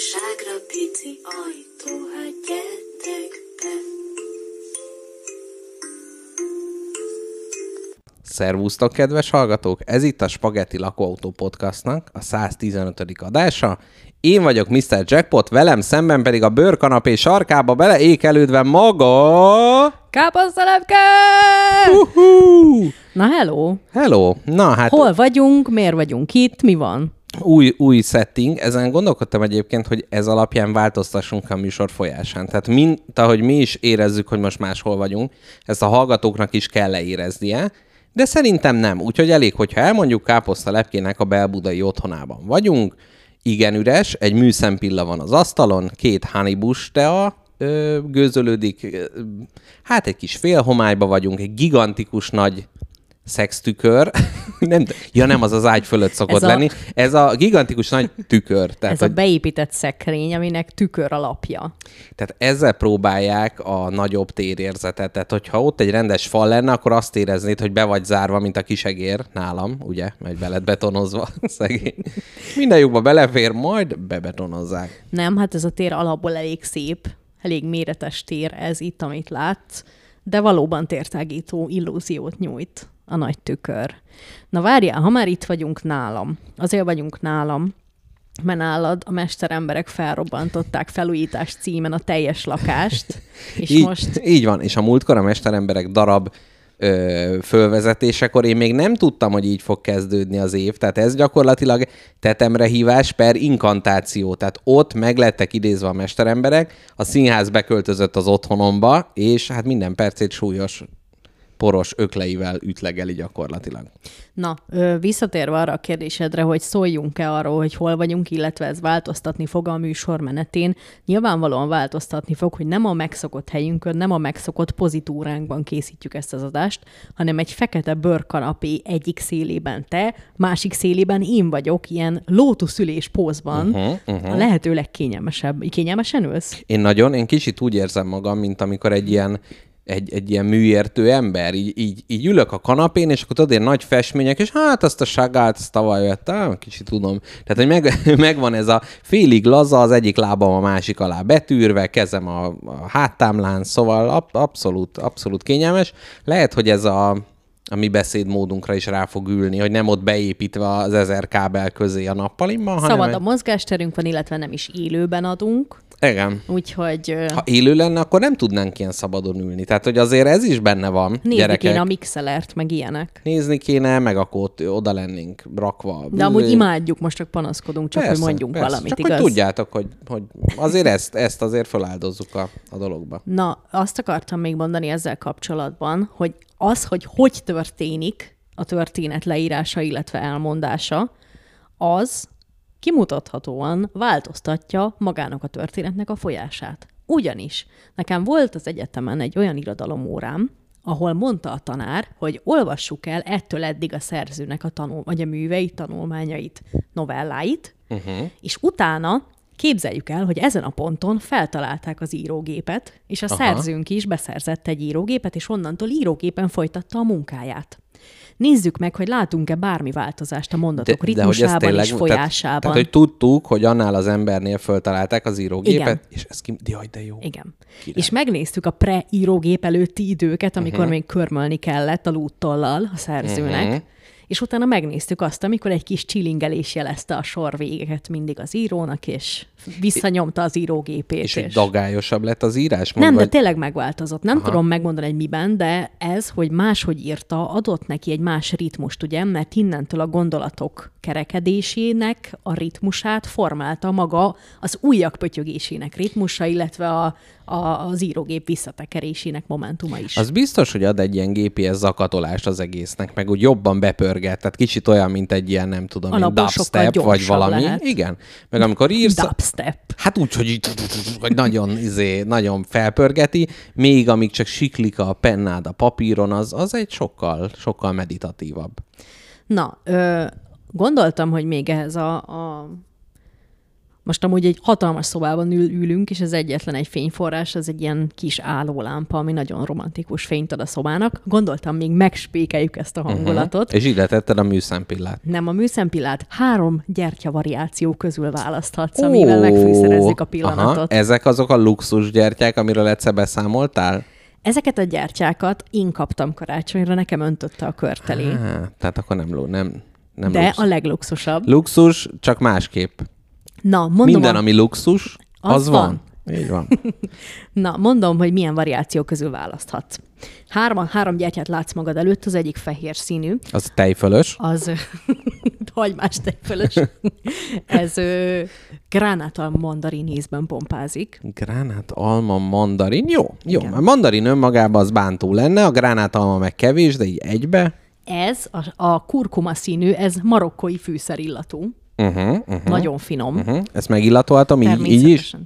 valóságra pici ajtó, hát gyertek be. Szervusztok, kedves hallgatók! Ez itt a Spaghetti Lakóautó Podcastnak a 115. adása. Én vagyok Mr. Jackpot, velem szemben pedig a bőrkanapé sarkába beleékelődve maga... Káposztalepke! Na, hello! Hello! Na, hát... Hol vagyunk, miért vagyunk itt, mi van? Új setting. Ezen gondolkodtam egyébként, hogy ez alapján változtassunk a műsor folyásán. Tehát mint ahogy mi is érezzük, hogy most máshol vagyunk, ezt a hallgatóknak is kell leéreznie, de szerintem nem. Úgyhogy elég, hogyha elmondjuk, Káposztalepkének a belbudai otthonában vagyunk, igen üres, egy műszempilla van az asztalon, 2 Honeybush tea gőzölődik, hát egy kis félhomályba vagyunk, egy gigantikus nagy szextükör. Nem, az az ágy fölött szokott lenni. Ez a gigantikus nagy tükör. Tehát, ez a beépített szekrény, aminek tükör alapja. Tehát ezzel próbálják a nagyobb térérzetet. Tehát, hogyha ott egy rendes fal lenne, akkor azt éreznéd, hogy be vagy zárva, mint a kisegér nálam, ugye? Mert be lett betonozva, szegény. Minden lyukba belefér, majd bebetonozzák. Nem, hát ez a tér alapból elég szép, elég méretes tér ez itt, amit látsz, de valóban tértágító illúziót nyújt a nagy tükör. Na várjál, ha már itt vagyunk nálam, azért vagyunk nálam, mert nálad a mesteremberek felrobbantották felújítás címen a teljes lakást, és így van, és a múltkor a mesteremberek darab fölvezetésekor én még nem tudtam, hogy így fog kezdődni az év, tehát ez gyakorlatilag tetemrehívás per inkantáció, tehát ott meg lettek idézve a mesteremberek, a színház beköltözött az otthonomba, és hát minden percét súlyos poros ökleivel ütlegeli gyakorlatilag. Na, visszatérve arra a kérdésedre, hogy szóljunk-e arról, hogy hol vagyunk, illetve ez változtatni fog a műsor menetén. Nyilvánvalóan változtatni fog, hogy nem a megszokott helyünkön, nem a megszokott pozitúránkban készítjük ezt az adást, hanem egy fekete bőrkanapé egyik szélében te, másik szélében én vagyok, ilyen lótuszülés pózban, a lehető legkényelmesebb. Kényelmesen ülsz? Én kicsit úgy érzem magam, mint amikor egy ilyen műértő ember, így ülök a kanapén, és akkor tudod, ilyen nagy festmények, és hát azt a Sagált, azt tavaly vettem, kicsit tudom. Tehát, hogy megvan ez a félig laza, az egyik lábam a másik alá betűrve, kezem a háttámlán, szóval abszolút kényelmes. Lehet, hogy ez a mi beszédmódunkra is rá fog ülni, hogy nem ott beépítve az 1000 kábel közé a nappalimban, hanem... Szabad a mozgásterünk van, illetve nem is élőben adunk. Igen. Úgyhogy... Ha élő lenne, akkor nem tudnánk ilyen szabadon ülni. Tehát, hogy azért ez is benne van, nézni gyerekek. Kéne a mixelert, meg ilyenek. Nézni kéne, meg akkor oda lennénk rakva. De amúgy imádjuk, most csak panaszkodunk, csak persze, hogy mondjunk valamit, csak igaz? hogy tudjátok, hogy azért ezt azért feláldozzuk a dologba. Na, azt akartam még mondani ezzel kapcsolatban, hogy az, hogy történik a történet leírása, illetve elmondása, az kimutathatóan változtatja magának a történetnek a folyását. Ugyanis nekem volt az egyetemen egy olyan irodalomórám, ahol mondta a tanár, hogy olvassuk el ettől eddig a szerzőnek vagy a műveit, tanulmányait, novelláit, és utána képzeljük el, hogy ezen a ponton feltalálták az írógépet, és a szerzőnk is beszerzett egy írógépet, és onnantól írógépen folytatta a munkáját. Nézzük meg, hogy látunk-e bármi változást a mondatok ritmusában és folyásában. Tehát, hogy tudtuk, hogy annál az embernél föltalálták az írógépet, igen. És ez jaj, de jó. Igen. Király. És megnéztük a pre-írógép előtti időket, amikor még körmölni kellett a lúttollal a szerzőnek, és utána megnéztük azt, amikor egy kis csilingelés jelezte a sor végeket mindig az írónak, és visszanyomta az írógépét. És egy dagályosabb lett az írás? Nem, de tényleg megváltozott. Nem tudom megmondani, hogy miben, de ez, hogy máshogy írta, adott neki egy más ritmust, ugye? Mert innentől a gondolatok kerekedésének a ritmusát formálta maga az ujjak pötyögésének ritmusa, illetve az írógép visszatekerésének momentuma is. Az biztos, hogy ad egy ilyen GPS zakatolást az egésznek, meg úgy jobban bepörget, tehát kicsit olyan, mint egy ilyen, nem tudom, mint dubstep, vagy valami. Lehet. Igen. Meg amikor írsz... Dubstep. Hát úgy, hogy nagyon felpörgeti, még amíg csak siklik a pennád a papíron, az egy sokkal meditatívabb. Na, gondoltam, hogy még ehhez Most amúgy egy hatalmas szobában ülünk, és az egyetlen egy fényforrás, az egy ilyen kis állólámpa, ami nagyon romantikus fényt ad a szobának. Gondoltam, még megspékeljük ezt a hangulatot. És ide tetted a műszempillát. Nem a műszempillát, 3 gyertyavariáció közül választhatsz, amivel megfűszerezzük a pillanatot. Aha. Ezek azok a luxus gyertyák, amiről egyszer beszámoltál? Ezeket a gyertyákat én kaptam karácsonyra, nekem öntötte a körtelé. Tehát akkor nem De luxus. a legluxusabb. Luxus, csak másképp. Na, mondom, Minden, ami luxus, az van. Így van. Na, mondom, hogy milyen variáció közül választhatsz. 3 gyertyát látsz magad előtt, az egyik fehér színű, Az tejfölös. az hagymás tejfölös. Ez gránátalma mandarin ízben pompázik. Gránát, alma, mandarin. Jó. Igen. A mandarin önmagában az bántó lenne, a gránátalma meg kevés, de így egybe. Ez a kurkuma színű, ez marokkói fűszerillatú. Nagyon finom. Ezt megillatoltam így is. Természetesen.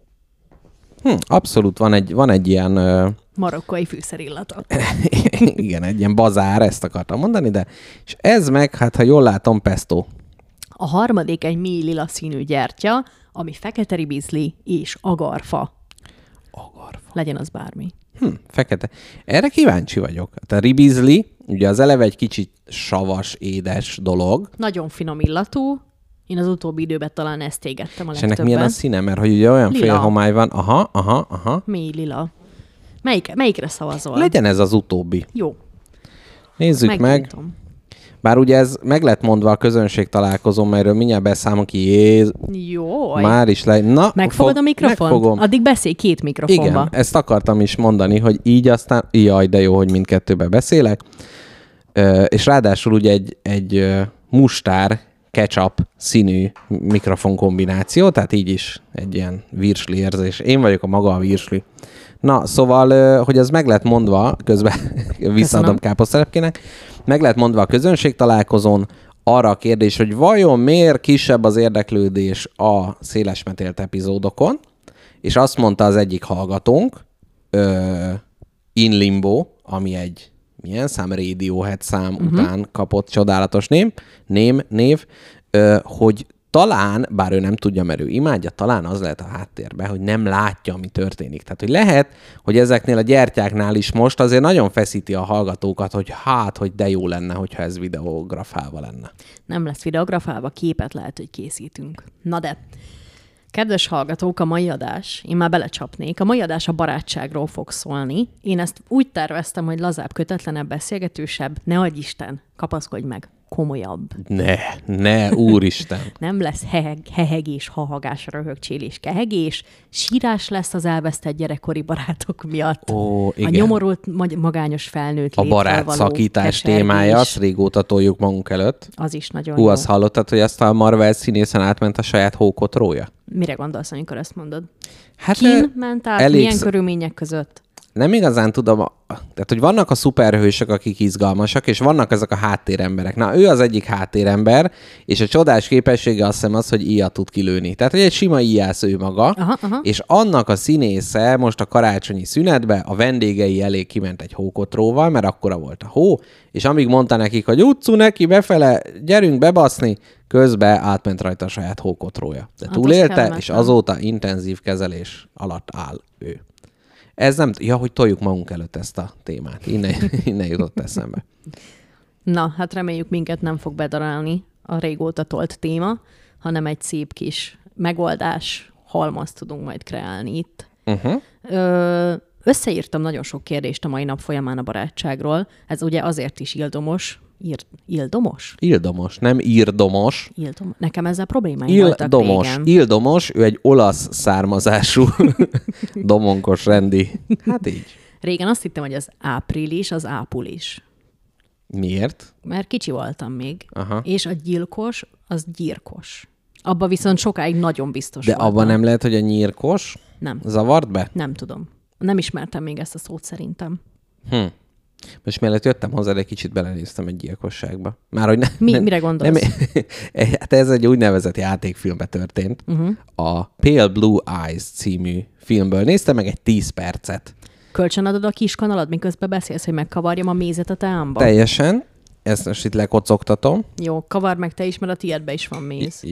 Abszolút van egy ilyen... Marokkói fűszerillata. igen, egy ilyen bazár, ezt akartam mondani, de... És ez meg, hát ha jól látom, pesto. A harmadik egy mély lila színű gyertya, ami fekete ribizli és agarfa. Agarfa. Legyen az bármi. Fekete. Erre kíváncsi vagyok. A ribizli, ugye az eleve egy kicsit savas, édes dolog. Nagyon finom illatú. Én az utóbbi időben talán ezt égettem a És legtöbben. ennek milyen a színe? Mert hogy ugye olyan Lila. félhomály van. Aha. Mély lila. Melyikre szavazol? Legyen ez az utóbbi. Jó. Nézzük meg. Megnyitom. Bár ugye ez meg lett mondva a közönség találkozón, melyről mindjárt beszámolok ki. Jó. Már is le... Na, Megfogod a mikrofont? Megfogom. Addig beszélj 2 mikrofonba. Igen, ezt akartam is mondani, hogy így aztán... Jaj, de jó, hogy mindkettőben beszélek. És ráadásul ugye egy mustár, ketchup színű mikrofon kombináció, tehát így is egy ilyen virsli érzés. Én vagyok a maga a virsli. Na, szóval, hogy ez meg lett mondva, közben visszaadom káposztelepkének, meg lett mondva a közönség találkozón arra a kérdés, hogy vajon miért kisebb az érdeklődés a szélesmetélt epizódokon, és azt mondta az egyik hallgatónk, In Limbo, ami egy milyen szám, Radiohead szám után kapott csodálatos név, hogy talán, bár ő nem tudja, mert ő imádja, talán az lehet a háttérben, hogy nem látja, mi történik. Tehát, hogy lehet, hogy ezeknél a gyertyáknál is most azért nagyon feszíti a hallgatókat, hogy hogy de jó lenne, hogyha ez videografálva lenne. Nem lesz videografálva, képet lehet, hogy készítünk. Na de, kedves hallgatók, a mai adás, én már belecsapnék, a mai adás a barátságról fog szólni. Én ezt úgy terveztem, hogy lazább, kötetlenebb, beszélgetősebb, ne adj Isten, kapaszkodj meg, komolyabb. Ne, úristen. Nem lesz hehegés, hahagás, röhögcsélés, kehegés, sírás lesz az elvesztett gyerekkori barátok miatt. Igen. A nyomorult magányos felnőtt A létről barát való szakítás kesergés. témája, azt régóta toljuk magunk előtt. Az is nagyon Hú, jó. azt hallottad, hogy azt a Marvel színészen átment a saját hókotrója? Mire gondolsz, amikor ezt mondod? Hát Kin ment át, elég milyen körülmények között? nem igazán tudom, tehát hogy vannak a szuperhősök, akik izgalmasak, és vannak ezek a háttéremberek. Na, ő az egyik háttérember, és a csodás képessége azt hiszem az, hogy íjat tud kilőni. Tehát, hogy egy sima íjász ő maga, Aha. és annak a színésze most a karácsonyi szünetbe a vendégei elé kiment egy hókotróval, mert akkora volt a hó, és amíg mondta nekik, hogy utcu neki befele, gyerünk bebaszni, közben átment rajta a saját hókotrója. De Hát túlélte, az és kellemetlen. azóta intenzív kezelés alatt áll ő. Ez nem... Ja, hogy toljuk magunk előtt ezt a témát. Innen jutott eszembe. Na, hát reméljük minket nem fog bedarálni a régóta tolt téma, hanem egy szép kis megoldás, halmazt tudunk majd kreálni itt. Összeírtam nagyon sok kérdést a mai nap folyamán a barátságról. Ez ugye azért is ildomos. Ildomos? Ildomos, nem írdomos. Nekem ezzel problémáim voltak Ildomos. régen. Ildomos, ő egy olasz származású domonkos rendi. Hát így. Régen azt hittem, hogy az április, az ápulis. Miért? Mert kicsi voltam még. Aha. És a gyilkos, az gyírkos. Abba viszont sokáig nagyon biztos De voltam. abban nem lehet, hogy a nyírkos Nem. zavart be? Nem tudom. Nem ismertem még ezt a szót szerintem. Most mielőtt jöttem hozzá, egy kicsit belenéztem egy gyilkosságba. Már hogy Mire gondolsz? Hát ez egy úgynevezett játékfilmbe történt. A Pale Blue Eyes című filmből néztem meg egy 10 percet. Kölcsönadod a kis kanalad, miközben beszélsz, hogy megkavarjam a mézet a teámba? Teljesen. Ezt most itt lekocogtatom. Jó, kavard meg te is, mert a tiédbe is van méz. Jó.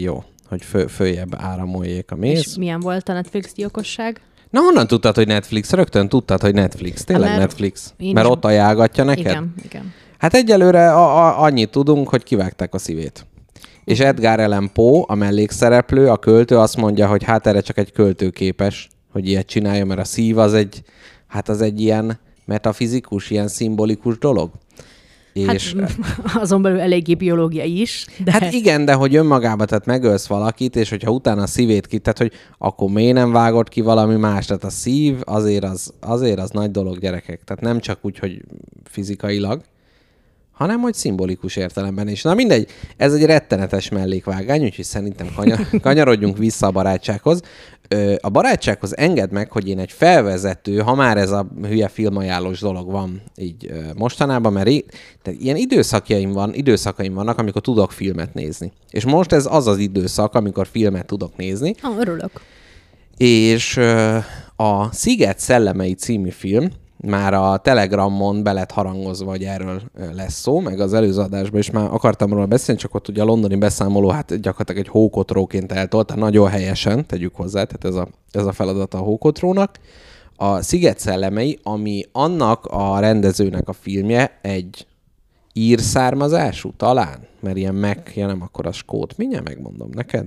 hogy följebb áramoljék a mész. És milyen volt a Netflix gyilkosság? Na, honnan tudtad, hogy Netflix? Rögtön tudtad, hogy Netflix. Tényleg mert Netflix. Mert ott ajánlgatja neked? Igen. Hát egyelőre annyit tudunk, hogy kivágták a szívét. És Edgar Allan Poe, a mellékszereplő, a költő azt mondja, hogy hát erre csak egy költő képes, hogy ilyet csinálja, mert a szív az egy ilyen metafizikus, ilyen szimbolikus dolog. És azon belül eléggé biológiai is. De... Hát igen, de hogy önmagában, tehát megölsz valakit, és hogyha utána a szívét tehát hogy akkor miért nem vágod ki valami más? Tehát a szív azért az nagy dolog, gyerekek. Tehát nem csak úgy, hogy fizikailag, hanem hogy szimbolikus értelemben is. Na mindegy, ez egy rettenetes mellékvágány, úgyhogy szerintem kanyarodjunk vissza a barátsághoz. A barátsághoz engedd meg, hogy én egy felvezető, ha már ez a hülye filmajánlós dolog van így mostanában, mert ilyen időszakaim vannak, amikor tudok filmet nézni. És most ez az időszak, amikor filmet tudok nézni. Örülök. És a Sziget szellemei című film, már a Telegramon be lett harangozva, hogy erről lesz szó, meg az előző adásban is már akartam róla beszélni, csak ott ugye a londoni beszámoló hát gyakorlatilag egy hókotróként eltolt, tehát nagyon helyesen, tegyük hozzá, tehát ez a feladata a hókotrónak. A Sziget szellemei, ami annak a rendezőnek a filmje, egy ír származású talán, mert ilyen nem akkor a skót. Mindjárt megmondom neked.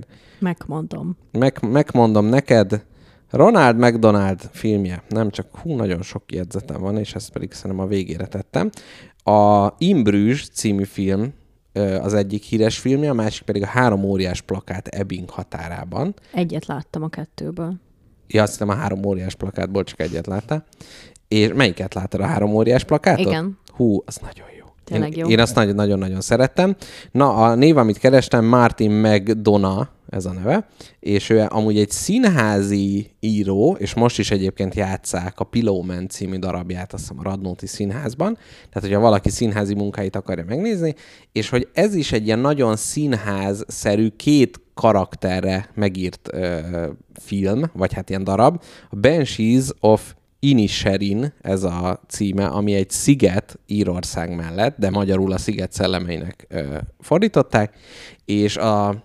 Megmondom neked. Ronald McDonald filmje, nem csak nagyon sok jegyzetem van, és ezt pedig szerintem a végére tettem. A In Bruges című film az egyik híres filmje, a másik pedig a 3 óriás plakát Ebbing határában. Egyet láttam a 2-ből. Ja, azt hiszem a 3 óriás plakátból csak egyet láttál. És melyiket láttad, a 3 óriás plakátot? Igen. Hú, az nagyon jó. Tényleg jó. Én azt nagyon-nagyon szerettem. Na, a név, amit kerestem, Martin McDonagh, ez a neve, és ő amúgy egy színházi író, és most is egyébként játsszák a Pillowman című darabját, azt hiszem a Radnóti Színházban, tehát hogyha valaki színházi munkáit akarja megnézni, és hogy ez is egy ilyen nagyon színházszerű 2 karakterre megírt film, vagy hát ilyen darab, a Banshees of Inisherin, ez a címe, ami egy sziget Írország mellett, de magyarul a Sziget szellemeinek fordították, és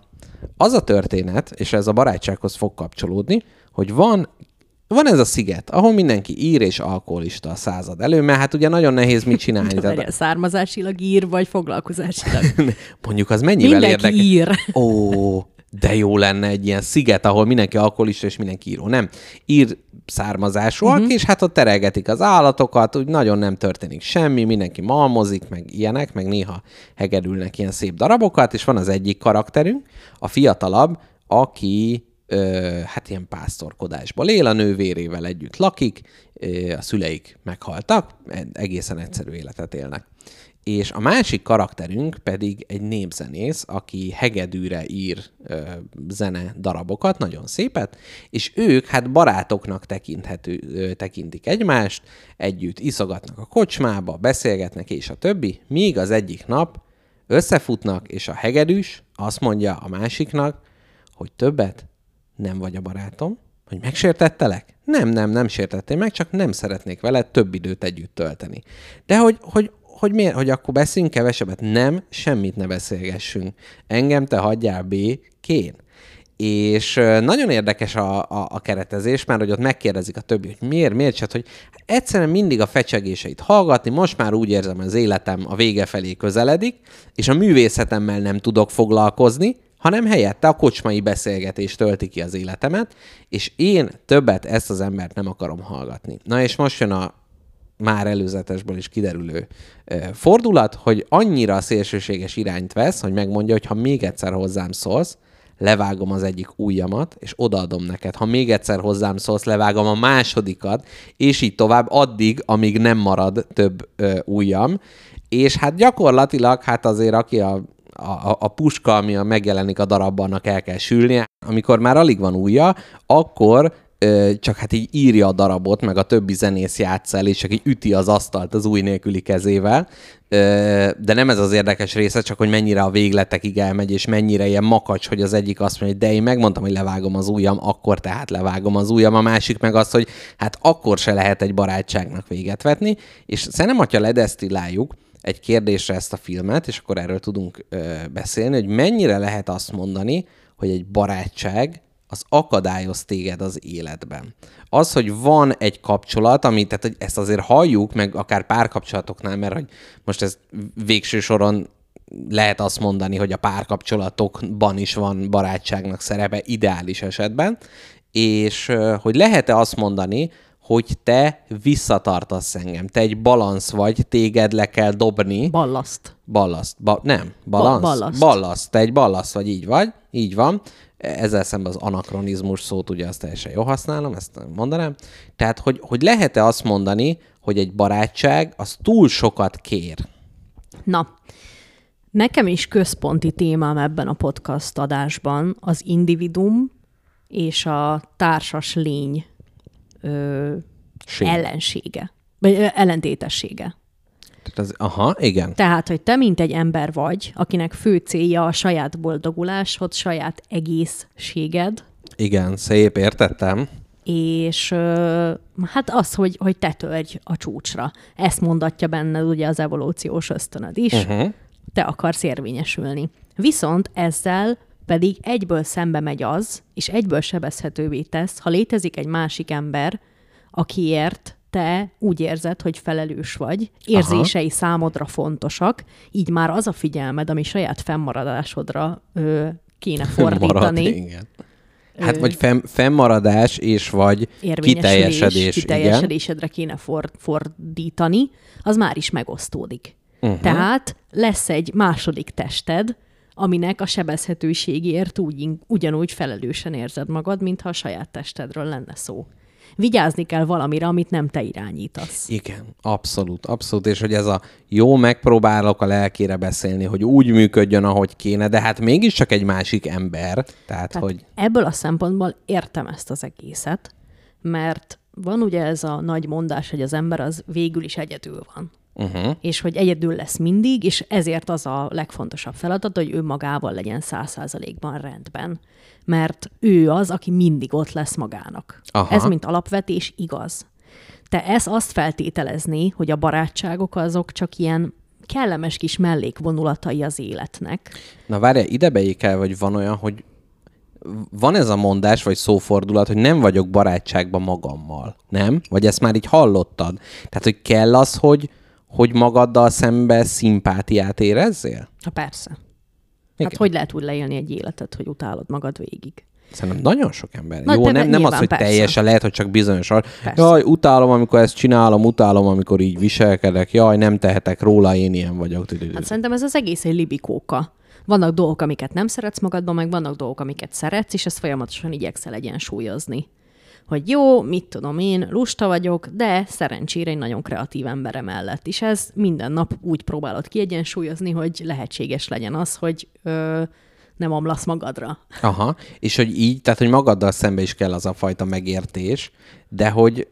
az a történet, és ez a barátsághoz fog kapcsolódni, hogy van ez a sziget, ahol mindenki ír és alkoholista a század elő, mert hát ugye nagyon nehéz mit csinálni. Tehát... Származásilag ír, vagy foglalkozásilag? Mondjuk az mennyivel érdekes. Mindenki ír. Ó, de jó lenne egy ilyen sziget, ahol mindenki alkoholista és mindenki író. Nem, ír származásúak, és hát ott terelgetik az állatokat, úgy nagyon nem történik semmi, mindenki malmozik, meg ilyenek, meg néha hegedülnek ilyen szép darabokat, és van az egyik karakterünk, a fiatalabb, aki hát ilyen pásztorkodásból él, a nővérével együtt lakik, a szüleik meghaltak, egészen egyszerű életet élnek. És a másik karakterünk pedig egy népzenész, aki hegedűre ír zene darabokat, nagyon szépet, és ők hát barátoknak tekintik egymást, együtt iszogatnak a kocsmába, beszélgetnek és a többi, míg az egyik nap összefutnak, és a hegedűs azt mondja a másiknak, hogy többet nem vagy a barátom, hogy megsértettelek? Nem sértettél meg, csak nem szeretnék veled több időt együtt tölteni. De hogy miért? Hogy akkor beszéljünk kevesebbet? Nem, semmit ne beszélgessünk. Engem te hagyjál békén. És nagyon érdekes a keretezés, mert hogy ott megkérdezik a többi, hogy miért csak, hogy egyszerűen mindig a fecsegéseit hallgatni, most már úgy érzem, hogy az életem a vége felé közeledik, és a művészetemmel nem tudok foglalkozni, hanem helyette a kocsmai beszélgetés tölti ki az életemet, és én többet ezt az embert nem akarom hallgatni. Na és most jön a már előzetesből is kiderülő fordulat, hogy annyira szélsőséges irányt vesz, hogy megmondja, hogy ha még egyszer hozzám szólsz, levágom az egyik ujjamat, és odaadom neked. Ha még egyszer hozzám szólsz, levágom a másodikat, és így tovább addig, amíg nem marad több ujjam. És hát gyakorlatilag, hát azért aki a puska, ami megjelenik a darabban, annak el kell sülnie. Amikor már alig van ujja, akkor csak hát így írja a darabot, meg a többi zenész játsz el, és csak így üti az asztalt az ujj nélküli kezével. De nem ez az érdekes része, csak hogy mennyire a végletekig elmegy, és mennyire ilyen makacs, hogy az egyik azt mondja, hogy de én megmondtam, hogy levágom az ujjam, akkor tehát levágom az ujjam. A másik meg az, hogy hát akkor se lehet egy barátságnak véget vetni. És szerintem, hogyha ledesztilláljuk egy kérdésre ezt a filmet, és akkor erről tudunk beszélni, hogy mennyire lehet azt mondani, hogy egy barátság az akadályoz téged az életben. Az, hogy van egy kapcsolat, tehát hogy ezt azért halljuk, meg akár párkapcsolatoknál, mert hogy most ez végső soron lehet azt mondani, hogy a párkapcsolatokban is van barátságnak szerepe ideális esetben, és hogy lehet-e azt mondani, hogy te visszatartasz engem. Te egy balansz vagy, téged le kell dobni. Ballaszt. Nem, balansz. Ballaszt. Ballaszt. Te egy ballaszt vagy, így van. Ezzel szemben az anakronizmus szót ugye azt teljesen jól használom, ezt mondanám. Tehát, hogy lehet-e azt mondani, hogy egy barátság az túl sokat kér? Na, nekem is központi témám ebben a podcast adásban az individuum és a társas lény ellensége, vagy ellentétessége. Igen. Tehát, hogy te mint egy ember vagy, akinek fő célja a saját boldogulásod, saját egészséged. Igen, szép, értettem. És hát az, hogy te törj a csúcsra. Ezt mondatja benned ugye az evolúciós ösztönöd is. Te akarsz érvényesülni. Viszont ezzel pedig egyből szembe megy az, és egyből sebezhetővé tesz, ha létezik egy másik ember, akiért te úgy érzed, hogy felelős vagy, érzései számodra fontosak, így már az a figyelmed, ami saját fennmaradásodra kéne fordítani. Igen. Hát vagy fennmaradás és vagy kiteljesedésedre kéne fordítani, az már is megosztódik. Tehát lesz egy második tested, aminek a sebezhetőségért ugyanúgy felelősen érzed magad, mintha a saját testedről lenne szó. Vigyázni kell valamire, amit nem te irányítasz. Igen, abszolút. És hogy ez a jó, megpróbálok a lelkére beszélni, hogy úgy működjön, ahogy kéne, de hát mégiscsak egy másik ember. Tehát hogy... Ebből a szempontból értem ezt az egészet, mert van ugye ez a nagy mondás, hogy az ember az végül is egyedül van. És hogy egyedül lesz mindig, és ezért az a legfontosabb feladat, hogy ő magával legyen 100%-ban rendben. Mert ő az, aki mindig ott lesz magának. Ez mint alapvetés igaz. Te azt feltételezni, hogy a barátságok azok csak ilyen kellemes kis mellékvonulatai az életnek. Na várjál, ide beékel, vagy van olyan, hogy van ez a mondás, vagy szófordulat, hogy nem vagyok barátságban magammal. Nem? Vagy ezt már így hallottad? Tehát, hogy kell az, hogy magaddal szembe szimpátiát érezzél? Persze. Hát hogy lehet úgy leélni egy életet, hogy utálod magad végig? Szerintem nagyon sok ember. Jó, nem az, hogy teljesen, lehet, hogy csak bizonyos. Jaj, utálom, amikor ezt csinálom, utálom, amikor így viselkedek, jaj, nem tehetek róla, én ilyen vagyok. Hát szerintem ez az egész egy libikóka. Vannak dolgok, amiket nem szeretsz magadban, meg vannak dolgok, amiket szeretsz, és ezt folyamatosan igyekszel egyensúlyozni. Hogy jó, mit tudom én, lusta vagyok, de szerencsére egy nagyon kreatív ember mellett. És ez minden nap úgy próbálod kiegyensúlyozni, hogy lehetséges legyen az, hogy nem omlasz magadra. És hogy így, tehát hogy magaddal szembe is kell az a fajta megértés, de hogy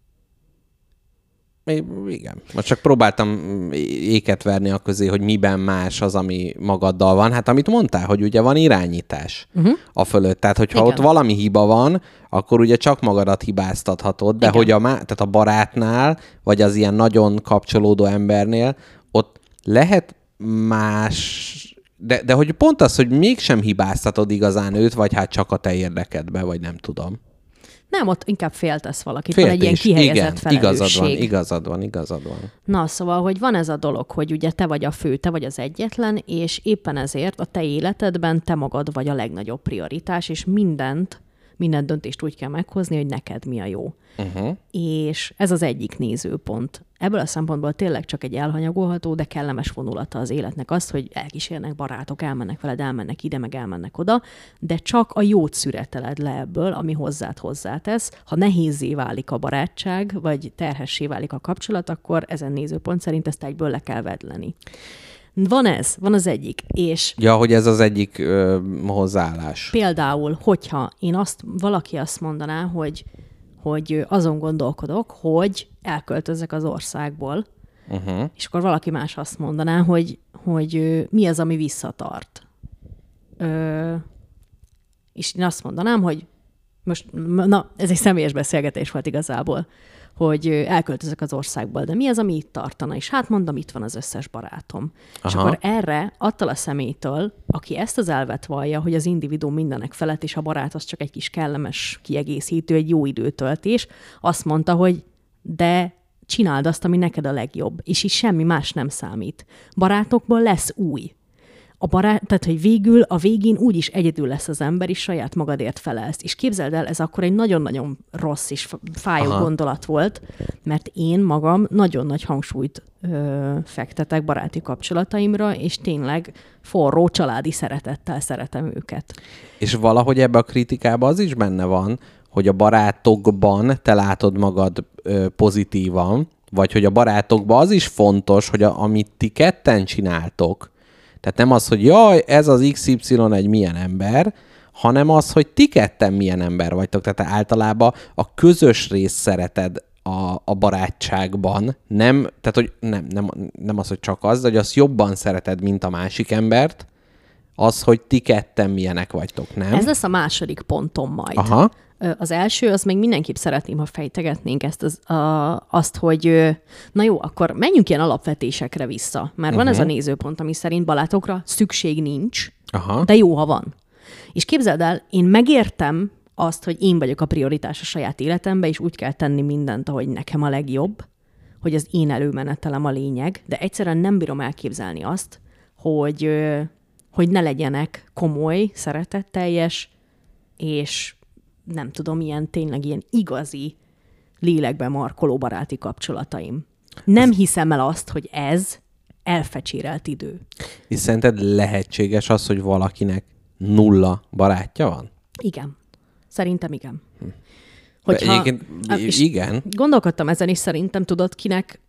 igen. Most csak próbáltam éket verni a közé, hogy miben más az, ami magaddal van. Hát amit mondtál, hogy ugye van irányítás a fölött. Tehát, hogyha ott valami hiba van, akkor ugye csak magadat hibáztathatod, de hogy tehát a barátnál, vagy az ilyen nagyon kapcsolódó embernél, ott lehet más... De hogy pont az, hogy mégsem hibáztatod igazán őt, vagy hát csak a te érdekedbe, vagy nem tudom. Nem, ott inkább féltesz valakit. Van egy ilyen kihelyezett felelősség. Igazad van. Na, szóval, hogy van ez a dolog, hogy ugye te vagy a fő, te vagy az egyetlen, és éppen ezért a te életedben te magad vagy a legnagyobb prioritás, és minden döntést úgy kell meghozni, hogy neked mi a jó. És ez az egyik nézőpont. Ebből a szempontból tényleg csak egy elhanyagolható, de kellemes vonulata az életnek az, hogy elkísérnek barátok, elmennek veled, elmennek ide, meg elmennek oda, de csak a jót szüreteled le ebből, ami hozzátesz. Ha nehézzé válik a barátság, vagy terhessé válik a kapcsolat, akkor ezen nézőpont szerint ezt egyből le kell vedleni. Van az egyik. És ja, hogy ez az egyik hozzáállás. Például, hogyha valaki azt mondaná, hogy azon gondolkodok, hogy elköltözzek az országból, és akkor valaki más azt mondaná, hogy mi az, ami visszatart. És én azt mondanám, hogy most, na, ez egy személyes beszélgetés volt igazából, hogy elköltözök az országból, de mi az, ami itt tartana? És hát mondom, itt van az összes barátom. És akkor erre attól a személytől, aki ezt az elvet vallja, hogy az individuum mindenek felett, és a barát az csak egy kis kellemes kiegészítő, egy jó időtöltés, azt mondta, hogy de csináld azt, ami neked a legjobb, és így semmi más nem számít. Barátokból lesz új. Tehát, hogy végül a végén úgyis egyedül lesz az ember, és saját magadért felelsz. És képzeld el, ez akkor egy nagyon-nagyon rossz és fájó gondolat volt, mert én magam nagyon nagy hangsúlyt fektetek baráti kapcsolataimra, és tényleg forró családi szeretettel szeretem őket. És valahogy ebbe a kritikában az is benne van, hogy a barátokban te látod magad pozitívan, vagy hogy a barátokban az is fontos, hogy amit ti ketten csináltok, tehát nem az, hogy jaj, ez az XY egy milyen ember, hanem az, hogy ti ketten milyen ember vagytok. Tehát általában a közös részt szereted a barátságban. Tehát, hogy nem az, hogy csak az, de hogy azt jobban szereted, mint a másik embert, az, hogy ti ketten milyenek vagytok, nem? Ez lesz a második pontom majd. Aha. Az első, az még mindenképp szeretném, ha fejtegetnénk azt, hogy na jó, akkor menjünk ilyen alapvetésekre vissza. Mert van ez a nézőpont, ami szerint barátokra szükség nincs, de jó, ha van. És képzeld el, én megértem azt, hogy én vagyok a prioritás a saját életemben, és úgy kell tenni mindent, ahogy nekem a legjobb, hogy az én előmenetelem a lényeg, de egyszerűen nem bírom elképzelni azt, hogy ne legyenek komoly, szeretetteljes, és nem tudom, tényleg ilyen igazi, lélekbe markoló baráti kapcsolataim. Nem hiszem el azt, hogy ez elfecsérelt idő. És szerinted lehetséges az, hogy valakinek 0 barátja van? Igen. Szerintem igen. Igen. Gondolkodtam ezen, és szerintem tudod, kinek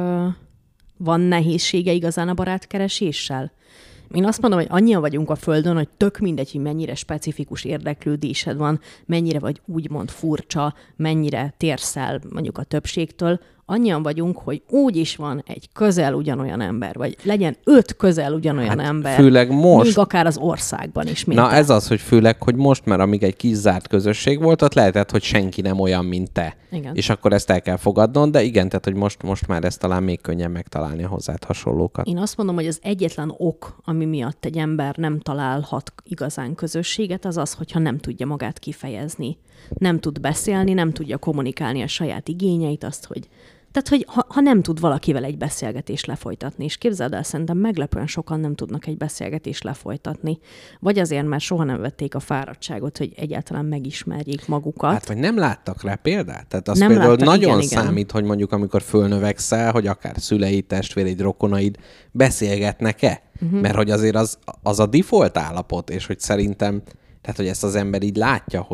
van nehézsége igazán a barátkereséssel? Én azt mondom, hogy annyian vagyunk a Földön, hogy tök mindegy, hogy mennyire specifikus érdeklődésed van, mennyire vagy úgymond furcsa, mennyire térsz el mondjuk a többségtől, annyian vagyunk, hogy úgy is van egy közel ugyanolyan ember, vagy legyen 5 közel ugyanolyan ember, főleg most, még akár az országban is. Na ez az, hogy főleg, hogy most, mert amíg egy kis zárt közösség volt, ott lehetett, hogy senki nem olyan, mint te. Igen. És akkor ezt el kell fogadnod, de igen, tehát, hogy most már ezt talán még könnyebb megtalálni a hozzád hasonlókat. Én azt mondom, hogy az egyetlen ok, ami miatt egy ember nem találhat igazán közösséget, az az, hogyha nem tudja magát kifejezni. Nem tud beszélni, nem tudja kommunikálni a saját igényeit, azt, hogy tehát, hogy ha nem tud valakivel egy beszélgetést lefolytatni, és képzeld el, szerintem meglepően sokan nem tudnak egy beszélgetést lefolytatni. Vagy azért, mert soha nem vették a fáradtságot, hogy egyáltalán megismerjék magukat. Hát, vagy nem láttak rá példát? Tehát az nem például láttak, nagyon igen. számít, hogy mondjuk amikor fölnövekszel, hogy akár szüleid, testvéreid, rokonaid beszélgetnek-e? Mert hogy azért az a default állapot, és hogy szerintem, tehát hogy ezt az ember így látja,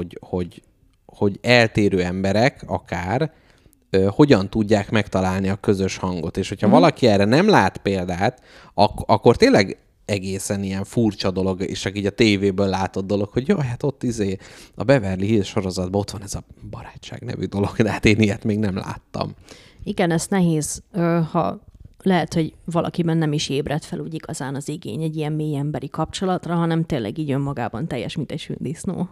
hogy eltérő emberek akár hogyan tudják megtalálni a közös hangot. És hogyha valaki erre nem lát példát, akkor tényleg egészen ilyen furcsa dolog, és csak így a tévéből látod dolog, hogy jó, hát ott a Beverly Hills sorozatban ott van ez a barátság nevű dolog, de hát én ilyet még nem láttam. Igen, ez nehéz, ha lehet, hogy valakiben nem is ébred fel úgy igazán az igény egy ilyen mély emberi kapcsolatra, hanem tényleg így önmagában teljes, mint egy sündisznó.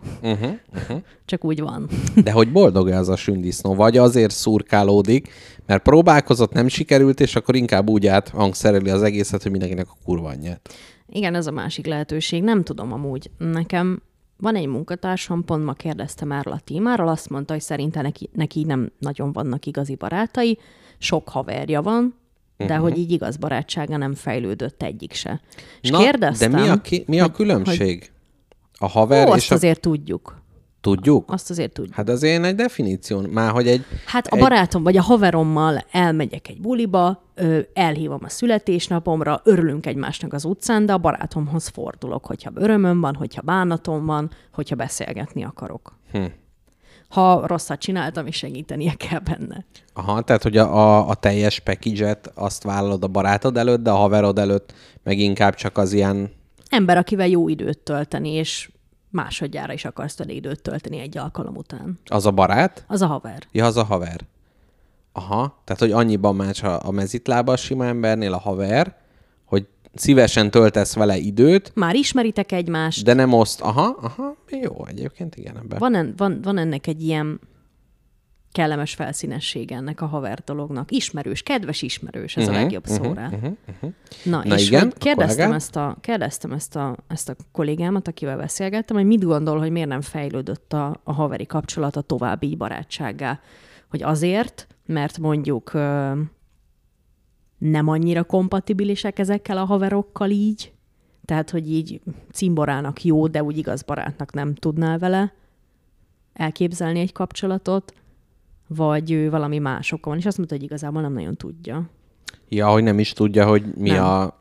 Csak úgy van. De hogy boldog-e az a sündisznó? Vagy azért szurkálódik, mert próbálkozott, nem sikerült, és akkor inkább úgy áthangszereli az egészet, hogy mindenkinek a kurva anyját. Igen, ez a másik lehetőség. Nem tudom amúgy. Nekem van egy munkatársam, pont ma kérdeztem erről a témáról, azt mondta, hogy szerinte neki nem nagyon vannak igazi barátai, sok haverja van, de hogy így igaz barátsága nem fejlődött egyik se. És kérdeztem... De mi a különbség? A haver és azt azért tudjuk. Tudjuk? Azt azért tudjuk. Hát azért egy definíció. Már hogy Hát a barátom vagy a haverommal elmegyek egy buliba, elhívom a születésnapomra, örülünk egymásnak az utcán, de a barátomhoz fordulok, hogyha örömöm van, hogyha bánatom van, hogyha beszélgetni akarok. Ha rosszat csináltam, és segítenie kell benne. Aha, tehát, hogy a teljes package-et azt vállalod a barátod előtt, de a haverod előtt meg inkább csak az ilyen... Ember, akivel jó időt tölteni, és másodjára is akarsz vele időt tölteni egy alkalom után. Az a barát? Az a haver. Ja, az a haver. Aha, tehát, hogy annyiban más a mezitlába a sima embernél a haver, hogy szívesen töltesz vele időt, Már ismeritek egymást. de nem oszt. Aha, jó, egyébként igen ebben. Van ennek egy ilyen kellemes felszínessége ennek a haver dolognak. Kedves ismerős, ez a legjobb szó rá. Na, és igen, hogy kérdeztem ezt a kollégámat, akivel beszélgettem, hogy mit gondol, hogy miért nem fejlődött a haveri kapcsolata tovább így barátsággá. Hogy azért, mert mondjuk nem annyira kompatibilisek ezekkel a haverokkal így, tehát, hogy így cimborának jó, de úgy igaz barátnak nem tudnál vele elképzelni egy kapcsolatot, vagy ő valami más oka van, és azt mondta, hogy igazából nem nagyon tudja. Ja, hogy nem is tudja, hogy mi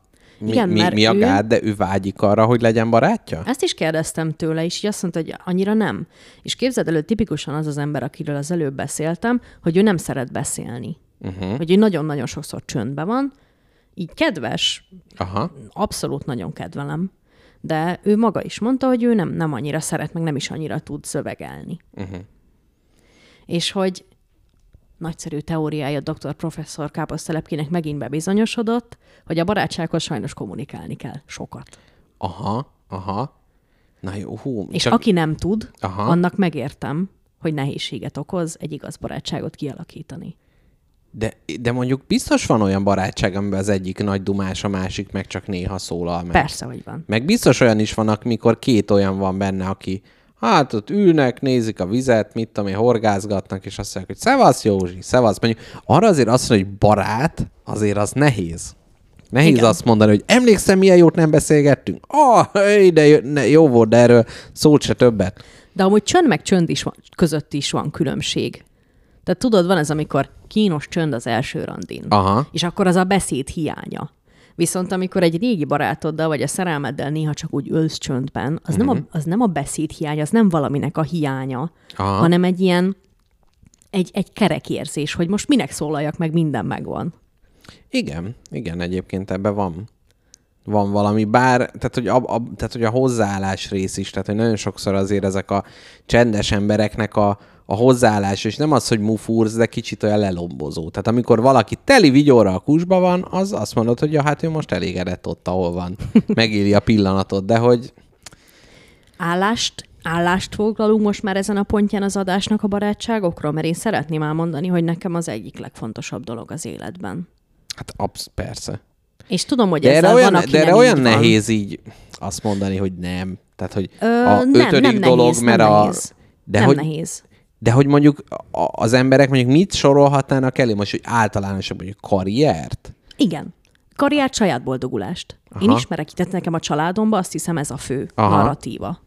a gát, de ő vágyik arra, hogy legyen barátja? Ezt is kérdeztem tőle, és azt mondta, hogy annyira nem. És képzeld elő, tipikusan az az ember, akiről az előbb beszéltem, hogy ő nem szeret beszélni. Hogy ő nagyon-nagyon sokszor csöndben van, így kedves, abszolút nagyon kedvelem, de ő maga is mondta, hogy ő nem annyira szeret, meg nem is annyira tud szövegelni. És hogy nagyszerű teóriája dr. professzor Káposztelepkének megint bebizonyosodott, hogy a barátsághoz sajnos kommunikálni kell sokat. Aha. Na jó, és aki nem tud, annak megértem, hogy nehézséget okoz egy igaz barátságot kialakítani. De mondjuk biztos van olyan barátság, amiben az egyik nagy dumás, a másik meg csak néha szólal meg. Persze, hogy van. Meg biztos olyan is van, amikor két olyan van benne, aki ott ülnek, nézik a vizet, mit tudom én, horgázgatnak, és azt mondják, hogy szevasz Józsi, szevasz. Mondjuk arra azért azt mondani, hogy barát, azért az nehéz. Nehéz azt mondani, hogy emlékszem, milyen jót nem beszélgettünk. De jó volt, de erről szót se többet. De amúgy csönd meg csönd között is van különbség. Tehát tudod, van ez, amikor kínos csönd az első randin. És akkor az a beszéd hiánya. Viszont amikor egy régi barátoddal, vagy a szerelmeddel néha csak úgy ülsz csöndben, az nem a beszéd hiánya, az nem valaminek a hiánya, hanem egy ilyen, egy kerekérzés, hogy most minek szólaljak meg, minden megvan. Igen, egyébként ebben van valami, bár, tehát, hogy a hozzáállás rész is, tehát, hogy nagyon sokszor azért ezek a csendes embereknek a hozzáállás, és nem az, hogy mufúrsz, de kicsit olyan lelombozó. Tehát amikor valaki teli vigyorra a kusba van, az azt mondod, hogy hát ő most elégedett ott, ahol van. Megéli a pillanatot, de hogy... Állást foglalunk most már ezen a pontján az adásnak a barátságokról, mert én szeretném elmondani, hogy nekem az egyik legfontosabb dolog az életben. Hát persze. És tudom, hogy de ezzel van, aki de nem olyan így nehéz van. így azt mondani, hogy nem. Tehát, hogy nem dolog, nehéz, mert nem nehéz. De nem hogy, nehéz. De hogy mondjuk az emberek mondjuk mit sorolhatnának elé? Most, hogy általánosabb mondjuk karriert? Igen. Karriert, saját boldogulást. Én ismerek, tehát nekem a családomban azt hiszem ez a fő narratíva.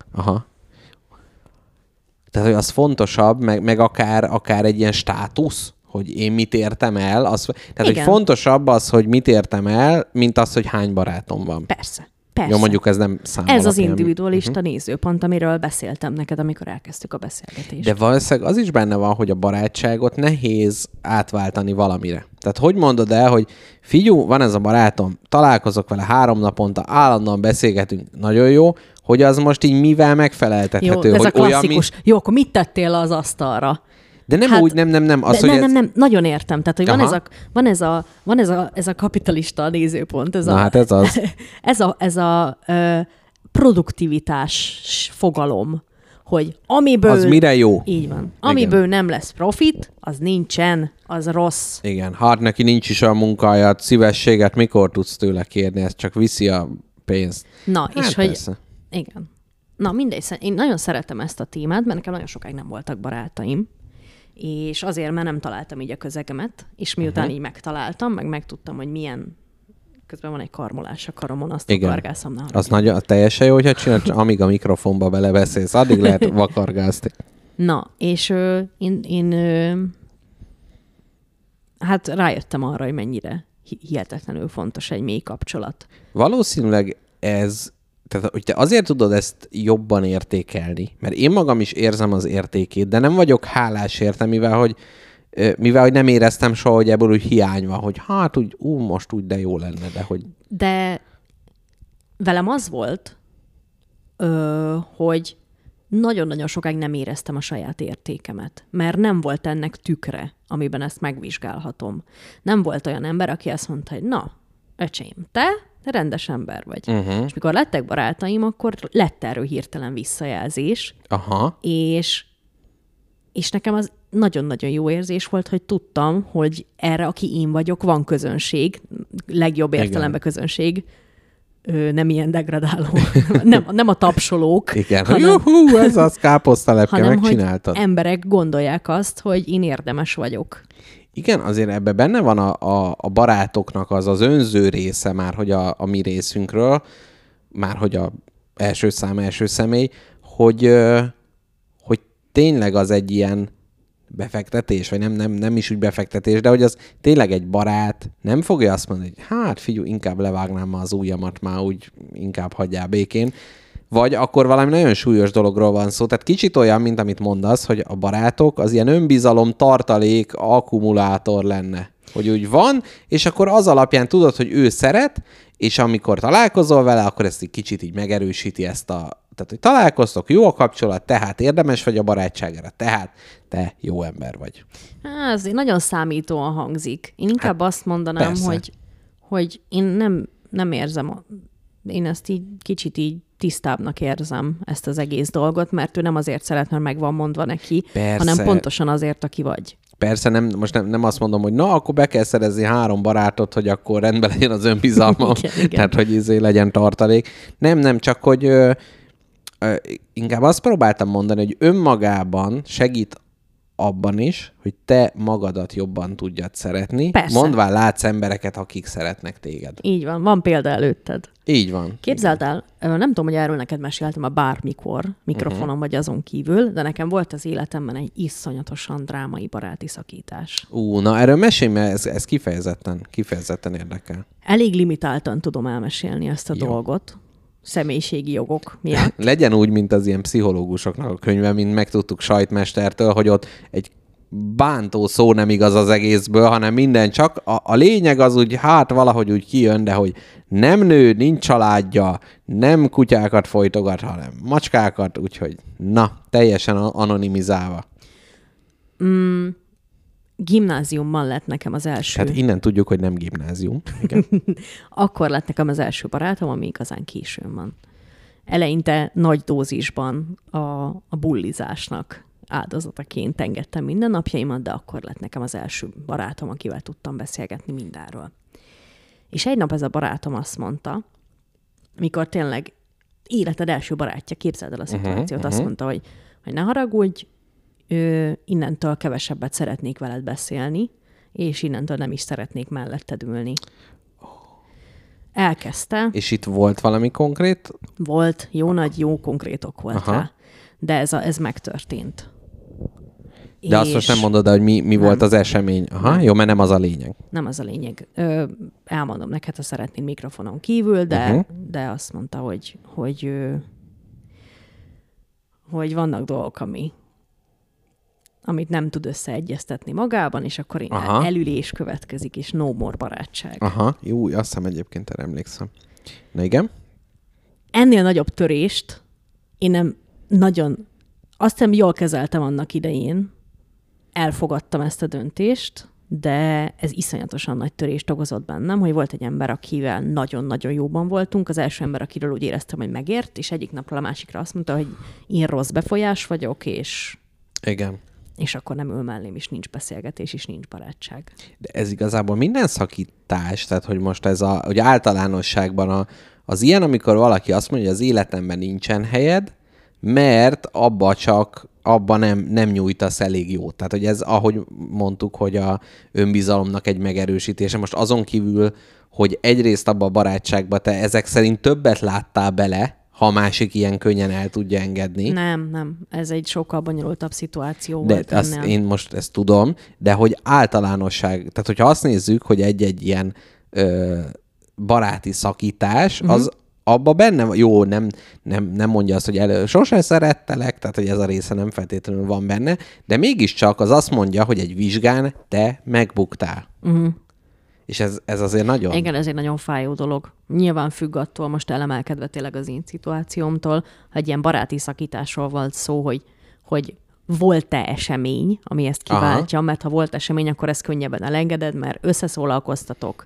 Tehát, hogy az fontosabb, meg akár egy ilyen státusz, hogy én mit értem el. Tehát, hogy fontosabb az, hogy mit értem el, mint az, hogy hány barátom van. Persze. Jó, mondjuk ez nem szám Ez az alapján. individualista nézőpont, amiről beszéltem neked, amikor elkezdtük a beszélgetést. De valószínűleg az is benne van, hogy a barátságot nehéz átváltani valamire. Tehát hogy mondod el, hogy figyú, van ez a barátom, találkozok vele 3 naponta, állandóan beszélgetünk, nagyon jó, hogy az most így mivel megfeleltethető? Jó, ez hogy a klasszikus. Olyan, Jó, akkor mit tettél az asztalra? De nem úgy, nem. Az, nem, nagyon értem. Tehát, hogy van ez a kapitalista nézőpont. Hát ez az. ez a produktivitás fogalom, hogy amiből... Az mire jó? Így van. Amiből nem lesz profit, az nincsen, az rossz. Igen, hát neki nincs is a munkáját, szívességet mikor tudsz tőle kérni, ez csak viszi a pénzt. Na, hát és persze. hogy... Igen. Na, mindegy, én nagyon szeretem ezt a témát, mert nekem nagyon sokáig nem voltak barátaim, és azért, mert nem találtam így a közegemet, és miután így megtaláltam, meg megtudtam, hogy milyen, közben van egy karmolás a karomon, azt vakargászom. Az nagyon teljesen jó, hogyha csinálod, amíg a mikrofonba belebeszélsz, addig lehet vakargászni. Na, és hát rájöttem arra, hogy mennyire hihetetlenül fontos egy mély kapcsolat. Valószínűleg tehát, hogy te azért tudod ezt jobban értékelni, mert én magam is érzem az értékét, de nem vagyok hálás érte, mivel hogy nem éreztem soha, hogy ebből úgy hiány van, hogy hát úgy, most úgy de jó lenne, de hogy... De velem az volt, hogy nagyon-nagyon sokáig nem éreztem a saját értékemet, mert nem volt ennek tükre, amiben ezt megvizsgálhatom. Nem volt olyan ember, aki azt mondta, hogy na, öcsém, te te rendes ember vagy. És mikor lettek barátaim, akkor lett erről hirtelen visszajelzés, Aha. és nekem az nagyon-nagyon jó érzés volt, hogy tudtam, hogy erre, aki én vagyok, van közönség, legjobb értelemben közönség, nem ilyen degradáló, nem a tapsolók, Igen, juhú, ez az káposztalepke, megcsináltad. Hogy emberek gondolják azt, hogy én érdemes vagyok. Igen, azért ebben benne van a barátoknak az önző része már, hogy a mi részünkről, már hogy a első személy, hogy tényleg az egy ilyen befektetés, vagy nem is úgy befektetés, de hogy az tényleg egy barát nem fogja azt mondani, hogy hát figyelj, inkább levágnám már az ujjamat, már úgy inkább hagyjál békén. Vagy akkor valami nagyon súlyos dologról van szó. Tehát kicsit olyan, mint amit mondasz, hogy a barátok az ilyen önbizalom tartalék akkumulátor lenne. Hogy úgy van, és akkor az alapján tudod, hogy ő szeret, és amikor találkozol vele, akkor ezt egy kicsit így megerősíti tehát, hogy találkoztok, jó a kapcsolat, tehát érdemes vagy a barátságára, tehát te jó ember vagy. Ez nagyon számítóan hangzik. Én inkább azt mondanám, hogy én nem érzem, én ezt így kicsit így tisztábbnak érzem ezt az egész dolgot, mert ő nem azért szeret, mert meg van mondva neki, hanem pontosan azért, aki vagy. Persze, most nem azt mondom, hogy na, akkor be kell szerezni 3 barátot, hogy akkor rendben legyen az önbizalmam, igen. Tehát, hogy legyen tartalék. Nem, csak hogy inkább azt próbáltam mondani, hogy önmagában segít abban is, hogy te magadat jobban tudjad szeretni. Persze. Mondván látsz embereket, akik szeretnek téged. Így van példa előtted. Így van. Képzeld el, nem tudom, hogy erről neked meséltem a bármikor mikrofonon vagy azon kívül, de nekem volt az életemben egy iszonyatosan drámai baráti szakítás. Na erről mesélj, mert ez kifejezetten érdekel. Elég limitáltan tudom elmesélni ezt a dolgot, személyiségi jogok miatt. Legyen úgy, mint az ilyen pszichológusoknak a könyve, mint megtudtuk Sajtmestertől, hogy ott egy bántó szó nem igaz az egészből, hanem minden csak. A lényeg az úgy, hát valahogy úgy kijön, de hogy nem nő, nincs családja, nem kutyákat folytogat, hanem macskákat, úgyhogy na, teljesen anonimizálva. Gimnáziumban lett nekem az első. Tehát innen tudjuk, hogy nem gimnázium. Igen. Akkor lett nekem az első barátom, ami igazán későn van. Eleinte nagy dózisban a bullizásnak áldozataként engedtem minden napjaimat, de akkor lett nekem az első barátom, akivel tudtam beszélgetni mindenről. És egy nap ez a barátom azt mondta, mikor tényleg életed első barátja, képzeld el a szituációt, azt mondta, hogy ne haragudj, innentől kevesebbet szeretnék veled beszélni, és innentől nem is szeretnék melletted ülni. Elkezdte. És itt volt valami konkrét? Volt, jó konkrétok volt rá. De ez megtörtént. De azt most nem mondod, hogy mi volt az esemény. Jó, mert nem az a lényeg. Nem az a lényeg. Elmondom neked, ha szeretnéd mikrofonon kívül, de azt mondta, hogy vannak dolgok, amit nem tud összeegyeztetni magában, és akkor elülés következik, és no more barátság. Jó, azt hiszem egyébként erre emlékszem. Na igen? Ennél nagyobb törést én nem nagyon, azt hiszem jól kezeltem annak idején, elfogadtam ezt a döntést, de ez iszonyatosan nagy törést okozott bennem, hogy volt egy ember, akivel nagyon-nagyon jóban voltunk, az első ember, akiről úgy éreztem, hogy megért, és egyik napról a másikra azt mondta, hogy én rossz befolyás vagyok, és... Igen. És akkor nem ül mellém, és nincs beszélgetés, és nincs barátság. De ez igazából minden szakítás, tehát hogy most ez hogy általánosságban az ilyen, amikor valaki azt mondja, hogy az életemben nincsen helyed, mert abba nem nyújtasz elég jót. Tehát, hogy ez, ahogy mondtuk, hogy a önbizalomnak egy megerősítése. Most azon kívül, hogy egyrészt abba a barátságba te ezek szerint többet láttál bele, ha a másik ilyen könnyen el tudja engedni. Nem. Ez egy sokkal bonyolultabb szituáció de volt. De én most ezt tudom, de hogy általánosság, tehát hogyha azt nézzük, hogy egy ilyen baráti szakítás, az abba benne van, jó, nem mondja azt, hogy sose szerettelek, tehát hogy ez a része nem feltétlenül van benne, de mégiscsak az azt mondja, hogy egy vizsgán te megbuktál. És ez azért nagyon... Igen, ez egy nagyon fájó dolog. Nyilván függ attól, most elemelkedve tényleg az én szituációmtól, ha egy ilyen baráti szakításról volt szó, hogy volt-e esemény, ami ezt kiváltja, mert ha volt esemény, akkor ezt könnyebben elengeded, mert összeszólalkoztatok,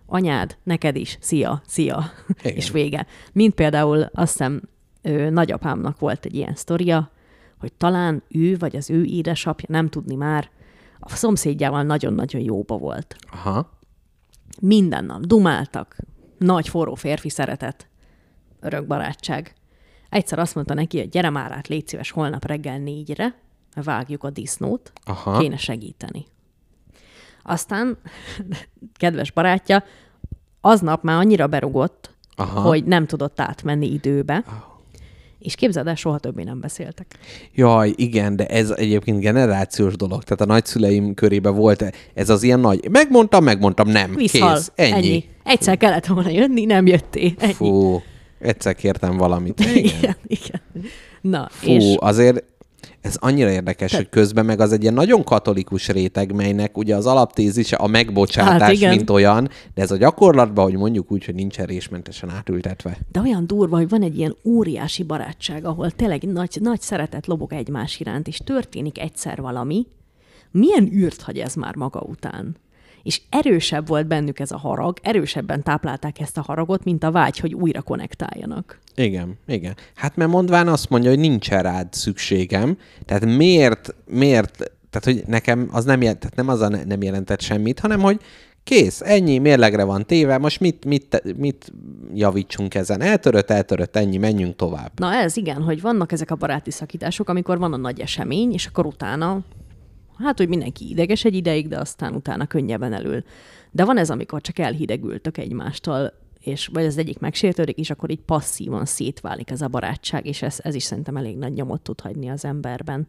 anyád, neked is, szia. Igen. És vége. Mint például azt hiszem nagyapámnak volt egy ilyen sztoria, hogy talán ő vagy az ő édesapja, nem tudni már, a szomszédjával nagyon-nagyon jóba volt. Aha. Minden nap dumáltak, nagy forró férfi szeretet, örök barátság. Egyszer azt mondta neki, hogy gyere már át, légy szíves, holnap reggel 4-re, vágjuk a disznót, Aha. kéne segíteni. Aztán, kedves barátja, aznap már annyira berugott, Aha. hogy nem tudott átmenni időbe, és képzeld el, soha többé nem beszéltek. Jaj, igen, de ez egyébként generációs dolog. Tehát a nagyszüleim körében volt ez az ilyen nagy, megmondtam, nem, Visszhal, kész, ennyi. Egyszer kellett volna jönni, nem jöttél. Ennyi. Fú, egyszer kértem valamit. Igen. Na, Fú, és azért ez annyira érdekes, hogy közben meg az egy ilyen nagyon katolikus réteg, melynek ugye az alaptézise a megbocsátás, Hát igen. mint olyan, de ez a gyakorlatban, hogy mondjuk úgy, hogy nincs erésmentesen átültetve. de olyan durva, hogy van egy ilyen óriási barátság, ahol tényleg nagy szeretet lobog egymás iránt, és történik egyszer valami, milyen űrt hagy ez már maga után? És erősebb volt bennük ez a harag, erősebben táplálták ezt a haragot, mint a vágy, hogy újra konnektáljanak. Igen. Hát mert mondván azt mondja, hogy nincsen rád szükségem, tehát miért, tehát hogy nekem az nem, tehát nem az nem jelentett semmit, hanem hogy kész, ennyi, mérlegre van téve, most mit javítsunk ezen? Eltörött, ennyi, menjünk tovább. Na ez igen, hogy vannak ezek a baráti szakítások, amikor van a nagy esemény, és akkor utána, hát hogy mindenki ideges egy ideig, de aztán utána könnyebben elül. De van ez, amikor csak elhidegültök egymástól, és vagy az egyik megsértődik, és akkor így passzívan szétválik ez a barátság, és ez is szerintem elég nagy nyomot tud hagyni az emberben.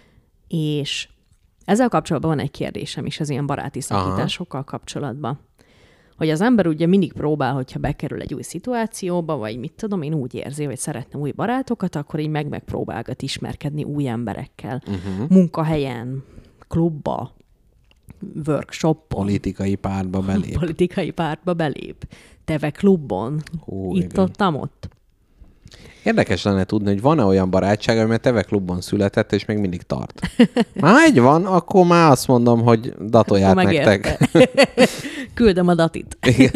És ezzel kapcsolatban van egy kérdésem is az ilyen baráti szakításokkal kapcsolatban. Hogy az ember ugye mindig próbál, hogyha bekerül egy új szituációba, vagy mit tudom, én úgy érzi, hogy szeretne új barátokat, akkor így megpróbálgat ismerkedni új emberekkel. Munkahelyen, klubba, workshopon. Politikai pártba belép. Teve klubon. Itt, ott. Érdekes lenne tudni, hogy van-e olyan barátság, ami Teve klubban született, és még mindig tart. Már egy van, akkor már azt mondom, hogy datolják nektek. Küldöm a datit.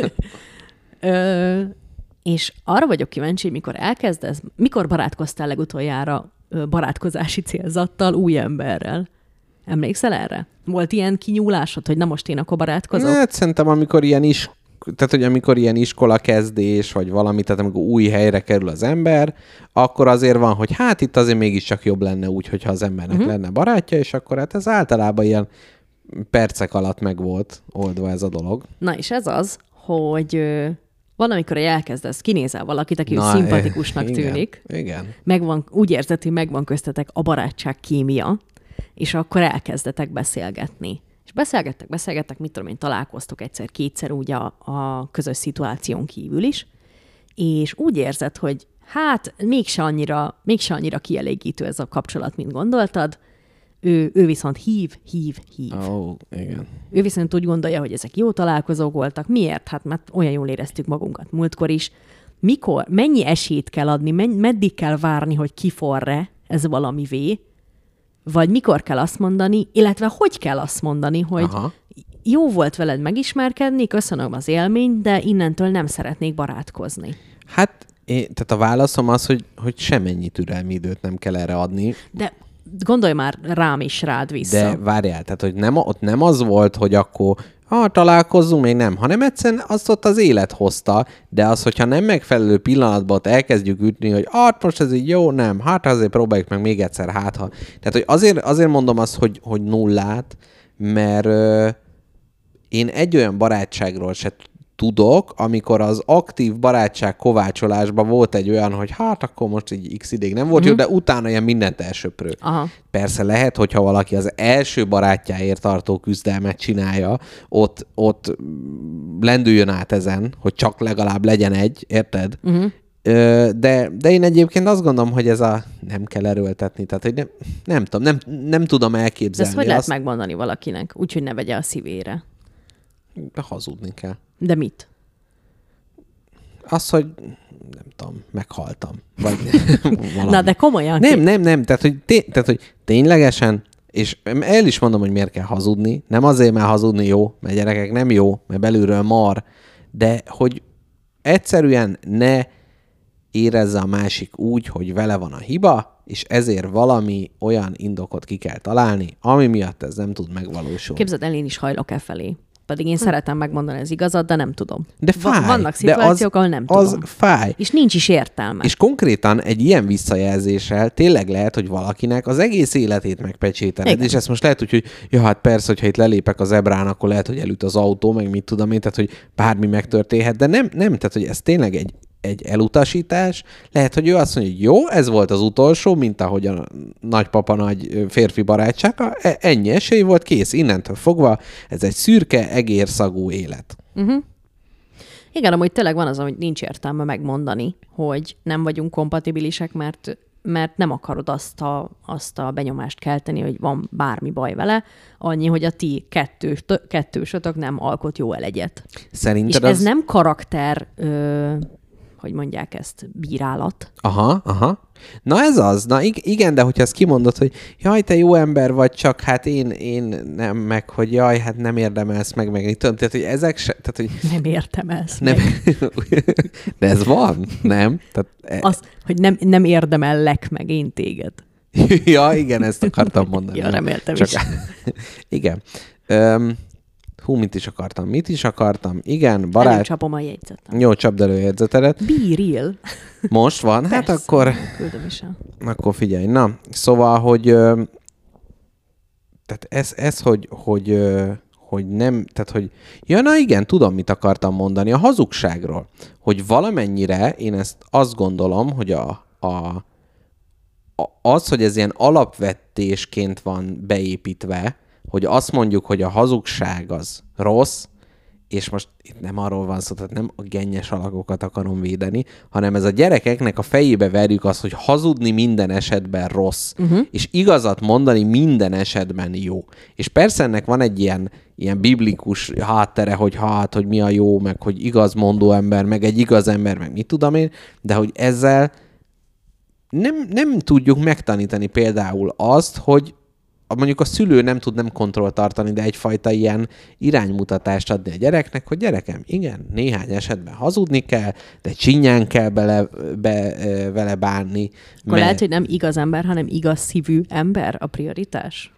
És arra vagyok kíváncsi, hogy mikor barátkoztál legutoljára barátkozási célzattal új emberrel? Emlékszel erre? Volt ilyen kinyúlásod, hogy na most én akkor barátkozok? Hát szerintem, amikor ilyen iskola kezdés, vagy valami, tehát amikor új helyre kerül az ember, akkor azért van, hogy hát itt azért mégiscsak jobb lenne úgy, hogyha az embernek lenne barátja, és akkor hát ez általában ilyen percek alatt meg volt oldva ez a dolog. Na és ez az, hogy van, amikor elkezdesz, kinézel valakit, aki szimpatikusnak tűnik. Igen. Úgy érzed, hogy megvan köztetek a barátság kémia, és akkor elkezdetek beszélgetni. És beszélgettek, mit tudom én, találkoztok egyszer-kétszer úgy a közös szituáción kívül is, és úgy érzed, hogy hát mégse annyira kielégítő ez a kapcsolat, mint gondoltad, ő viszont hív. Igen. Ő viszont úgy gondolja, hogy ezek jó találkozók voltak. Miért? Hát mert olyan jól éreztük magunkat múltkor is. Mennyi esélyt kell adni, meddig kell várni, hogy kiforre ez valamivé, vagy mikor kell azt mondani, illetve hogy kell azt mondani, hogy jó volt veled megismerkedni, köszönöm az élményt, de innentől nem szeretnék barátkozni. Hát, tehát a válaszom az, hogy semennyi türelmi időt nem kell erre adni. De gondolj már rám is rád vissza. De várjál, tehát hogy ott nem az volt, hogy akkor találkozzunk, még nem, hanem egyszerűen azt ott az élet hozta, de az, hogyha nem megfelelő pillanatban ott elkezdjük ütni, hogy most ez így jó, nem, hát azért próbáljuk meg még egyszer, Tehát, hogy azért mondom azt, hogy nullát, mert én egy olyan barátságról se tudok, amikor az aktív barátság kovácsolásban volt egy olyan, hogy hát akkor most így x ideig nem volt jó, de utána ilyen mindent elsöprő. Aha. Persze lehet, hogyha valaki az első barátjáért tartó küzdelmet csinálja, ott lendüljön át ezen, hogy csak legalább legyen egy, érted? De én egyébként azt gondolom, hogy ez nem kell erőltetni, tehát hogy nem tudom elképzelni. De ezt hogy lehet megmondani valakinek, úgyhogy ne vegye a szívére? Hazudni kell. De mit? Az, hogy nem tudom, meghaltam. Vagy Na, de komolyan. Nem. Tehát, hogy ténylegesen, és el is mondom, hogy miért kell hazudni. Nem azért, mert hazudni jó, mert gyerekek nem jó, mert belülről mar, de hogy egyszerűen ne érezze a másik úgy, hogy vele van a hiba, és ezért valami olyan indokot ki kell találni, ami miatt ez nem tud megvalósulni. Képzeld el, én is hajlok e felé. Pedig én szeretem megmondani az igazat, de nem tudom. De fáj. Vannak szituációk, ahol nem tudom. Az fáj. És nincs is értelme. És konkrétan egy ilyen visszajelzéssel tényleg lehet, hogy valakinek az egész életét megpecsételed. Igen. És ezt most lehet, hogy ja, hát persze, hogyha itt lelépek az zebrán, akkor lehet, hogy elüt az autó, meg mit tudom én, tehát, hogy bármi megtörténhet, de nem, tehát, hogy ez tényleg egy elutasítás. Lehet, hogy ő azt mondja, hogy jó, ez volt az utolsó, mint ahogy a nagypapa nagy férfi barátsága, ennyi esély volt, kész, innentől fogva, ez egy szürke, egérszagú élet. Igen, amúgy tényleg van az, hogy nincs értelme megmondani, hogy nem vagyunk kompatibilisek, mert nem akarod azt a benyomást kelteni, hogy van bármi baj vele, annyi, hogy a ti kettősötök nem alkot jó elegyet. Szerinted és ez nem karakter, hogy mondják ezt, bírálat. Aha. Na ez az. Na igen, de hogyha ezt kimondod, hogy jaj, te jó ember vagy, csak hát én nem, meg hogy jaj, hát nem érdemelsz meg tudom, tehát, hogy ezek se, tehát, hogy Nem érdemelsz nem. meg. De ez van, nem? Tehát, Az, hogy nem érdemellek meg én téged. ja, igen, ezt akartam mondani. Ja, reméltem csak... is. igen. Mit is akartam? Igen, Barát. barát. A jegyzetem. Jó, csapd elő a jegyzetedet. Be real. Most van? Hát Persze, akkor... küldöm is el. Akkor figyelj. Na, szóval, hogy... Tehát ez hogy nem... Tehát, hogy... Ja, na igen, tudom, mit akartam mondani. A hazugságról. Hogy valamennyire én ezt azt gondolom, hogy az, hogy ez ilyen alapvetésként van beépítve, hogy azt mondjuk, hogy a hazugság az rossz, és most itt nem arról van szó, tehát nem a gennyes alakokat akarom védeni, hanem ez a gyerekeknek a fejébe verjük azt, hogy hazudni minden esetben rossz, és igazat mondani minden esetben jó. És persze ennek van egy ilyen biblikus háttere, hogy mi a jó, meg hogy igazmondó ember, meg egy igaz ember, meg mit tudom én, de hogy ezzel nem tudjuk megtanítani például azt, hogy mondjuk a szülő nem tud nem kontrollt tartani, de egyfajta ilyen iránymutatást adni a gyereknek, hogy gyerekem, igen, néhány esetben hazudni kell, de csinyán kell vele bánni. Akkor lehet, hogy nem igaz ember, hanem igaz szívű ember a prioritás?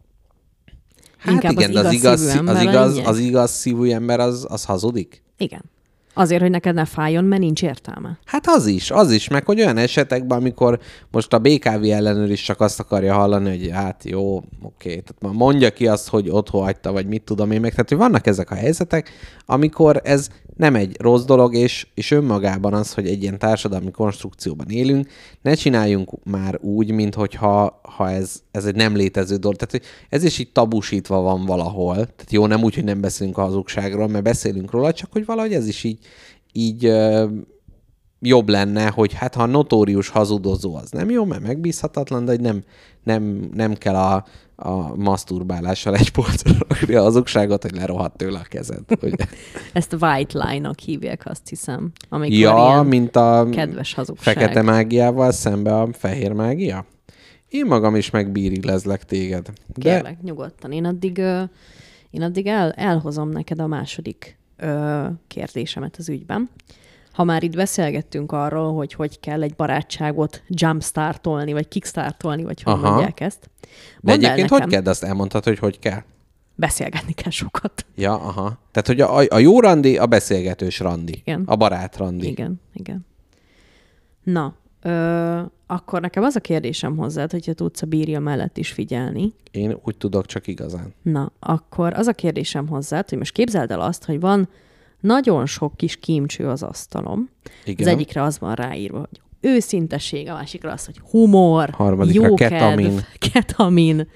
Hát inkább igen, az az igaz szívű ember az hazudik? Igen. Azért, hogy neked ne fájjon, mert nincs értelme. Hát az is, meg hogy olyan esetekben, amikor most a BKV ellenőr is csak azt akarja hallani, hogy hát jó, oké, tehát mondja ki azt, hogy otthon hagyta, vagy mit tudom én meg. Tehát, hogy vannak ezek a helyzetek, amikor ez nem egy rossz dolog, és önmagában az, hogy egy ilyen társadalmi konstrukcióban élünk, ne csináljunk már úgy, minthogyha ez egy nem létező dolog. Tehát, hogy ez is így tabusítva van valahol. Tehát jó, nem úgy, hogy nem beszélünk a hazugságról, mert beszélünk róla, csak hogy valahogy ez is így jobb lenne, hogy hát ha notórius hazudozó az nem jó, mert megbízhatatlan, de hogy nem kell a maszturbálással egy polcra rakni a hazugságot, hogy lerohadt tőle a kezed. Hogy... Ezt white line-nak hívják, azt hiszem. Amikor ja, mint a kedves hazugság. fekete mágiával szembe a fehér mágia? Én magam is megbírilezlek téged. Kérlek, nyugodtan. Én addig elhozom neked a második kérdésemet az ügyben. Ha már itt beszélgettünk arról, hogy kell egy barátságot jumpstartolni, vagy kickstartolni, vagy hogy mondják ezt. De egyébként hogy kell, de azt elmondhatod, hogy kell? Beszélgetni kell sokat. Ja, aha. Tehát, hogy a jó randi, a beszélgetős randi. Igen. A barát randi. Igen. Na, akkor nekem az a kérdésem hozzád, hogyha tudsz a bírja mellett is figyelni. Én úgy tudok, csak igazán. Na, akkor az a kérdésem hozzád, hogy most képzeld el azt, hogy van nagyon sok kis kímcső az asztalom. Igen. Az egyikre az van ráírva, hogy őszintesség, a másikra az, hogy humor, jókedv, ketamin,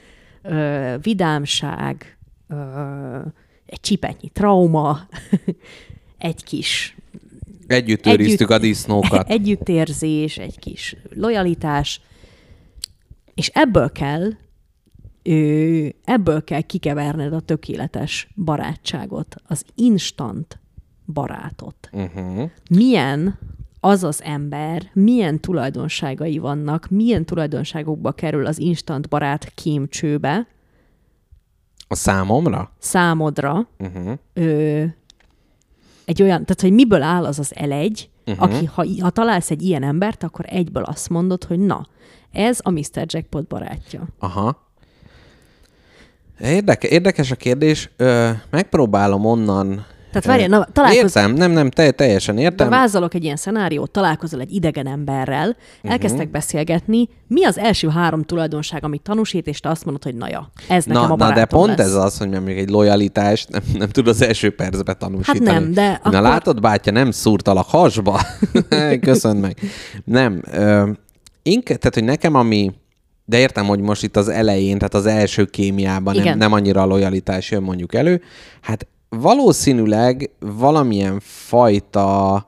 vidámság, egy csipetnyi trauma, egy kis... Együtt őriztük a disznókat. Együttérzés, egy kis lojalitás, és ebből kell kikeverned a tökéletes barátságot, az instant barátot. Milyen az az ember, milyen tulajdonságai vannak, milyen tulajdonságokba kerül az instant barát kémcsőbe. A számomra? Számodra. egy olyan, tehát hogy miből áll az L1, aki, ha találsz egy ilyen embert, akkor egyből azt mondod, hogy na, ez a Mr. Jackpot barátja. Aha. Érdekes a kérdés. Megpróbálom onnan... Tehát várjál, találkozol... Értem, nem, teljesen értem. Vázolok egy ilyen szenáriót, találkozol egy idegen emberrel, elkezdtek beszélgetni, mi az első 3 tulajdonság, amit tanúsít, és te azt mondod, hogy na ja, ez nekem a barátom de pont lesz. ez az, hogy még egy lojalitást nem tud az első percben tanúsítani. Hát nem, de akkor... látod, bátya, nem szúrtalak hasba. Köszönj meg. Nem. Tehát, hogy nekem ami... De értem, hogy most itt az elején, tehát az első kémiában nem annyira a lojalitás jön mondjuk elő. Hát valószínűleg valamilyen fajta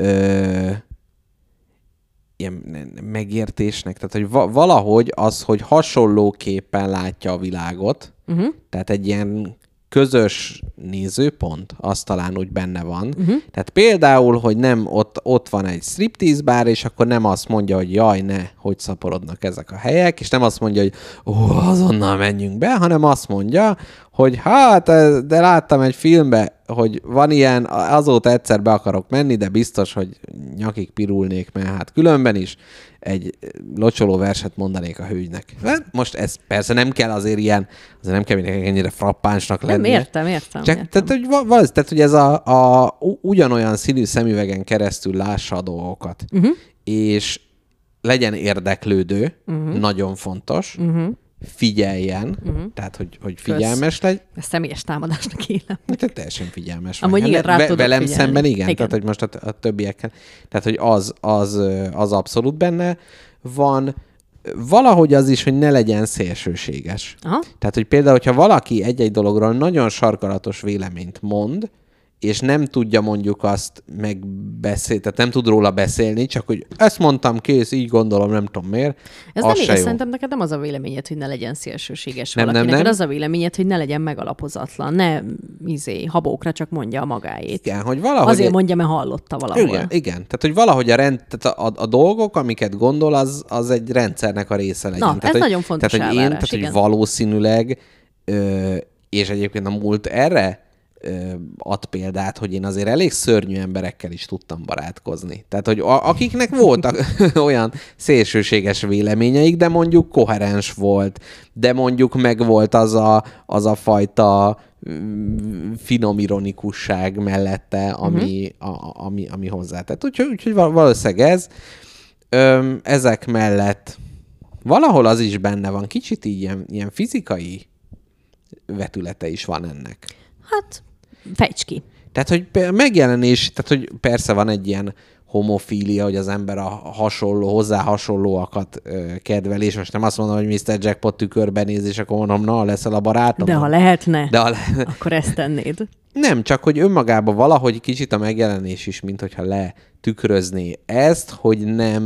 ilyen megértésnek, tehát hogy valahogy az, hogy hasonlóképpen látja a világot, tehát egy ilyen közös nézőpont, az talán úgy benne van. Tehát például, hogy nem ott van egy striptease bár, és akkor nem azt mondja, hogy jaj, ne, hogy szaporodnak ezek a helyek, és nem azt mondja, hogy azonnal menjünk be, hanem azt mondja, hogy hát, de láttam egy filmbe, hogy van ilyen, azóta egyszer be akarok menni, de biztos, hogy nyakig pirulnék, mert hát különben is egy locsoló verset mondanék a hőgynek. Most ez persze nem kell azért ilyen, azért nem kell mindenki ennyire frappánsnak lenni. Nem, értem. Tehát, hogy ez ugyanolyan színű szemüvegen keresztül lássa a dolgokat. És legyen érdeklődő, nagyon fontos, figyeljen, tehát, hogy figyelmes legyen. Ezt személyes támadásnak élem. Tehát teljesen figyelmes. Amúgy igen, rá tudok velem figyelni. szemben igen, tehát, hogy most a többiekkel. Tehát, hogy az abszolút benne van. Valahogy az is, hogy ne legyen szélsőséges. Aha. Tehát, hogy például, hogyha valaki egy-egy dologról nagyon sarkalatos véleményt mond, és nem tudja mondjuk azt megbeszélni, tehát nem tud róla beszélni, csak hogy ezt mondtam, kész, így gondolom, nem tudom miért. Ez nem igaz, szerintem neked nem az a véleményed, hogy ne legyen szélsőséges valaki. Neked az a véleményed, hogy ne legyen megalapozatlan, ne habókra csak mondja a magáét. Igen, hogy valahogy... Azért mondja, mert hallotta valahol. Igen. Tehát, hogy valahogy tehát a dolgok, amiket gondol, az egy rendszernek a része legyen. Na, tehát, ez nagyon fontos elvárás, hogy valószínűleg, és egyébként a múlt erre ad példát, hogy én azért elég szörnyű emberekkel is tudtam barátkozni. Tehát, hogy akiknek voltak olyan szélsőséges véleményeik, de mondjuk koherens volt, de mondjuk megvolt az a fajta finom ironikusság mellette, ami hozzátett. Úgyhogy valószínűleg ezek mellett valahol az is benne van, kicsit így ilyen fizikai vetülete is van ennek. Hát, fejts ki. Tehát, hogy megjelenés, tehát, hogy persze van egy ilyen homofília, hogy az ember hozzá hasonlóakat kedvel, és most nem azt mondom, hogy Mr. Jackpot tükörben néz, és akkor mondom, na, leszel a barátom. De ha lehetne, akkor ezt tennéd. Nem, csak hogy önmagában valahogy kicsit a megjelenés is, mint hogyha letükrözné ezt, hogy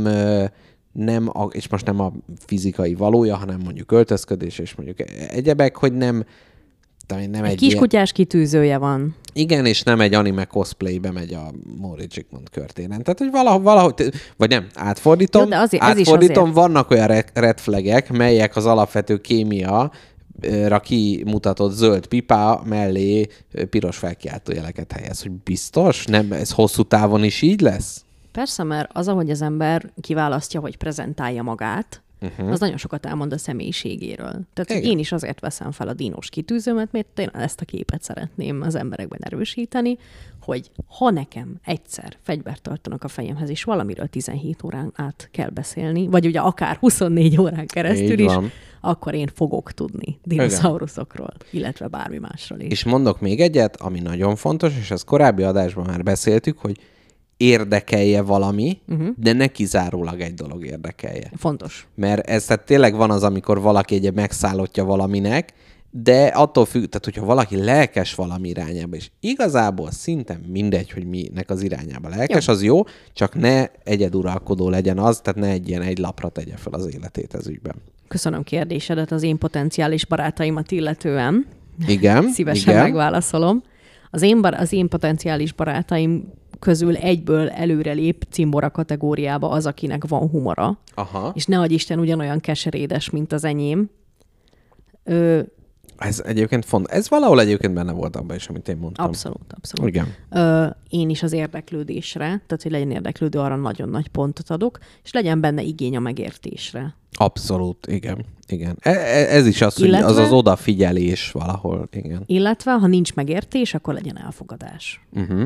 és most nem a fizikai valója, hanem mondjuk öltözködés, és mondjuk egyebek, hogy nem egy kiskutyás kitűzője van. Igen, és nem egy anime cosplaybe megy a Móricz Zsigmond körtéren. Tehát, hogy valahogy vagy nem, átfordítom. Jó, de átfordítom, vannak olyan red flagek, melyek az alapvető kémia kimutatott zöld pipa mellé piros felkiáltójeleket helyez. Hogy biztos? Nem, ez hosszú távon is így lesz? Persze, mert az, ahogy az ember kiválasztja, hogy prezentálja magát, az nagyon sokat elmond a személyiségéről. Tehát én is azért veszem fel a dinós kitűzőmet, mert én ezt a képet szeretném az emberekben erősíteni, hogy ha nekem egyszer fegyvert tartanak a fejemhez, és valamiről 17 órán át kell beszélni, vagy ugye akár 24 órán keresztül is, akkor én fogok tudni dinoszauruszokról, illetve bármi másról is. És mondok még egyet, ami nagyon fontos, és ezt korábbi adásban már beszéltük, hogy érdekelje valami, de ne kizárólag egy dolog érdekelje. Fontos. Mert ez tehát tényleg van az, amikor valaki egy megszállottja valaminek, de attól függ, tehát hogyha valaki lelkes valami irányába, és igazából szinte mindegy, hogy minek az irányába lelkes, az jó, csak ne egyeduralkodó legyen az, tehát ne egy lapra tegye fel az életét ez ügyben. Köszönöm kérdésedet az én potenciális barátaimat illetően. Igen. Szívesen megválaszolom. Az én potenciális barátaim közül egyből előrelép cimbora kategóriába az, akinek van humora. Aha. És nehogy Isten ugyanolyan keserédes, mint az enyém. Ez egyébként fontos. Ez valahol egyébként benne volt abban is, amit én mondtam. Abszolút, abszolút. Igen. Én is az érdeklődésre, tehát hogy legyen érdeklődő, arra nagyon nagy pontot adok, és legyen benne igény a megértésre. Abszolút, igen. Igen. Ez is az, hogy az odafigyelés valahol, igen. Illetve, ha nincs megértés, akkor legyen elfogadás. Uh-huh.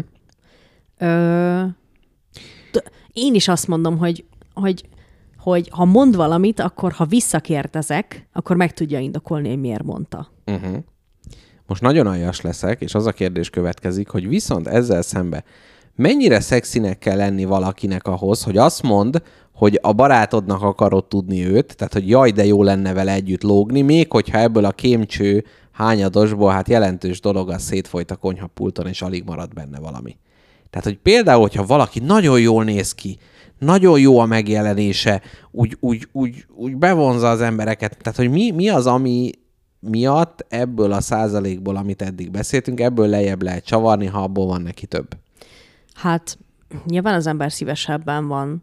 Én is azt mondom, hogy ha mond valamit, akkor ha visszakérdezek, akkor meg tudja indokolni, hogy miért mondta. Uh-huh. Most nagyon aljas leszek, és az a kérdés következik, hogy viszont ezzel szembe mennyire szexinek kell lenni valakinek ahhoz, hogy azt mond, hogy a barátodnak akarod tudni őt, tehát hogy jaj, de jó lenne vele együtt lógni, még hogyha ebből a kémcső hányadosból hát jelentős dolog az szétfolyt a konyhapulton, és alig marad benne valami. Tehát, hogy például, hogyha valaki nagyon jól néz ki, nagyon jó a megjelenése, úgy bevonza az embereket. Tehát, hogy mi az, ami miatt ebből a százalékból, amit eddig beszéltünk, ebből lejjebb lehet csavarni, ha abból van neki több? Hát nyilván az ember szívesebben van.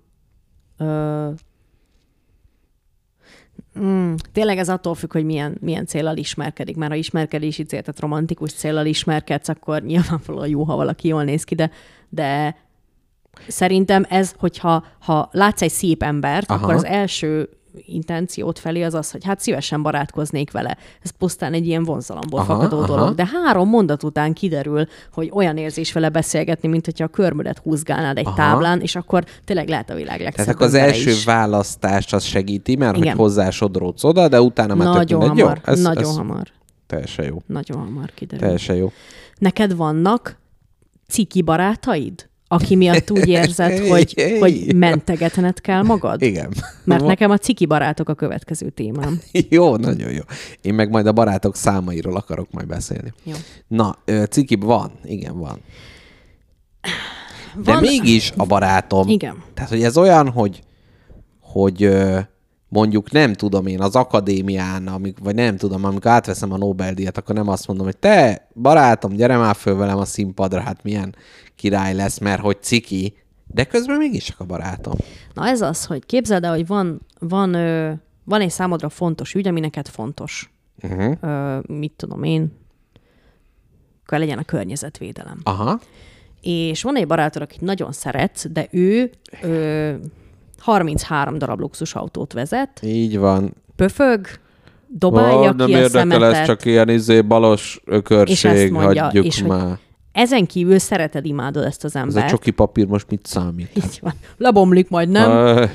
Tényleg ez attól függ, hogy milyen céllal ismerkedik. Már ha ismerkedési cél, tehát romantikus céllal ismerkedsz, akkor nyilvánvalóan jó, ha valaki jól néz ki, de szerintem ez, hogyha látsz egy szép embert, akkor az első intenciót felé az, hogy hát szívesen barátkoznék vele. Ez pusztán egy ilyen vonzalomból fakadó dolog. De 3 mondat után kiderül, hogy olyan érzés vele beszélgetni, mint hogyha a körmödet húzgálnád egy táblán, és akkor tényleg lehet a világ legszebb. Tehát akkor az első választást az segíti, mert hogy hozzásodródsz oda, de utána már nagyon tök mindegy. Hamar, nagyon hamar. Teljesen jó. Nagyon hamar kiderül. Teljesen jó. Neked vannak ciki barátaid? Aki miatt úgy érzed, hogy mentegetned kell magad? Igen. Mert nekem a ciki barátok a következő témám. Jó, nagyon jó. Én meg majd a barátok számairól akarok majd beszélni. Jó. Na, ciki van. Igen, van. De mégis a barátom. Igen. Tehát, hogy ez olyan, hogy mondjuk nem tudom én az akadémián, vagy nem tudom, amikor átveszem a Nobel-díjat, akkor nem azt mondom, hogy te, barátom, gyere már föl velem a színpadra, hát milyen király lesz, mert hogy ciki, de közben mégis csak a barátom. Na ez az, hogy képzeld el, hogy van egy számodra fontos ügy, ami neked fontos. Mit tudom én, akkor legyen a környezetvédelem. Aha. És van egy barátod, akit nagyon szeretsz, de ő 33 darab luxusautót vezet. Így van. Pöfög, dobálja ki a szemetet. Ez csak ilyen balos ökörség, mondja, hagyjuk és már. Ezen kívül szereted, imádod ezt az embert. Ez a csoki papír most mit számít? Így van. Lebomlik majd, nem?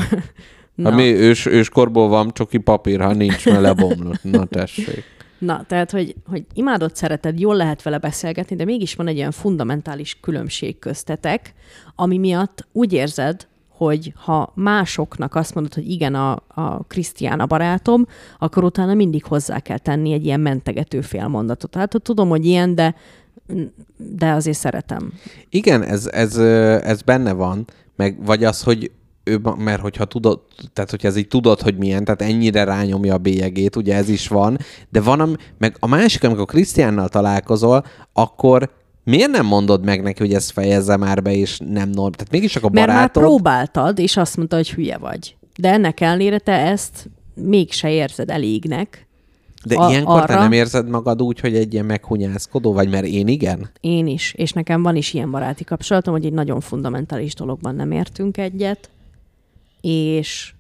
Őskorból van csoki papír, ha nincs, mert lebomlott. Na tessék. Na, tehát, hogy imádod, szereted, jól lehet vele beszélgetni, de mégis van egy olyan fundamentális különbség köztetek, ami miatt úgy érzed, hogy ha másoknak azt mondod, hogy igen, a Krisztián a barátom, akkor utána mindig hozzá kell tenni egy ilyen mentegető félmondatot. Tehát tudom, hogy ilyen, de azért szeretem. Igen, ez benne van, vagy az, hogy mert hogyha tudod, tehát hogyha ez így tudod, hogy milyen, tehát ennyire rányomja a bélyegét, ugye ez is van, de van, meg a másik, amikor Krisztiánnal találkozol, akkor miért nem mondod meg neki, hogy ezt fejezze már be, és nem norm? Tehát mégis csak a barátod... Mert már próbáltad, és azt mondta, hogy hülye vagy. De ennek ellenére te ezt mégse érzed elégnek. De ilyenkor te nem érzed magad úgy, hogy egy ilyen meghunyászkodó vagy, mert én igen? Én is, és nekem van is ilyen baráti kapcsolatom, hogy egy nagyon fundamentális dologban nem értünk egyet, és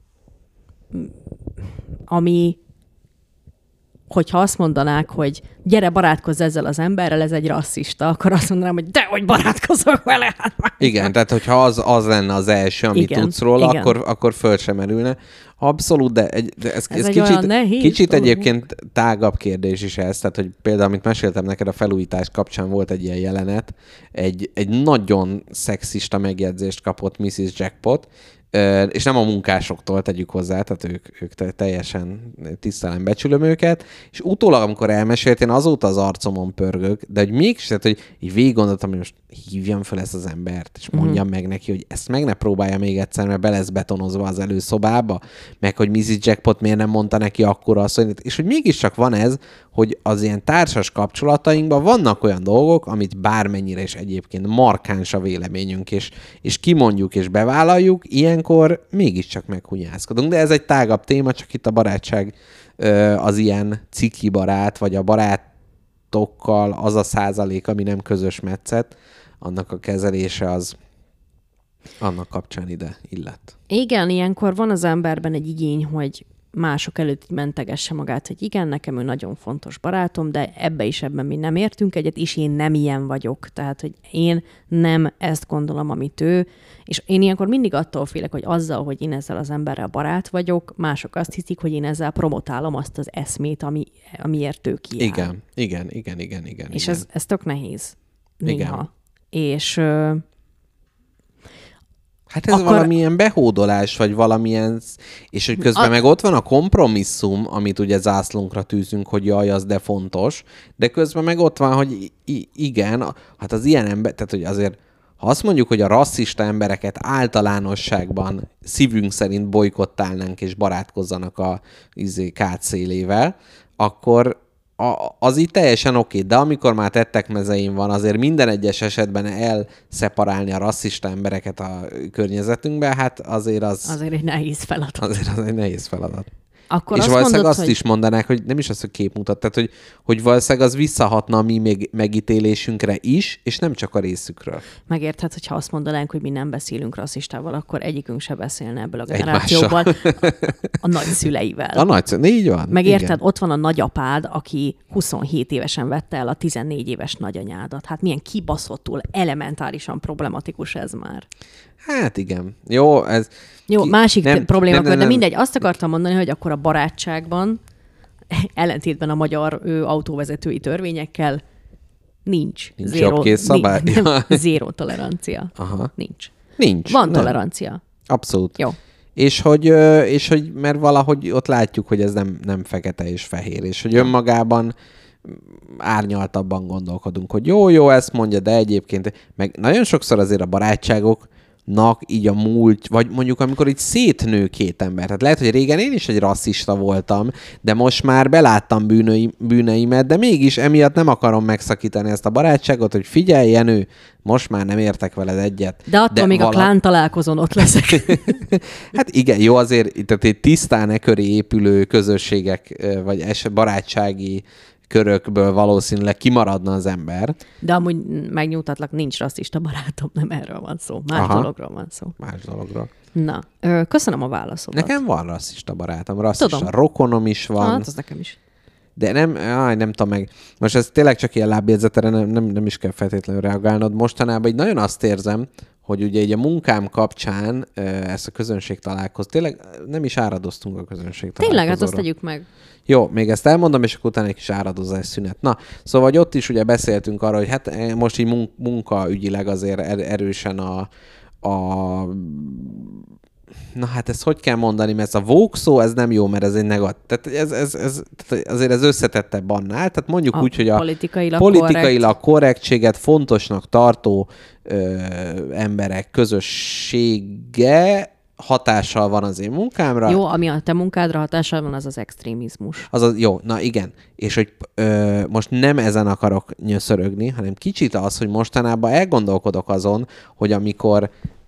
hogyha azt mondanák, hogy gyere, barátkozz ezzel az emberrel, ez egy rasszista, akkor azt mondanám, hogy dehogy barátkozok vele. Igen, tehát hogyha az lenne az első, amit tudsz róla, akkor föl sem merülne. Abszolút, de ez kicsit egyébként tágabb kérdés is ez, tehát hogy például, amit meséltem neked, a felújítás kapcsán volt egy ilyen jelenet, egy nagyon szexista megjegyzést kapott Mrs. Jackpot, és nem a munkásoktól, tegyük hozzá, tehát ők teljesen tisztelem, becsülöm őket, és utólag, amikor elmesélt, én azóta az arcomon pörgök, de hogy mégis, tehát, hogy így végig gondoltam, hogy most hívjam fel ezt az embert, és mondjam meg neki, hogy ezt meg ne próbálja még egyszer, mert be lesz betonozva az előszobába, meg hogy Mrs. Jackpot miért nem mondta neki akkora azt, és hogy mégiscsak van ez, hogy az ilyen társas kapcsolatainkban vannak olyan dolgok, amit bármennyire is egyébként markáns a véleményünk, és kimondjuk és bevállaljuk, ilyenkor mégiscsak meghunyászkodunk. De ez egy tágabb téma, csak itt a barátság az ilyen ciki barát, vagy a barátokkal az a százalék, ami nem közös metszet, annak a kezelése az annak kapcsán ide illet. Igen, ilyenkor van az emberben egy igény, hogy mások előtt mentegesse magát, hogy igen, nekem ő nagyon fontos barátom, de ebben mi nem értünk egyet, és én nem ilyen vagyok. Tehát, hogy én nem ezt gondolom, amit ő, és én ilyenkor mindig attól félek, hogy azzal, hogy én ezzel az emberrel barát vagyok, mások azt hiszik, hogy én ezzel promotálom azt az eszmét, amiért ő kiáll. Igen. És ez tök nehéz. Néha. Igen. És hát ez valamilyen behódolás, vagy valamilyen, és hogy közben meg ott van a kompromisszum, amit ugye zászlónkra tűzünk, hogy jaj, az de fontos, de közben meg ott van, hogy igen, hát az ilyen ember, tehát hogy azért, ha azt mondjuk, hogy a rasszista embereket általánosságban szívünk szerint bolykottálnánk és barátkozzanak a KC-lével, akkor az így teljesen oké, de amikor már tettek mezein van, azért minden egyes esetben elszeparálni a rasszista embereket a környezetünkbe, hát azért az... Azért egy nehéz feladat. Azért az egy nehéz feladat. Akkor és azt valószínűleg mondod, azt is mondanák, hogy nem is az, hogy képmutat, tehát hogy valószínűleg az visszahatna a mi megítélésünkre is, és nem csak a részükről. Megérted, hogyha azt mondanánk, hogy mi nem beszélünk rasszistával, akkor egyikünk se beszélne ebből a generációban a nagyszüleivel. Így van. Megérted, igen. Ott van a nagyapád, aki 27 évesen vette el a 14 éves nagyanyádat. Hát milyen kibaszottul, elementárisan problematikus ez már. Hát igen. Jó, ez... Másik problémakör, de mindegy. Azt akartam mondani, hogy akkor a barátságban, ellentétben a magyar autóvezetői törvényekkel, nincs jobb szabály. Zéró tolerancia. Aha. Nincs. Van tolerancia. Abszolút. Jó. És hogy mert valahogy ott látjuk, hogy ez nem fekete és fehér, és hogy önmagában árnyaltabban gondolkodunk, hogy jó, ezt mondja, de egyébként meg nagyon sokszor azért a barátságoknak így a múlt, vagy mondjuk amikor így szétnő két ember. Tehát lehet, hogy régen én is egy rasszista voltam, de most már beláttam bűneimet, de mégis emiatt nem akarom megszakítani ezt a barátságot, hogy figyelj, Jenő, most már nem értek veled egyet. De attól még a klán találkozón ott leszek. Hát igen, jó, azért tehát egy tisztán e köré épülő közösségek, vagy barátsági körökből valószínűleg kimaradna az ember. De amúgy megnyugtatlak, nincs rasszista barátom, nem erről van szó. Más dologról van szó. Más dologról. Na, köszönöm a válaszodat. Nekem van rasszista barátom, rasszista rokonom is van. Hát, az nekem is. De nem tudom meg. Most ez tényleg csak ilyen lábjegyzetre, nem is kell feltétlenül reagálnod. Mostanában így nagyon azt érzem, hogy ugye így a munkám kapcsán ezt a közönségtalálkozót, tényleg nem is áradoztunk a közönségtalálkozóra. Tényleg, hát azt tegyük meg. Jó, még ezt elmondom, és akkor utána egy kis áradozás szünet. Na, szóval hogy ott is ugye beszéltünk arra, hogy hát most így munkaügyileg azért erősen na hát ezt hogy kell mondani, mert ez a woke szó, ez nem jó, mert ez egy negatív. Tehát azért ez összetettebb annál. Tehát mondjuk úgy, hogy a politikailag korrektséget fontosnak tartó emberek közössége hatással van az én munkámra. Jó, ami a te munkádra hatással van, az az extrémizmus. Jó, na igen. És hogy most nem ezen akarok nyöszörögni, hanem kicsit az, hogy mostanában elgondolkodok azon, hogy amikor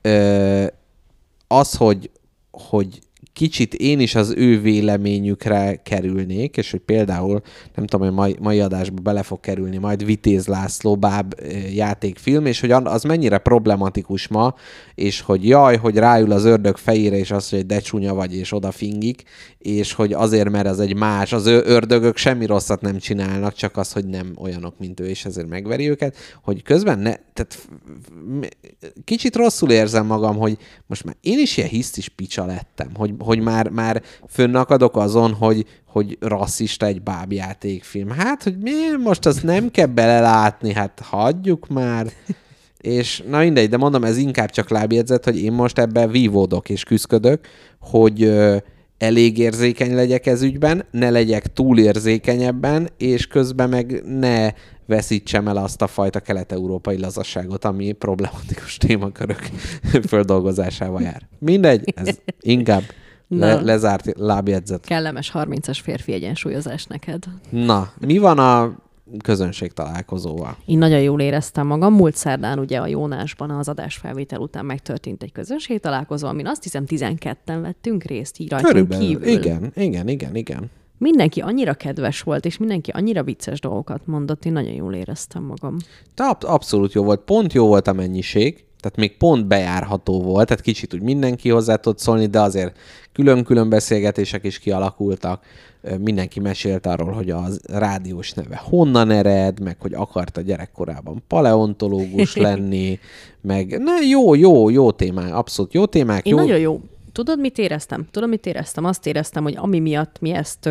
az, hogy kicsit én is az ő véleményükre kerülnék, és hogy például, nem tudom, hogy mai adásba bele fog kerülni majd Vitéz László báb játékfilm, és hogy az mennyire problematikus ma, és hogy jaj, hogy ráül az ördög fejére, és azt, hogy de csúnya vagy, és odafingik, és hogy azért, mert az egy más, az ördögök semmi rosszat nem csinálnak, csak az, hogy nem olyanok, mint ő, és ezért megveri őket, hogy közben tehát kicsit rosszul érzem magam, hogy most már én is ilyen hisztis picsa lettem, hogy már fönnakadok azon, hogy rasszista egy bábjátékfilm. Hát, hogy miért most azt nem kell belelátni, hát hagyjuk már. És na mindegy, de mondom, ez inkább csak lábjegyzet, hogy én most ebben vívódok és küszködök, hogy elég érzékeny legyek ez ügyben, ne legyek túl érzékenyebben, és közben meg ne veszítsem el azt a fajta kelet-európai lazasságot, ami problematikus témakörök földolgozásával jár. Mindegy, ez inkább lezárt lábjegyzet. Kellemes 30-as férfi egyensúlyozás neked. Na, mi van a közönség találkozóval? Én nagyon jól éreztem magam. Múlt szerdán ugye a Jónásban az adásfelvétel után megtörtént egy közönség találkozó, amin azt hiszem 12-en vettünk részt, így rajtunk Körülbelül. kívül. Igen. Mindenki annyira kedves volt, és mindenki annyira vicces dolgokat mondott, én nagyon jól éreztem magam. Abszolút jó volt. Pont jó volt a mennyiség, tehát még pont bejárható volt, tehát kicsit úgy mindenki hozzá tud szólni, de azért külön-külön beszélgetések is kialakultak. Mindenki mesélt arról, hogy a rádiós neve honnan ered, meg hogy akarta gyerekkorában paleontológus lenni, meg jó témák, abszolút jó témák. Én nagyon jó. Tudod, mit éreztem? Azt éreztem, hogy ami miatt mi ezt...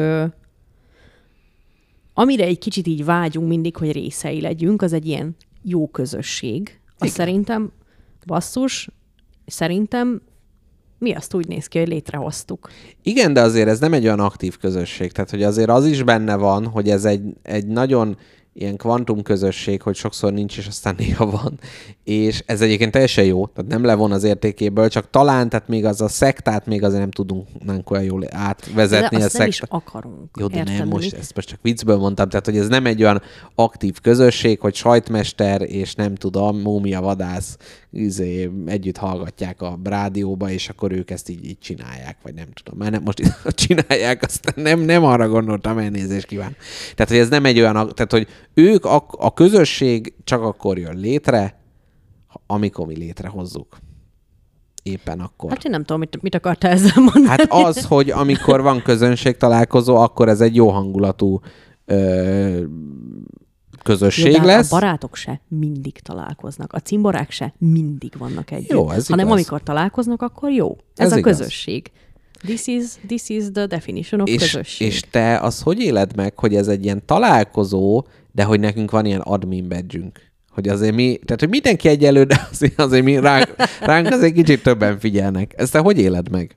amire egy kicsit így vágyunk mindig, hogy részei legyünk, az egy ilyen jó közösség. Azt szerintem mi azt úgy néz ki, hogy létrehoztuk. Igen, de azért ez nem egy olyan aktív közösség. Tehát, hogy azért az is benne van, hogy ez egy nagyon ilyen kvantum közösség, hogy sokszor nincs, és aztán néha van. És ez egyébként teljesen jó, tehát nem levon az értékéből, csak talán, tehát még az a szektát még azért nem tudnánk olyan jól átvezetni. De azt nem is akarunk. Jó, de nem, ezt most csak viccből mondtam, tehát hogy ez nem egy olyan aktív közösség, hogy sajtmester és nem tudom, múmiavadász együtt hallgatják a rádióba, és akkor ők ezt így csinálják, vagy nem tudom. Már nem most csinálják, aztán nem arra gondoltam, elnézést kíván. Tehát, hogy ez nem egy olyan, tehát, hogy ők, a közösség csak akkor jön létre, amikor mi létrehozzuk. Éppen akkor. Hát én nem tudom, mit akartál ezzel mondani. Hát az, hogy amikor van közönség találkozó, akkor ez egy jó hangulatú közösség lesz. A barátok se mindig találkoznak. A cimborák se mindig vannak együtt. Jó, ez hanem igaz. amikor találkoznak, akkor jó. Ez a igaz. közösség. This is the definition of közösség. És te azt hogy éled meg, hogy ez egy ilyen találkozó, de hogy nekünk van ilyen admin badge-ünk? Hogy azért tehát hogy mindenki egyelő, de azért mi ránk azért kicsit többen figyelnek. Ezt te hogy éled meg?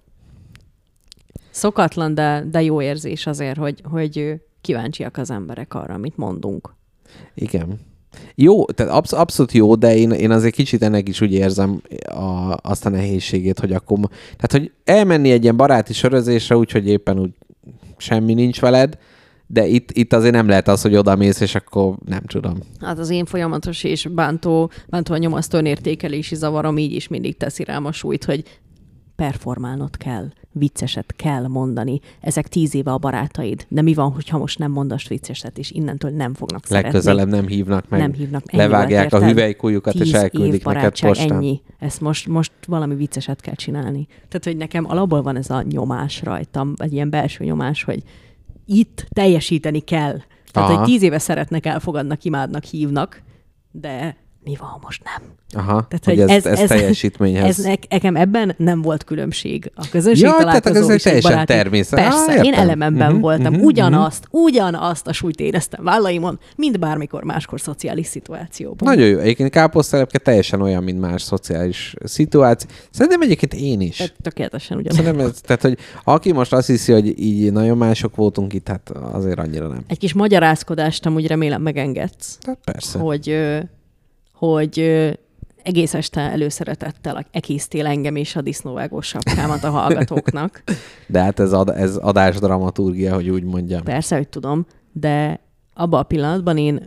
Szokatlan, de jó érzés azért, hogy kíváncsiak az emberek arra, amit mondunk. Igen. Jó, tehát abszolút jó, de én azért kicsit ennek is úgy érzem azt a nehézségét, hogy akkor... Tehát, hogy elmenni egy ilyen baráti sörözésre úgy, hogy éppen úgy semmi nincs veled, de itt azért nem lehet az, hogy odamész, és akkor nem tudom. Hát az én folyamatos és bántó nyomasztó önértékelési zavarom így is mindig teszi rám a súlyt, hogy performálnod kell, vicceset kell mondani. Ezek 10 éve a barátaid. De mi van, hogyha most nem mondasz vicceset, és innentől nem fognak szeretni? Legközelebb nem hívnak meg. Nem hívnak. Levágják a hüvelykujjukat, és elküldik neked postán. Ennyi. Ezt most valami vicceset kell csinálni. Tehát, hogy nekem alapból van ez a nyomás rajtam, egy ilyen belső nyomás, hogy itt teljesíteni kell. Tehát, hogy 10 éve szeretnek, elfogadnak, imádnak, hívnak, de mi van, ha most nem? Aha, tehát, hogy ez teljesítményhez. Nekem ebben nem volt különbség. A közönség találkozó és egy baráti. Természetes. Persze, én elememben voltam. Ugyanazt a súlyt éreztem vállaimon, mint bármikor máskor szociális szituációban. Nagyon jó. Egyébként káposztelepke teljesen olyan, mint más szociális szituáció. Szerintem egyébként én is. Tehát tökéletesen ugyanaz. Tehát, hogy aki most azt hiszi, hogy így nagyon mások voltunk itt, hát azért annyira nem. Egy kis magyarázkodást amúgy remélem megengedsz. Hát persze. Hogy egész este előszeretettel ekésztél engem és a disznóvágós sapkámat a hallgatóknak. De hát ez adás dramaturgia, hogy úgy mondjam. Persze, hogy tudom, de abban a pillanatban én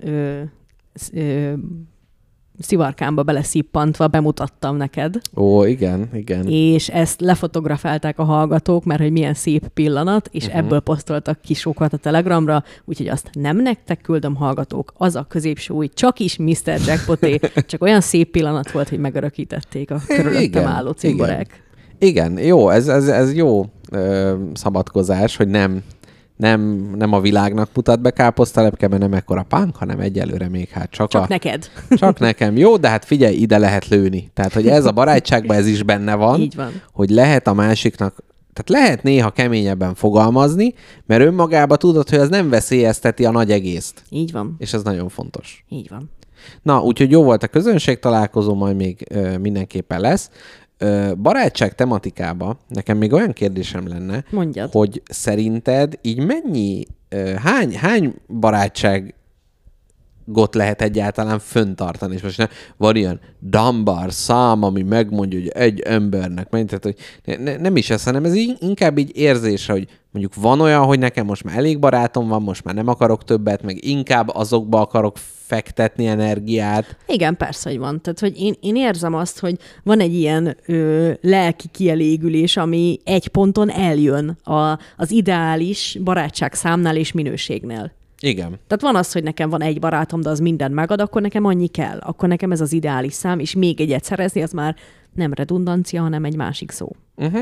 szivarkámba beleszippantva bemutattam neked. Ó, igen. És ezt lefotografálták a hallgatók, mert hogy milyen szép pillanat, és ebből posztoltak ki sokat a Telegramra, úgyhogy azt nem nektek küldöm, hallgatók, az a középső új, csak is Mr. Jackpoté, csak olyan szép pillanat volt, hogy megörökítették a körülöttem álló cimborák. Igen, jó, ez jó szabadkozás, hogy nem a világnak mutat be káposztelepke, mert nem ekkora pánk, hanem egyelőre még hát csak neked. Csak nekem. Jó, de hát figyelj, ide lehet lőni. Tehát, hogy ez a barátságban ez is benne van, Így van. hogy lehet a másiknak, tehát lehet néha keményebben fogalmazni, mert önmagában tudod, hogy az nem veszélyezteti a nagy egészt. Így van. És ez nagyon fontos. Így van. Na, úgyhogy jó volt a közönség találkozó, majd még mindenképpen lesz. Barátság tematikába nekem még olyan kérdésem lenne, Mondjad. hogy szerinted így mennyi, hány barátság kapcsolatot lehet egyáltalán föntartani. És most van ilyen Dunbar szám, ami megmondja, hogy egy embernek menj, tehát, hogy nem is ez, hanem ez inkább így érzésre, hogy mondjuk van olyan, hogy nekem most már elég barátom van, most már nem akarok többet, meg inkább azokba akarok fektetni energiát. Igen, persze, hogy van. Tehát, hogy én érzem azt, hogy van egy ilyen lelki kielégülés, ami egy ponton eljön az ideális barátság számnál és minőségnél. Igen. Tehát van az, hogy nekem van egy barátom, de az mindent megad, akkor nekem annyi kell. Akkor nekem ez az ideális szám, és még egyet szerezni, az már nem redundancia, hanem egy másik szó.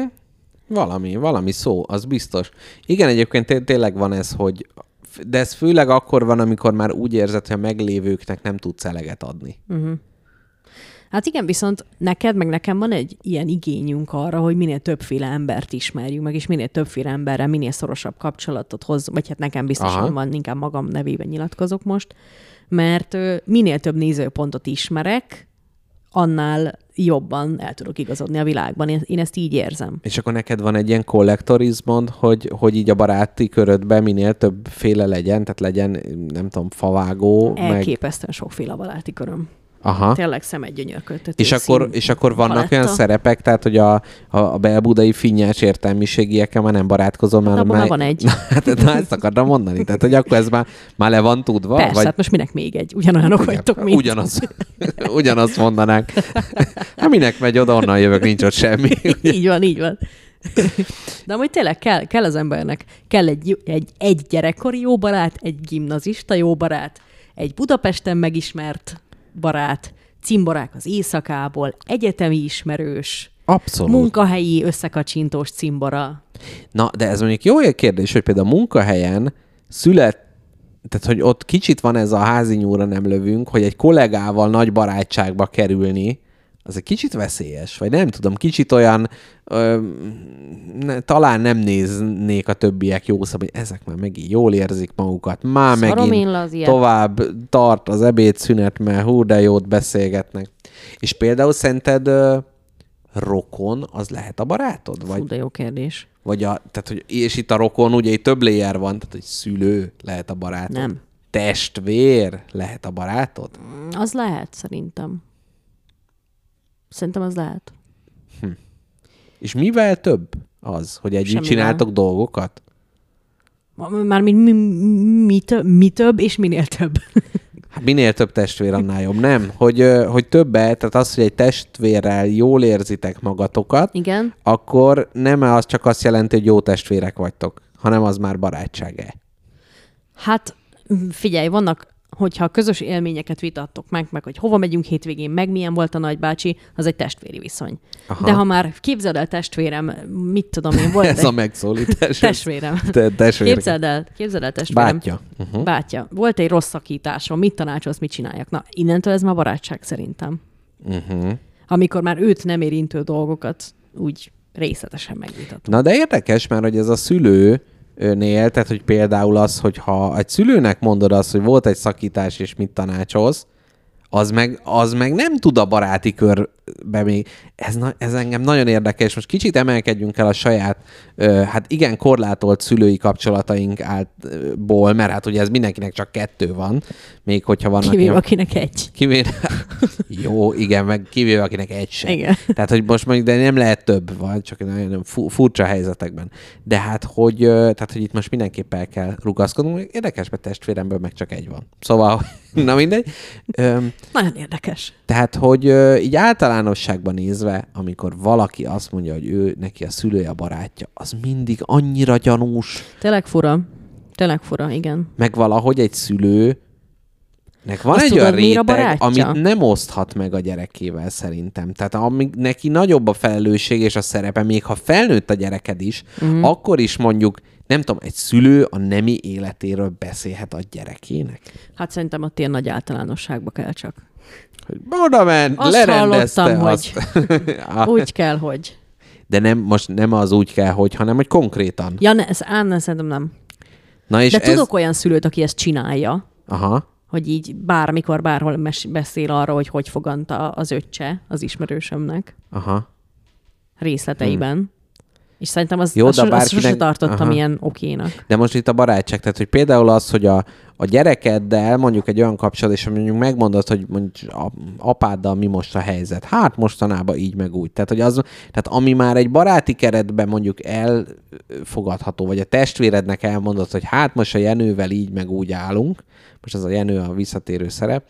Valami szó, az biztos. Igen, egyébként tényleg van ez, hogy de ez főleg akkor van, amikor már úgy érzed, hogy a meglévőknek nem tudsz eleget adni. Hát igen, viszont neked, meg nekem van egy ilyen igényünk arra, hogy minél többféle embert ismerjünk meg, és minél többféle emberrel minél szorosabb kapcsolatot hoz, vagy hát nekem biztosan van, inkább magam nevében nyilatkozok most, mert minél több nézőpontot ismerek, annál jobban el tudok igazodni a világban. Én ezt így érzem. És akkor neked van egy ilyen kollektorizmod, hogy így a baráti körödben minél többféle legyen, tehát legyen, nem tudom, favágó. Elképesztően sokféle a baráti köröm. Aha. Tényleg szemedgyönyörködtető. És akkor vannak paletta. olyan szerepek, tehát, hogy a belbudai finnyás értelmiségiekkel már nem barátkozom. Hát abban már van egy. Na, ezt akartam mondani. Tehát, hogy akkor ez már le van tudva? Persze, vagy... hát most minek még egy? Ugyanolyanok vagytok, mint... Ugyanazt mondanánk. Hát minek megy oda, onnan jövök, nincs ott semmi. Így van. De amúgy tényleg kell az embernek. Kell egy gyerekkori jó barát, egy gimnazista jó barát, egy Budapesten megismert barát, cimborák az éjszakából, egyetemi ismerős, abszolút. Munkahelyi összekacsintós cimbora. Na, de ez mondjuk jó kérdés, hogy például a munkahelyen tehát, hogy ott kicsit van ez a házi nyúlra nem lövünk, hogy egy kollégával nagy barátságba kerülni, az egy kicsit veszélyes, vagy nem tudom, kicsit olyan, talán nem néznék a többiek jó szab, hogy ezek már megint jól érzik magukat, már Szarom megint tovább tart az ebédszünet, mert hú, de jót beszélgetnek. És például szerinted rokon az lehet a barátod? Fú, de jó kérdés. Vagy tehát, hogy, és itt a rokon, ugye itt több layer van, tehát hogy szülő lehet a barátod. Nem. Testvér lehet a barátod? Az lehet, szerintem. Szerintem az lehet. És mivel több az, hogy együtt csináltok dolgokat? Mármint mi több, és minél több. Hát minél több testvér, annál jobb, nem? Hogy többet, tehát az, hogy egy testvérrel jól érzitek magatokat, igen, akkor nem az csak azt jelenti, hogy jó testvérek vagytok, hanem az már barátság-e. Hát figyelj, vannak, hogyha közös élményeket vitattok meg, hogy hova megyünk hétvégén, meg milyen volt a nagybácsi, az egy testvéri viszony. Aha. De ha már képzeld el testvérem, mit tudom én, volt ez a megszólítás. Testvérem. Képzeld el testvérem. Bátya. Bátya. Volt egy rossz szakításom, mit tanácsolsz, mit csináljak? Na, innentől ez már barátság szerintem. Amikor már őt nem érintő dolgokat úgy részletesen megvitatunk. Na de érdekes, mert hogy ez a szülőnél, tehát hogy például az, hogyha egy szülőnek mondod azt, hogy volt egy szakítás, és mit tanácsolsz, az meg nem tud a baráti körbe még. Ez engem nagyon érdekes. Most kicsit emelkedjünk el a saját, hát igen, korlátolt szülői kapcsolatainkból, mert hát ugye ez mindenkinek csak 2 van, még hogyha vannak... Kivéve akinek 1. Jó, igen, meg kivéve akinek 1 sem. Igen. Tehát, hogy most mondjuk, de nem lehet több, vagy csak nagyon furcsa helyzetekben. De hát, hogy itt most mindenképp el kell rugaszkodnunk. Érdekes, mert testvéremből meg csak 1 van. Szóval, na mindegy. Nagyon érdekes. Tehát, hogy így általánosságban nézve, amikor valaki azt mondja, hogy neki a szülője a barátja, az mindig annyira gyanús. Tényleg fura, igen. Meg valahogy egy szülőnek van azt egy tudod, olyan réteg, amit nem oszthat meg a gyerekével szerintem. Tehát amíg neki nagyobb a felelősség és a szerepe, még ha felnőtt a gyereked is, akkor is mondjuk, nem tudom, egy szülő a nemi életéről beszélhet a gyerekének? Hát szerintem ott ilyen nagy általánosságba kell csak. Oda ment, lerendezte azt. Hogy úgy kell, hogy. De most nem az úgy kell, hanem hogy konkrétan. Ja, szerintem nem. Na és de tudok olyan szülőt, aki ezt csinálja. Aha. Hogy így bármikor, bárhol beszél arra, hogy foganta az öccse az ismerősömnek. Aha. Részleteiben. És szerintem azt Jó, de sose bárkinek- tartottam Aha. ilyen okénak. De most itt a barátság, tehát hogy például az, hogy a gyerekeddel mondjuk egy olyan kapcsolat, és mondjuk megmondod, hogy mondjuk apáddal mi most a helyzet. Hát mostanában így meg úgy. Tehát ami már egy baráti keretben mondjuk elfogadható, vagy a testvérednek elmondod, hogy hát most a Jenővel így meg úgy állunk, most az a Jenő a visszatérő szerep,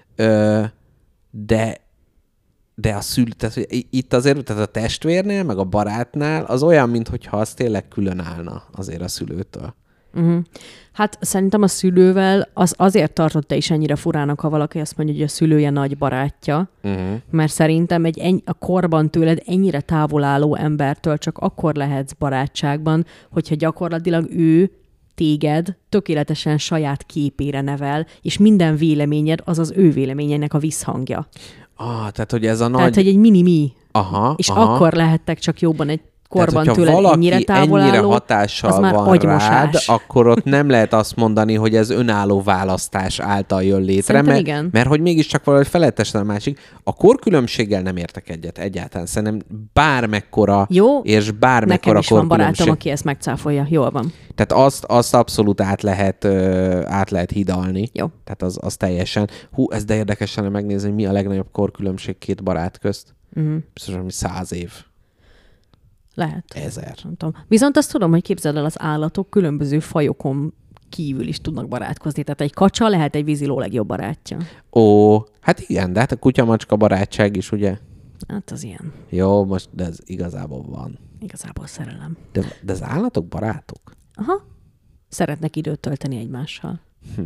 de a tehát hogy itt azért, tehát a testvérnél, meg a barátnál az olyan, mintha az tényleg külön állna azért a szülőtől. Hát szerintem a szülővel azért tartotta is ennyire furának, ha valaki azt mondja, hogy a szülője nagy barátja, mert szerintem a korban tőled ennyire távol álló embertől csak akkor lehetsz barátságban, hogyha gyakorlatilag ő téged tökéletesen saját képére nevel, és minden véleményed az az ő véleményének a visszhangja. Tehát, hogy ez a nagy... Tehát, hogy egy mini-mi. Aha, És aha. akkor lehettek csak jobban egy korban tehát, tőled valaki ennyire távol ennyire álló, hatással az már van agymosás. rád, akkor ott nem lehet azt mondani, hogy ez önálló választás által jön létre, Szerintem igen. mert hogy mégiscsak valahogy felettesen a másik. A korkülönbséggel nem értek egyet egyáltalán. Szerintem bármekkora Jó, és bármekkora nekem is van barátom, korkülönbség. aki ezt megcáfolja. Jól van. Tehát azt abszolút át lehet hidalni. Jó. Tehát az teljesen. Ez de érdekes lenne megnézni, hogy mi a legnagyobb korkülönbség két barát közt. Biztos, hogy 100 év. Lehet. 1000. Nem tudom. Viszont azt tudom, hogy képzeld el, az állatok különböző fajokon kívül is tudnak barátkozni. Tehát egy kacsa lehet egy víziló legjobb barátja. Hát igen, de hát a kutya-macska barátság is, ugye? Hát az ilyen. Jó, most de ez igazából van. Igazából szerelem. De az állatok barátok? Aha. Szeretnek időt tölteni egymással.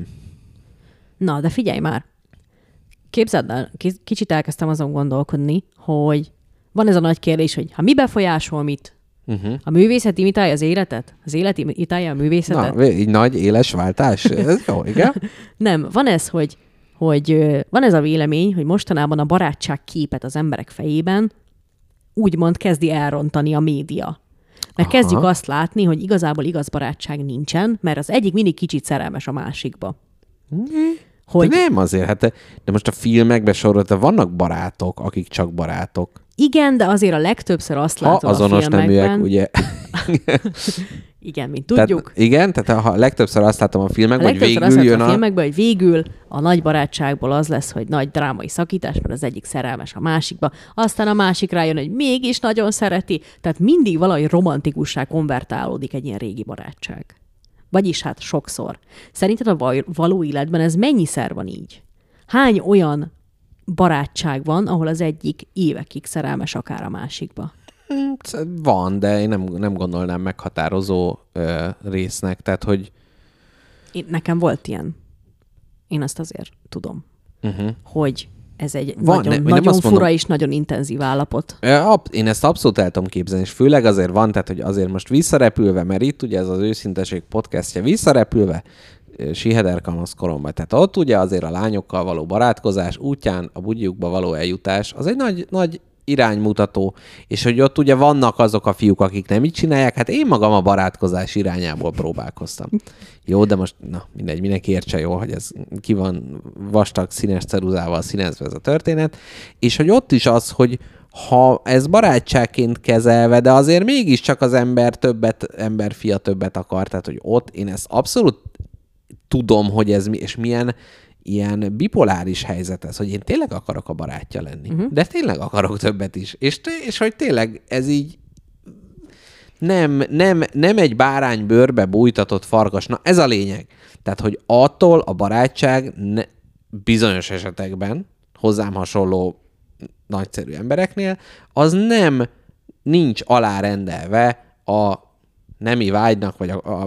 Na, de figyelj már. Képzeld el, kicsit elkezdtem azon gondolkodni, hogy van ez a nagy kérdés, hogy ha mi befolyásol mit? A művészet imitálja az életet? Az élet imitálja a művészetet? Na, így nagy, éles váltás? Ez jó, igen? Nem, van ez, hogy van ez a vélemény, hogy mostanában a barátság képet az emberek fejében úgymond kezdi elrontani a média. Mert kezdjük azt látni, hogy igazából igaz barátság nincsen, mert az egyik mindig kicsit szerelmes a másikba. Hogy De nem azért, hát de most a filmekben sorolta vannak barátok, akik csak barátok. igen, de azért a legtöbbször azt Ha látod a azonos filmekben. neműek, ugye? Igen, mint tudjuk. Tehát legtöbbször azt látom a filmekben, hogy Legtöbbször azt végül látod jön a filmekben, hogy végül a nagy barátságból az lesz, hogy nagy drámai szakítás, mert az egyik szerelmes a másikba, aztán a másik rájön, hogy mégis nagyon szereti. Tehát mindig valahogy romantikussá konvertálódik egy ilyen régi barátság. Vagyis hát sokszor. Szerinted a való életben ez mennyiszer van így? Hány olyan barátság van, ahol az egyik évekig szerelmes akár a másikba? Van, de én nem gondolnám meghatározó résznek, tehát hogy Nekem volt ilyen. Én azt azért tudom, hogy ez egy Van, nagyon, nem nagyon azt fura mondom. és nagyon intenzív állapot. Én ezt abszolút el tudom képzelni, és főleg azért van, tehát hogy azért most visszarepülve, mert itt ugye ez az Őszinteség podcastja, visszarepülve Siheder kamasz koromban. Tehát ott ugye azért a lányokkal való barátkozás útján a bugyjukba való eljutás, az egy nagy iránymutató, és hogy ott ugye vannak azok a fiúk, akik nem így csinálják, hát én magam a barátkozás irányából próbálkoztam. Jó, de most mindegy, mindenki értse jól, hogy ez ki van vastag színes ceruzával színezve ez a történet, és hogy ott is az, hogy ha ez barátságként kezelve, de azért mégiscsak az emberfia többet akar, tehát hogy ott én ezt abszolút tudom, hogy ez mi, és milyen ilyen bipoláris helyzet ez, hogy én tényleg akarok a barátja lenni, de tényleg akarok többet is. És hogy tényleg ez így nem egy bárány bőrbe bújtatott farkas. Na ez a lényeg. Tehát, hogy attól a barátság bizonyos esetekben, hozzám hasonló nagyszerű embereknél, az nincs alárendelve a nemi vágynak, vagy a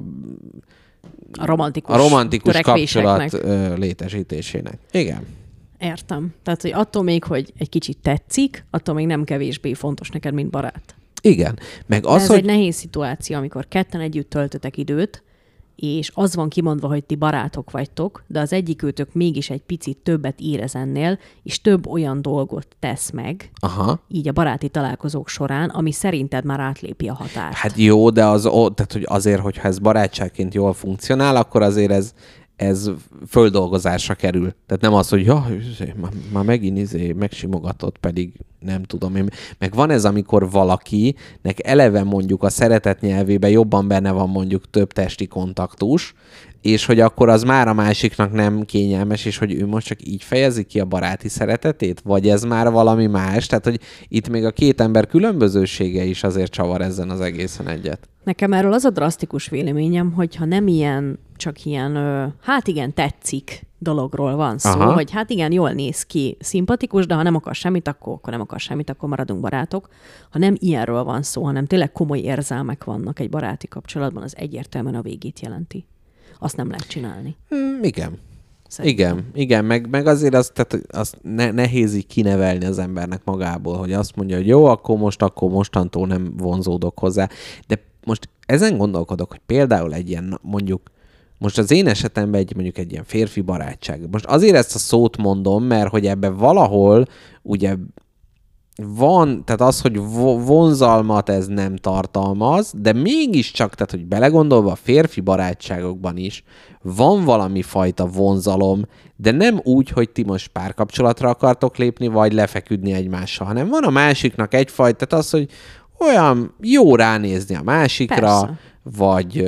romantikus kapcsolat létesítésének. Igen. Értem. Tehát, hogy attól még, hogy egy kicsit tetszik, attól még nem kevésbé fontos neked, mint barát. Igen. Meg De az, ez hogy... egy nehéz szituáció, amikor ketten együtt töltötek időt, és az van kimondva, hogy ti barátok vagytok, de az egyikőtök mégis egy picit többet érez ennél, és több olyan dolgot tesz meg, így a baráti találkozók során, ami szerinted már átlépi a határt. Hát jó, de tehát, hogy azért, hogyha ez barátságként jól funkcionál, akkor azért ez földolgozásra kerül. Tehát nem az, hogy már megint megsimogatott, pedig nem tudom én. Meg van ez, amikor valakinek eleve mondjuk a szeretet nyelvében jobban benne van mondjuk több testi kontaktus, és hogy akkor az már a másiknak nem kényelmes, és hogy ő most csak így fejezi ki a baráti szeretetét? Vagy ez már valami más? Tehát, hogy itt még a két ember különbözősége is azért csavar ezen az egészen egyet. Nekem erről az a drasztikus véleményem, hogyha nem ilyen, csak ilyen, hát igen, tetszik dologról van szó, Aha. hogy hát igen, jól néz ki, szimpatikus, de ha nem akar semmit, akkor nem akar semmit, akkor maradunk barátok. Ha nem ilyenről van szó, hanem tényleg komoly érzelmek vannak egy baráti kapcsolatban, az egyértelműen a végét jelenti. Azt nem lehet csinálni. Igen. Szerintem. Igen, meg azért azt nehéz így kinevelni az embernek magából, hogy azt mondja, hogy jó, akkor mostantól nem vonzódok hozzá. De most ezen gondolkodok, hogy például egy ilyen, mondjuk, most az én esetemben mondjuk egy ilyen férfi barátság. Most azért ezt a szót mondom, mert hogy ebben valahol ugye van, tehát az, hogy vonzalmat ez nem tartalmaz, de mégiscsak, tehát hogy belegondolva a férfi barátságokban is van valami fajta vonzalom, de nem úgy, hogy ti most párkapcsolatra akartok lépni, vagy lefeküdni egymással, hanem van a másiknak egyfajta, tehát az, hogy olyan jó ránézni a másikra, Persze. vagy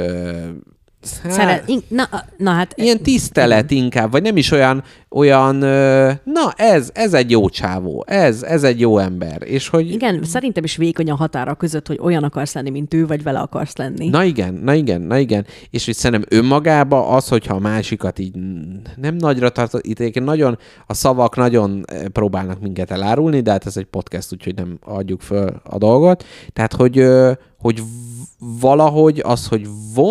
Hát ilyen tisztelet inkább, vagy nem is olyan na ez egy jó csávó, ez egy jó ember, és hogy... igen, szerintem is vékony a határa között, hogy olyan akarsz lenni, mint ő, vagy vele akarsz lenni. Na igen. És hogy szerintem önmagában az, hogyha a másikat így nem nagyra tartod, itt nagyon, a szavak nagyon próbálnak minket elárulni, de hát ez egy podcast, úgyhogy nem adjuk föl a dolgot. Tehát, hogy valahogy az, hogy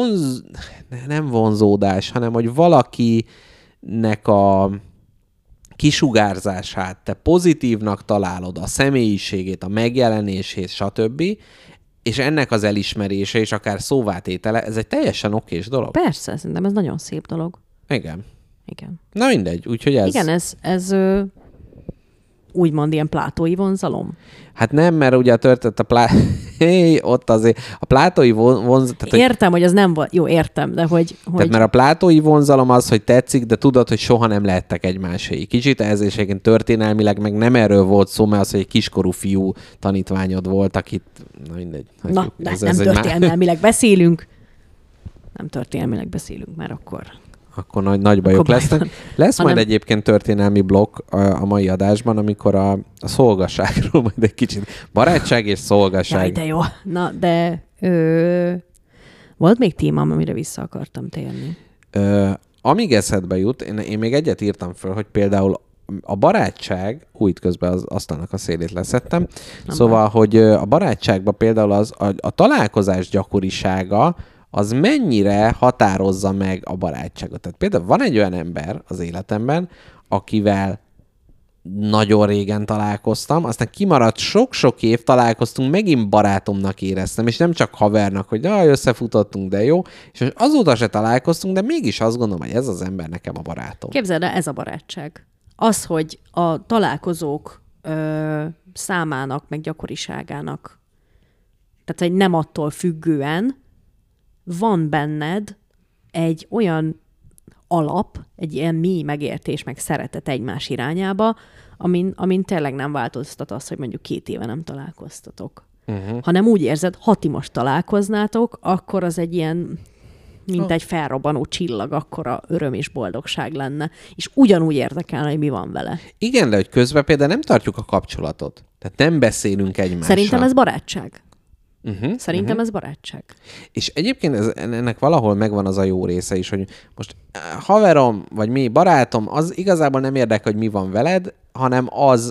nem vonzódás, hanem hogy valakinek a kisugárzását te pozitívnak találod, a személyiségét, a megjelenését, stb., és ennek az elismerése, és akár szóvátétele, ez egy teljesen okés dolog. Persze, szerintem ez nagyon szép dolog. Igen. Igen. Na mindegy, úgyhogy ez... Igen, ez úgymond ilyen plátói vonzalom. Hát nem, mert ugye ott azért a plátói vonzalom... Értem, hogy az nem volt. Jó, értem, de hogy... Tehát mert a plátói vonzalom az, hogy tetszik, de tudod, hogy soha nem lehettek egymásé. Kicsit ez és egyébként történelmileg meg nem erről volt szó, mert az, hogy egy kiskorú fiú tanítványod volt, akit... Na mindegy. Na, de nem történelmileg beszélünk. Nem történelmileg beszélünk, mert akkor nagy bajok akkor lesznek. baj Lesz majd egyébként történelmi blokk a mai adásban, amikor a szolgaságról majd egy kicsit. Barátság és szolgaság. Jaj, de jó. Na, de volt még témám, amire vissza akartam térni. Amíg eszedbe jut, én még egyet írtam föl, hogy például a barátság, itt közben az asztalnak a szélét leszettem, szóval, hogy a barátságban például a találkozás gyakorisága az mennyire határozza meg a barátságot. Tehát például van egy olyan ember az életemben, akivel nagyon régen találkoztam, aztán kimaradt sok-sok év, találkoztunk, megint barátomnak éreztem, és nem csak havernak, hogy összefutottunk, de jó, és azóta se találkoztunk, de mégis azt gondolom, hogy ez az ember nekem a barátom. Képzeld el, ez a barátság. Az, hogy a találkozók számának, meg gyakoriságának, tehát hogy nem attól függően van benned egy olyan alap, egy ilyen mély megértés, meg szeretet egymás irányába, amin tényleg nem változtat az, hogy mondjuk 2 éve nem találkoztatok. Hanem úgy érzed, ha ti most találkoznátok, akkor az egy ilyen, mint egy felrobbanó csillag, akkora öröm és boldogság lenne. És ugyanúgy érdekelne, hogy mi van vele. Igen, de hogy közben például nem tartjuk a kapcsolatot. Tehát nem beszélünk egymással. Szerintem ez barátság. Szerintem ez barátság. És egyébként ennek valahol megvan az a jó része is, hogy most haverom, vagy mi barátom, az igazából nem érdekel, hogy mi van veled, hanem az,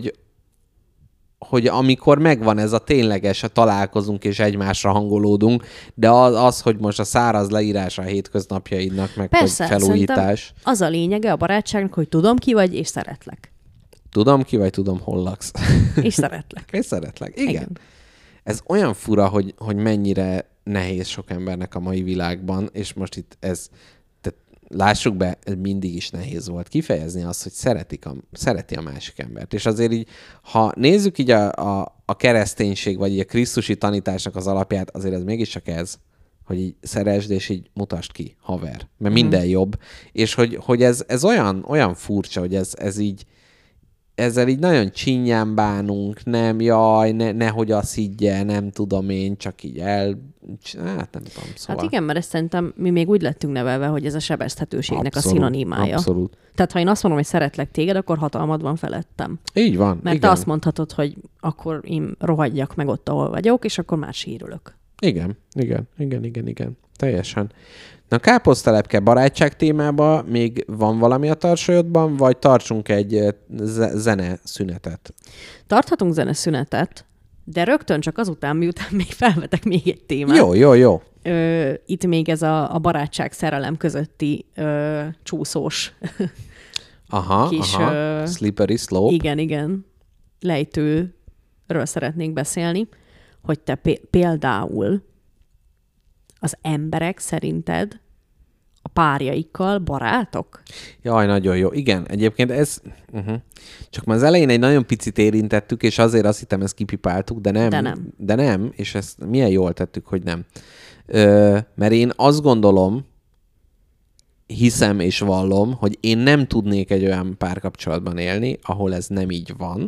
hogy amikor megvan ez a tényleges, találkozunk és egymásra hangolódunk, de az, hogy most a száraz leírása a hétköznapjaidnak, meg persze, hogy felújítás. Az a lényege a barátságnak, hogy tudom ki vagy, és szeretlek. Tudom ki vagy, tudom hol laksz. És szeretlek. És szeretlek, igen. Igen. Ez olyan fura, hogy mennyire nehéz sok embernek a mai világban, és most itt tehát lássuk be, ez mindig is nehéz volt kifejezni azt, hogy szereti a másik embert. És azért így, ha nézzük így a kereszténység, vagy így a krisztusi tanításnak az alapját, azért ez mégiscsak ez. hogy így szeresd, és így mutasd ki, haver. Mert minden jobb. És hogy ez olyan furcsa, hogy ez így ezzel így nagyon csinyán bánunk, nem, jaj, nehogy azt higgye, nem tudom én, csak így hát nem tudom, szóval. Hát igen, mert ezt szerintem mi még úgy lettünk nevelve, hogy ez a sebezhetőségnek Abszolút, a szinonimája. abszolút. Tehát ha én azt mondom, hogy szeretlek téged, akkor hatalmad van felettem. Így van, Mert igen. te azt mondhatod, hogy akkor én rohadjak meg ott, ahol vagyok, és akkor már sírülök. Igen. Teljesen. Na, káposztelepke barátság témába még van valami a tarsolyodban, vagy tartsunk egy zene szünetet? Tarthatunk zeneszünetet, de rögtön csak azután, miután még felvetek még egy témát. Jó. Itt még ez a barátság szerelem közötti csúszós kis... Slippery slope. Igen. Lejtőről szeretnék beszélni, hogy te például az emberek szerinted a párjaikkal barátok? Jaj, nagyon jó. Igen, egyébként ez... Csak már az elején egy nagyon picit érintettük, és azért azt hittem, ezt kipipáltuk, de nem, és ezt milyen jól tettük, hogy nem. Mert én azt gondolom, hiszem és vallom, hogy én nem tudnék egy olyan párkapcsolatban élni, ahol ez nem így van.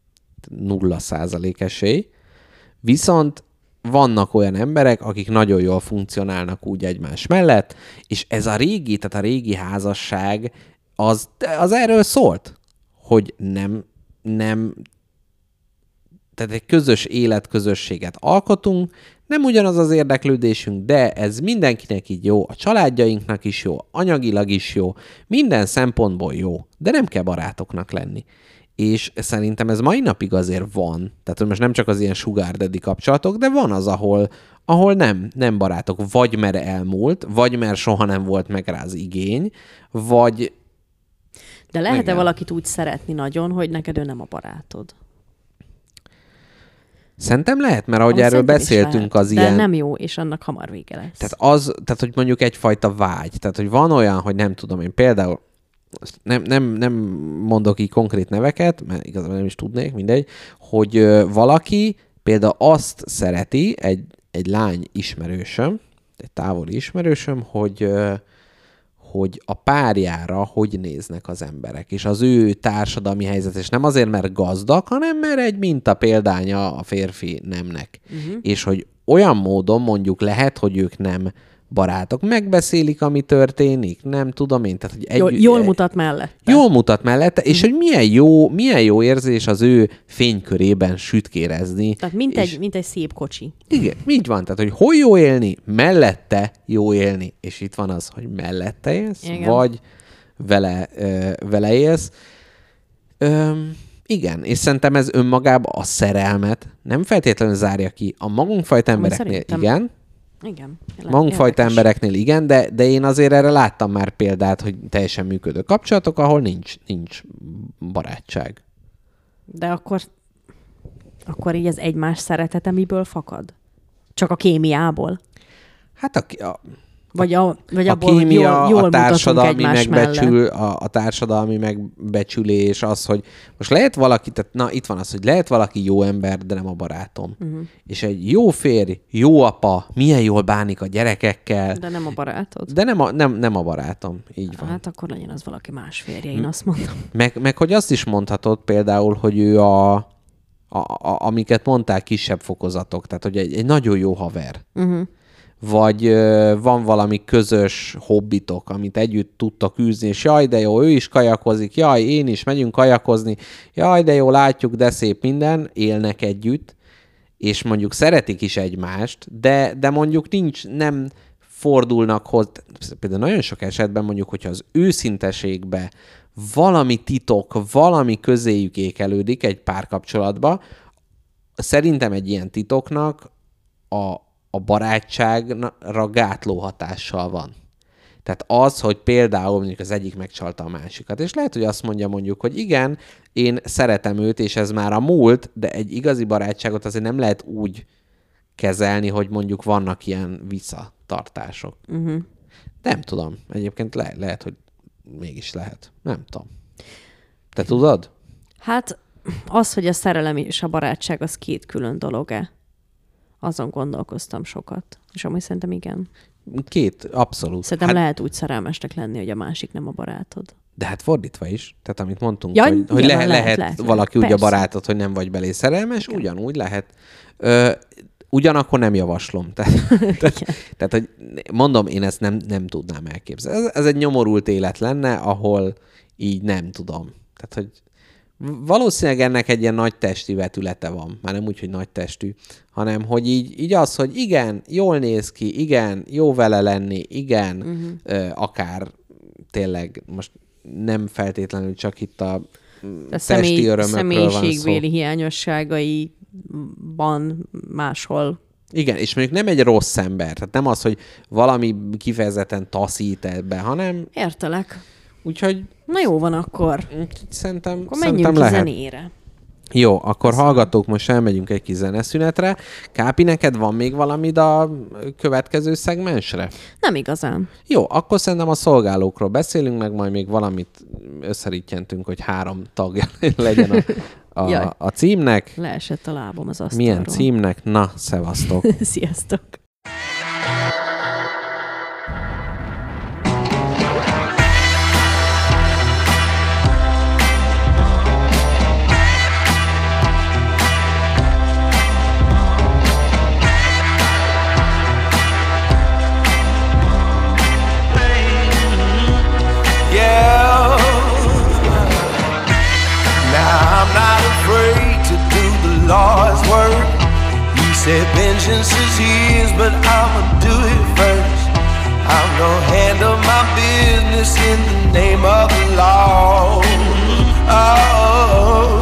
0% esély. Viszont vannak olyan emberek, akik nagyon jól funkcionálnak úgy egymás mellett, és ez a régi házasság, az erről szólt, hogy nem tehát egy közös életközösséget alkotunk, nem ugyanaz az érdeklődésünk, de ez mindenkinek így jó, a családjainknak is jó, anyagilag is jó, minden szempontból jó, de nem kell barátoknak lenni. És szerintem ez mai napig azért van. Tehát most nem csak az ilyen sugar daddy kapcsolatok, de van az, ahol nem barátok. Vagy mert elmúlt, vagy mert soha nem volt meg rá az igény, vagy... De lehet-e valakit úgy szeretni nagyon, hogy neked ő nem a barátod? Szerintem lehet, mert ahogy erről beszéltünk, az ilyen... De nem jó, és annak hamar vége lesz. Tehát, hogy mondjuk egyfajta vágy. Tehát, hogy van olyan, hogy nem tudom én, például nem mondok így konkrét neveket, mert igazából nem is tudnék, mindegy, hogy valaki például azt szereti, egy lány ismerősöm, egy távoli ismerősöm, hogy a párjára hogy néznek az emberek, és az ő társadalmi helyzet, és nem azért, mert gazdag, hanem mert egy minta példánya a férfi nemnek. És hogy olyan módon mondjuk lehet, hogy ők nem barátok, megbeszélik, ami történik, nem tudom én. Tehát, hogy jól mutat mellette. Jól mutat mellette, és hogy milyen jó érzés az ő fénykörében sütkérezni. Tehát mint egy szép kocsi. Igen, így van. Tehát, hogy hol jó élni, mellette jó élni. És itt van az, hogy mellette élsz, igen, vagy vele élsz. Igen, és szerintem ez önmagában a szerelmet nem feltétlenül zárja ki. A magunkfajta embereknél igen. Igen. Magunkfajta embereknél igen, de én azért erre láttam már példát, hogy teljesen működő kapcsolatok, ahol nincs barátság. De akkor így az egymás szeretete miből fakad? Csak a kémiából? Hát vagy abból, kémia, hogy jól a társadalmi a társadalmi megbecsülés, az, hogy most lehet valaki, tehát itt van az, hogy lehet valaki jó ember, de nem a barátom. És egy jó férj, jó apa, milyen jól bánik a gyerekekkel. De nem a barátod. De nem a barátom, így van. Hát akkor legyen az valaki más férje, én azt mondom. Meg hogy azt is mondhatod például, hogy ő amiket mondtál, kisebb fokozatok, tehát hogy egy nagyon jó haver. Vagy van valami közös hobbitok, amit együtt tudtok űzni, és jaj, de jó, ő is kajakozik, jaj, én is, megyünk kajakozni, jaj, de jó, látjuk, de szép minden, élnek együtt, és mondjuk szeretik is egymást, de mondjuk nem fordulnak hozzá. Például nagyon sok esetben mondjuk, hogyha az őszinteségbe valami titok, valami közéjük ékelődik egy párkapcsolatba, szerintem egy ilyen titoknak a barátságra gátló hatással van. Tehát az, hogy például mondjuk az egyik megcsalta a másikat, és lehet, hogy azt mondja mondjuk, hogy igen, én szeretem őt, és ez már a múlt, de egy igazi barátságot azért nem lehet úgy kezelni, hogy mondjuk vannak ilyen visszatartások. Nem tudom. Egyébként lehet, hogy mégis lehet. Nem tudom. Te tudod? Hát az, hogy a szerelem és a barátság az két külön dolog-e. Azon gondolkoztam sokat. És amúgy szerintem igen. Abszolút. Szerintem lehet úgy szerelmesnek lenni, hogy a másik nem a barátod. De hát fordítva is. Tehát amit mondtunk, Ja, hogy nyilván lehet valaki úgy a persze. barátod, hogy nem vagy belé szerelmes, ugyanúgy lehet. Ugyanakkor nem javaslom. Tehát, hogy mondom, én ezt nem tudnám elképzelni. Ez egy nyomorult élet lenne, ahol így nem tudom. Tehát, hogy valószínűleg ennek egy ilyen nagy testi vetülete van. Már nem úgy, hogy nagy testű, hanem hogy így az, hogy igen, jól néz ki, igen, jó vele lenni, igen, akár tényleg most nem feltétlenül csak itt a testi örömökről van szó. Személyiségbéli hiányosságaiban máshol. Igen, és mondjuk nem egy rossz ember, tehát nem az, hogy valami kifejezetten taszít ebbe, hanem... Értelek. Úgyhogy... Na jó van akkor. Szerintem Akkor menjünk ki lehet. zenére. Jó, akkor hallgatók, most elmegyünk egy kis zeneszünetre. Kápi, neked van még valamid a következő szegmensre? Nem igazán. Jó, akkor szerintem a szolgálókról beszélünk, meg majd még valamit összerítjentünk, hogy 3 tagja legyen a címnek. Leesett a lábom az asztalról. Milyen címnek? Na, szevasztok! Sziasztok! Lord's work. He said vengeance is his, but I'ma do it first. I'm gonna handle my business in the name of the law. Oh.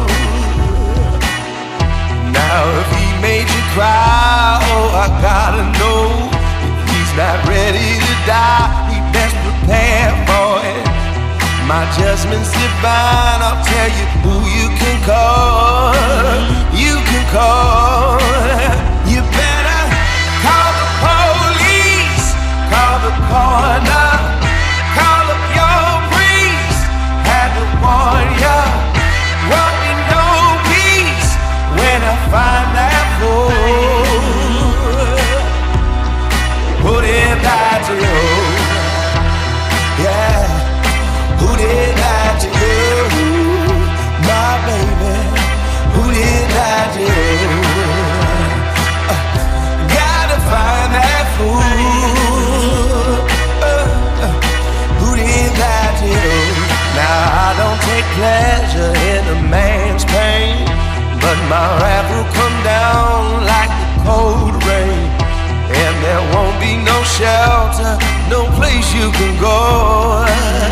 Now if he made you cry, oh, I gotta know. If he's not ready to die, he best prepare for it. My judgment's divine, I'll tell you who you can call. You can call. You better call the police, call the coroner, call up your priest, had to warn ya. Won't be no peace when I find that fool. Put it back to you, yeah. Who did that to you, my baby? Who did that to you? Gotta find that fool. Who did that to you? Now I don't take pleasure in a man's pain, but my wrath will come down like the cold rain, and there won't be no shelter, no place you can go.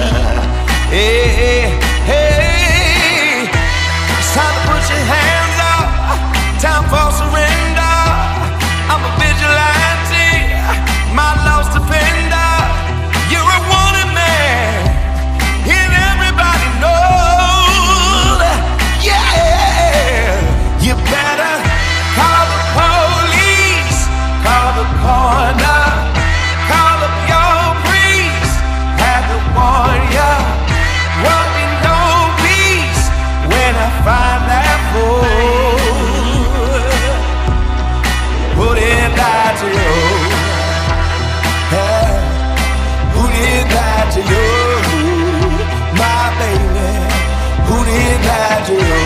Hey, hey, it's time to put your hands up, time for surrender. I'm a vigilante, my lost defender. You're a wanted man, and everybody knows. Yeah, you better call the police, call the coroner, call up your priest, had to warn ya. Won't be no peace when I find that fool. Who did that to you? Hey, who did that to you, my baby? Who did that to you?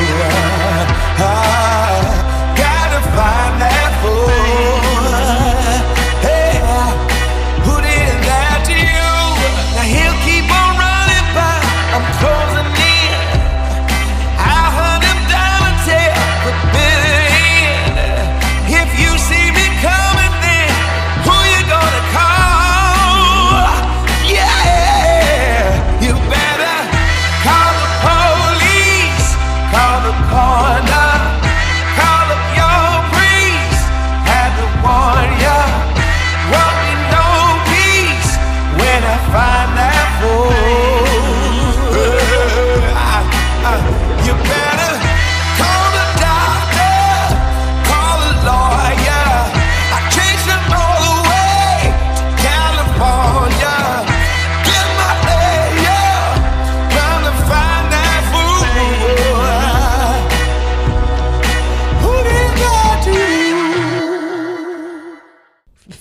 I gotta find that fool. Hey, who did that to you? Now he'll keep on running by. I'm closing in. I'll hunt him down until the bitter end. If you see me coming, then who you gonna call? Yeah, you better call the police, call the coroner,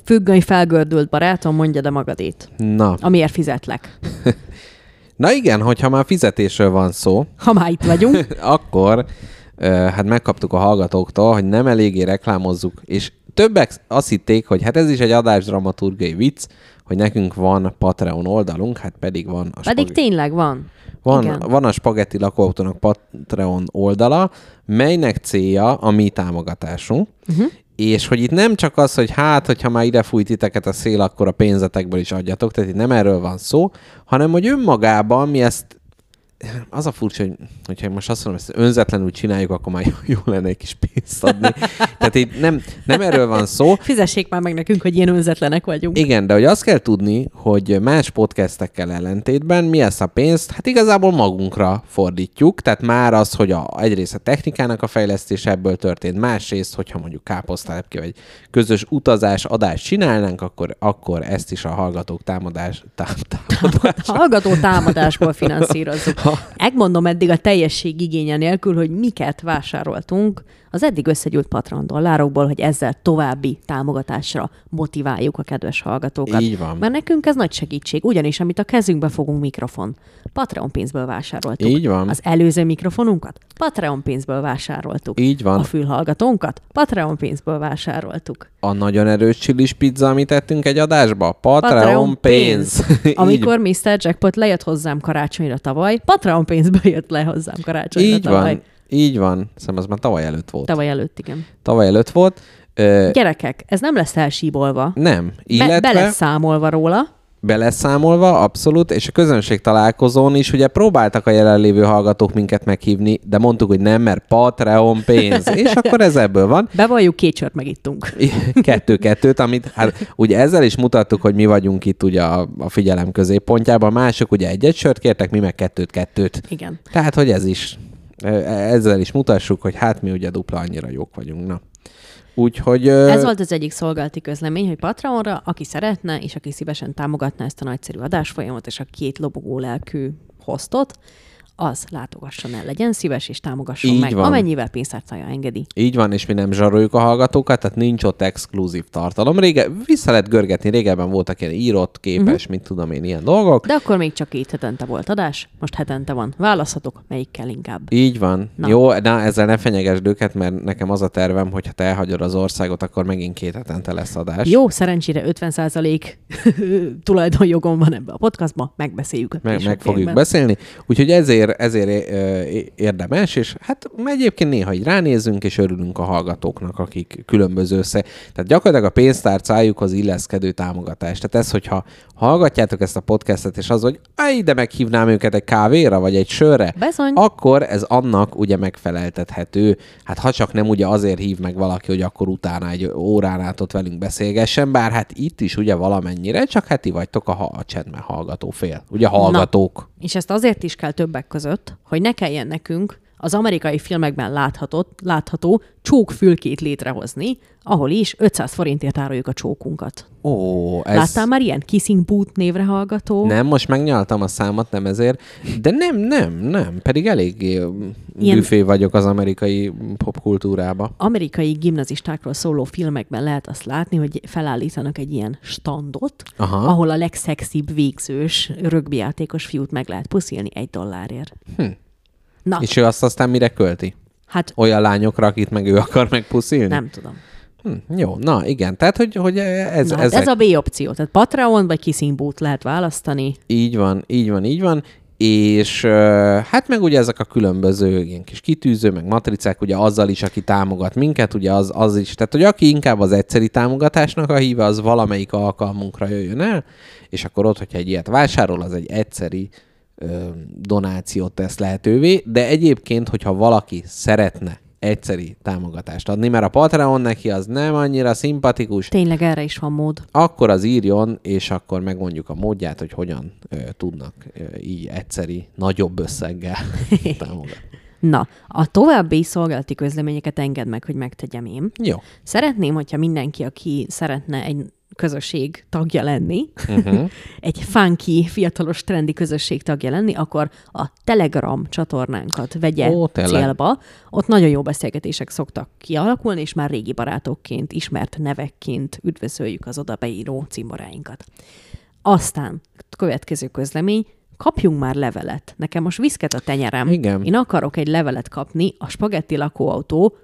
Függöny felgördült barátom, mondja de magadét. Na. Amiért fizetlek. Na igen, hogyha már fizetésről van szó, Ha már itt vagyunk. akkor hát megkaptuk a hallgatóktól, hogy nem eléggé reklámozzuk, és többek azt hitték, hogy hát ez is egy adásdramaturgiai vicc, hogy nekünk van Patreon oldalunk, hát pedig van a Pedig tényleg van. Igen. Van a Spagetti Lakóautónak Patreon oldala, melynek célja a mi támogatásunk, és hogy itt nem csak az, hogy hát, hogyha már ide fújt titeket a szél, akkor a pénzetekből is adjatok, tehát itt nem erről van szó, hanem hogy önmagában mi ezt, az a furcsa, hogyha most azt mondom, ezt önzetlenül csináljuk, akkor már jó lenne egy kis pénzt adni. Tehát itt nem erről van szó. Fizessék már meg nekünk, hogy ilyen önzetlenek vagyunk. Igen, de hogy azt kell tudni, hogy más podcastekkel ellentétben mi ezt a pénzt, hát igazából magunkra fordítjuk, tehát már az, hogy egyrészt a technikának a fejlesztése ebből történt, másrészt, hogyha mondjuk káposztelepke vagy közös utazás adást csinálnánk, akkor ezt is a hallgatók Hallgató támadásból finanszírozzuk. Megmondom eddig a teljesség igénye nélkül, hogy miket vásároltunk az eddig összegyűlt Patreon dollárokból, hogy ezzel további támogatásra motiváljuk a kedves hallgatókat. Így van. Mert nekünk ez nagy segítség, ugyanis amit a kezünkbe fogunk mikrofon, Patreon pénzből vásároltuk. Így van. Az előző mikrofonunkat Patreon pénzből vásároltuk. Így van. A fülhallgatónkat Patreon pénzből vásároltuk. A nagyon erős csillis pizza, amit tettünk egy adásba, Patreon pénz. Amikor Mr. Jackpot lejött hozzám karácsonyra tavaly, Patreon pénzből jött le hozzám karácsonyra tavaly. Így van. Szerintem az már tavaly előtt volt. Tavaly előtt, igen. Tavaly előtt volt. Gyerekek, ez nem lesz elsíbolva. Nem. Illetve Be lesz számolva róla. beleszámolva, abszolút, és a közönség találkozón is ugye próbáltak a jelenlévő hallgatók minket meghívni, de mondtuk, hogy nem, mert Patreon pénz, és akkor ez ebből van. Bevalljuk, 2 sört megittunk. 2-2-t, amit hát ugye ezzel is mutattuk, hogy mi vagyunk itt ugye a figyelem középpontjában, mások ugye 1 sört kértek, mi meg 2-2-t. Igen. Tehát, hogy ez is, ezzel is mutassuk, hogy hát mi ugye dupla annyira jók vagyunk, na. Úgyhogy... Ez volt az egyik szolgálati közlemény, hogy Patreonra, aki szeretne, és aki szívesen támogatná ezt a nagyszerű adásfolyamot, és a 2 lobogó lelkű hostot, az látogasson el, legyen szíves, és támogasson így meg, van. amennyivel pénztárcája engedi. Így van, és mi nem zsaroljuk a hallgatókat, tehát nincs ott exkluzív tartalom. Vissza lehet görgetni, régebben voltak ilyen írott, képes, mint tudom én, ilyen dolgok. De akkor még csak 2 hetente volt adás, most hetente van. Választhatok, melyikkel inkább. Így van. Na. Jó, ezzel ne fenyegesd őket, mert nekem az a tervem, hogy ha te elhagyod az országot, akkor megint 2 hetente lesz adás. Jó, szerencsére 50% tulajdonjogom van ebbe a podcastba, megbeszéljük. Meg fogjuk beszélni. Úgyhogy ezért érdemes, és hát egyébként néha így ránézünk, és örülünk a hallgatóknak, akik különböző Tehát gyakorlatilag a pénztárcájukhoz illeszkedő támogatás. Tehát ez, hogyha hallgatjátok ezt a podcastet, és az, hogy ide meghívnám őket egy kávéra, vagy egy sörre, Bezony. akkor ez annak ugye megfeleltethető. Hát ha csak nem ugye azért hív meg valaki, hogy akkor utána egy órán át ott velünk beszélgessen, bár hát itt is ugye valamennyire, csak hát ti vagytok a csendben hallgató fél. Ugye hallgatók. Na, és ezt azért is kell többek között, hogy ne kelljen nekünk az amerikai filmekben látható csókfülkét létrehozni, ahol is 500 forintért áruljuk a csókunkat. Ó, ez... Láttál már ilyen Kissing Boot névre hallgató? Nem, most megnyaltam a számot, nem ezért, de nem, pedig eléggé büfé vagyok az amerikai popkultúrába. Amerikai gimnazistákról szóló filmekben lehet azt látni, hogy felállítanak egy ilyen standot, ahol a legszexibb végzős rögbijátékos fiút meg lehet puszilni $1. Na. És ő azt aztán mire költi? Hát olyan lányokra, akit meg ő akar megpuszilni? nem tudom. Jó, na igen, tehát hogy ez... Na, hát ez a B opció, tehát Patreon vagy Kissing Boot lehet választani. Így van. És hát meg ugye ezek a különböző ilyen kis kitűző, meg matricák, ugye azzal is, aki támogat minket, ugye az is. Tehát, hogy aki inkább az egyszeri támogatásnak a híve, az valamelyik alkalmunkra jöjjön el, és akkor ott, hogyha egy ilyet vásárol, az egy egyszeri donációt tesz lehetővé, de egyébként, hogyha valaki szeretne egyszeri támogatást adni, mert a Patreon neki az nem annyira szimpatikus. Tényleg erre is van mód. Akkor az írjon, és akkor megmondjuk a módját, hogy hogyan tudnak így egyszeri, nagyobb összeggel támogatni. Na, a további szolgálati közleményeket engedd meg, hogy megtegyem én. Jó. Szeretném, hogyha mindenki, aki szeretne egy közösség tagja lenni, egy funky, fiatalos, trendi közösség tagja lenni, akkor a Telegram csatornánkat vegye célba. Ott nagyon jó beszélgetések szoktak kialakulni, és már régi barátokként, ismert nevekként üdvözöljük az oda beíró cimboráinkat. Aztán következő közlemény, kapjunk már levelet. Nekem most viszket a tenyerem. Igen. Én akarok egy levelet kapni a spagetti lakóautó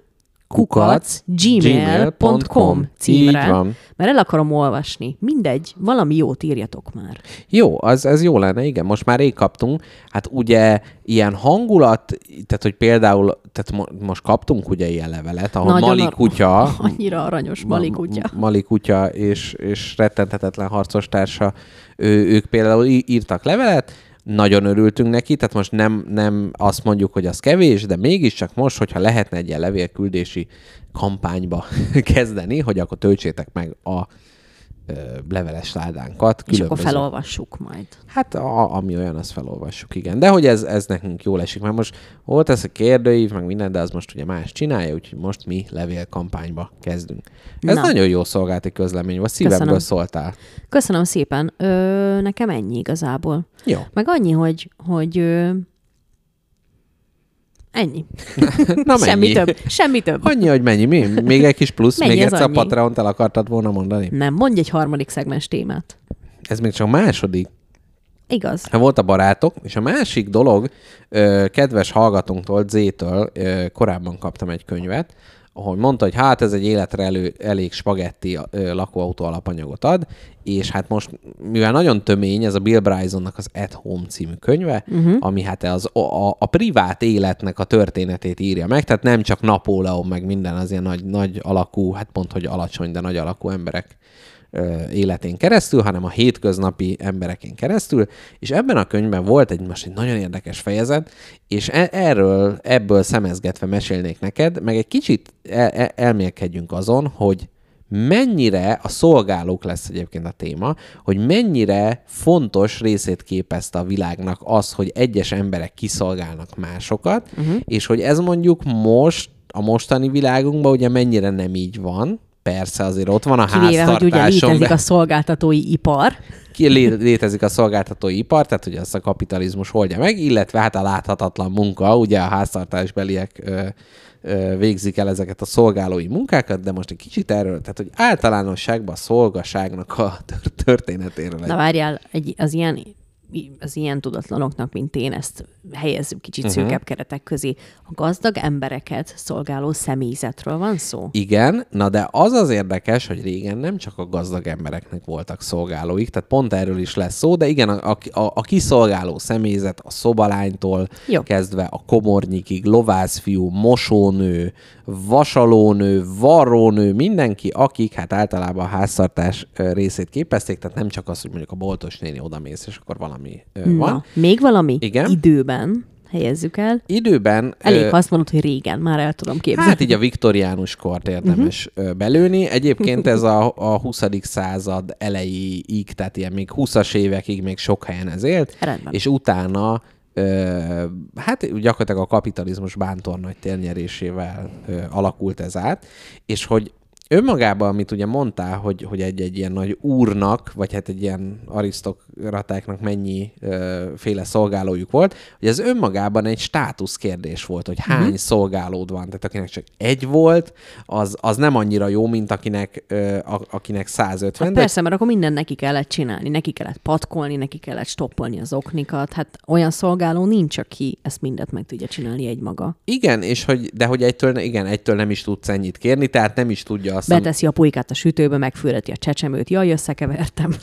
gmail.com címre, mert el akarom olvasni. Mindegy, valami jót írjatok már. Jó, ez jó lenne, igen. Most már rég kaptunk. Hát ugye ilyen hangulat, tehát hogy például, tehát most kaptunk ugye ilyen levelet, ahol Mali kutya, annyira aranyos Mali kutya. Mali kutya és rettenthetetlen harcostársa, ők például írtak levelet, nagyon örültünk neki, tehát most nem azt mondjuk, hogy az kevés, de mégiscsak most, hogyha lehetne egy ilyen levélküldési kampányba kezdeni, hogy akkor töltsétek meg a leveles ládánkat. És akkor felolvassuk majd. Hát ami olyan, azt felolvassuk, igen. De hogy ez nekünk jól esik, mert most volt ez a kérdőív, meg minden, de az most ugye más csinálja, úgyhogy most mi levélkampányba kezdünk. Ez nagyon jó szolgálati közlemény volt, szívemből szóltál. Köszönöm szépen. Nekem ennyi igazából. Jó. Meg annyi, hogy ennyi. Na Semmi több. Annyi, hogy mennyi? Még egy kis plusz? Mennyi még egyszer annyi? a Patreont el akartad volna mondani? Nem, mondj egy harmadik szegmens témát. Ez még csak második. Igaz. Volt a barátok, és a másik dolog, kedves hallgatónktól, Z-től korábban kaptam egy könyvet, ahol mondta, hogy hát ez egy életre elég spagetti lakóautó alapanyagot ad, és hát most, mivel nagyon tömény, ez a Bill Brysonnak az At Home című könyve, ami hát a privát életnek a történetét írja meg, tehát nem csak Napóleon, meg minden az ilyen nagy alakú, hát pont, hogy alacsony, de nagy alakú emberek életén keresztül, hanem a hétköznapi embereken keresztül, és ebben a könyvben volt most egy nagyon érdekes fejezet, és ebből szemezgetve mesélnék neked, meg egy kicsit elmélkedjünk azon, hogy mennyire a szolgálók lesz egyébként a téma, hogy mennyire fontos részét képezte a világnak az, hogy egyes emberek kiszolgálnak másokat, és hogy ez mondjuk most, a mostani világunkban ugye mennyire nem így van. Persze, azért ott van a háztartáson. Hogy ugye létezik a szolgáltatói ipar. Létezik a szolgáltatói ipar, tehát ugye azt a kapitalizmus oldja meg, illetve hát a láthatatlan munka, ugye a háztartásbeliek végzik el ezeket a szolgálói munkákat, de most egy kicsit erről, tehát hogy általánosságban a szolgaságnak a történetéről. Na várjál, az ilyen tudatlanoknak, mint én, ezt helyezzük kicsit szűkebb keretek közé. A gazdag embereket szolgáló személyzetről van szó? Igen, na de az érdekes, hogy régen nem csak a gazdag embereknek voltak szolgálóik, tehát pont erről is lesz szó, de igen, a kiszolgáló személyzet a szobalánytól kezdve a komornyikig, lovászfiú, mosónő, vasalónő, varrónő, mindenki, akik hát általában a háztartás részét képezték, tehát nem csak az, hogy mondjuk a boltos néni odamész, és akkor valami van. Még valami? Igen. Időben helyezzük el. Időben... Elég, ha azt mondod, hogy régen, már el tudom képzelni. Hát így a viktoriánus kort érdemes belőni. Egyébként ez a 20. század elejéig, tehát ilyen még 20-as évekig még sok helyen ez élt, Rendben. És utána hát gyakorlatilag a kapitalizmus bántor nagy térnyerésével alakult ez át, és hogy önmagában, amit ugye mondtál, hogy egy ilyen nagy úrnak, vagy hát egy ilyen arisztokratáknak mennyi féle szolgálójuk volt, hogy ez önmagában egy státusz kérdés volt, hogy hány szolgálód van. Tehát akinek csak egy volt, az nem annyira jó, mint akinek 150. Hát persze, mert akkor minden neki kellett csinálni, neki kellett patkolni, neki kellett stoppolni az oknikat. Hát olyan szolgáló nincs, aki ezt mindet meg tudja csinálni egymaga. Igen, de hogy egytől nem is tudsz ennyit kérni, tehát nem is tudja azt. Beteszi a pulykát a sütőbe, megfüreti a csecsemőt, jaj, összekevertem.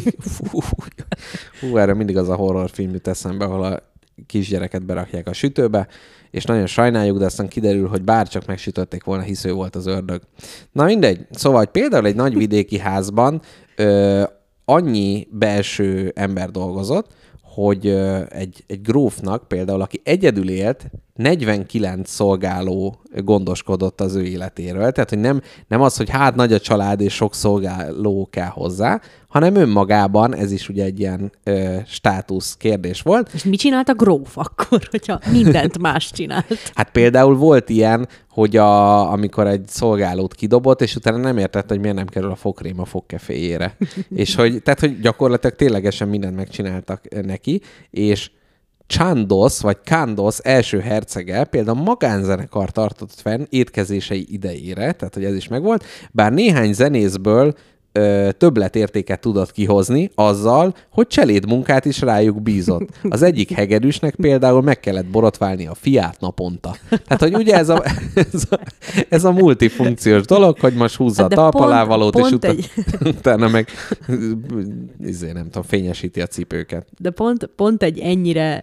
Erre mindig az a horrorfilm jut eszembe, ahol a kisgyereket berakják a sütőbe, és nagyon sajnáljuk, de aztán kiderül, hogy bárcsak megsütötték volna, hisz ő volt az ördög. Na mindegy, szóval hogy például egy nagyvidéki házban annyi belső ember dolgozott, hogy egy grófnak például, aki egyedül élt, 49 szolgáló gondoskodott az ő életéről. Tehát, hogy nem az, hogy hát nagy a család és sok szolgáló kell hozzá, hanem önmagában ez is ugye egy ilyen státusz kérdés volt. És mit csinált a gróf akkor, hogyha mindent más csinált? Hát például volt ilyen, hogy amikor egy szolgálót kidobott, és utána nem értett, hogy miért nem kerül a fokrém a fogkeféjére. És tehát, hogy gyakorlatilag ténylegesen mindent megcsináltak neki, és Chandos első hercege például magánzenekar tartott fenn étkezései idejére, tehát hogy ez is megvolt, bár néhány zenészből többletértéket tudott kihozni azzal, hogy cselédmunkát is rájuk bízott. Az egyik hegedűsnek például meg kellett borotválni a fiát naponta. Tehát, hogy ugye ez a multifunkciós dolog, hogy most húzza a talpalávalót, és utána meg nem tudom, fényesíti a cipőket. De pont egy ennyire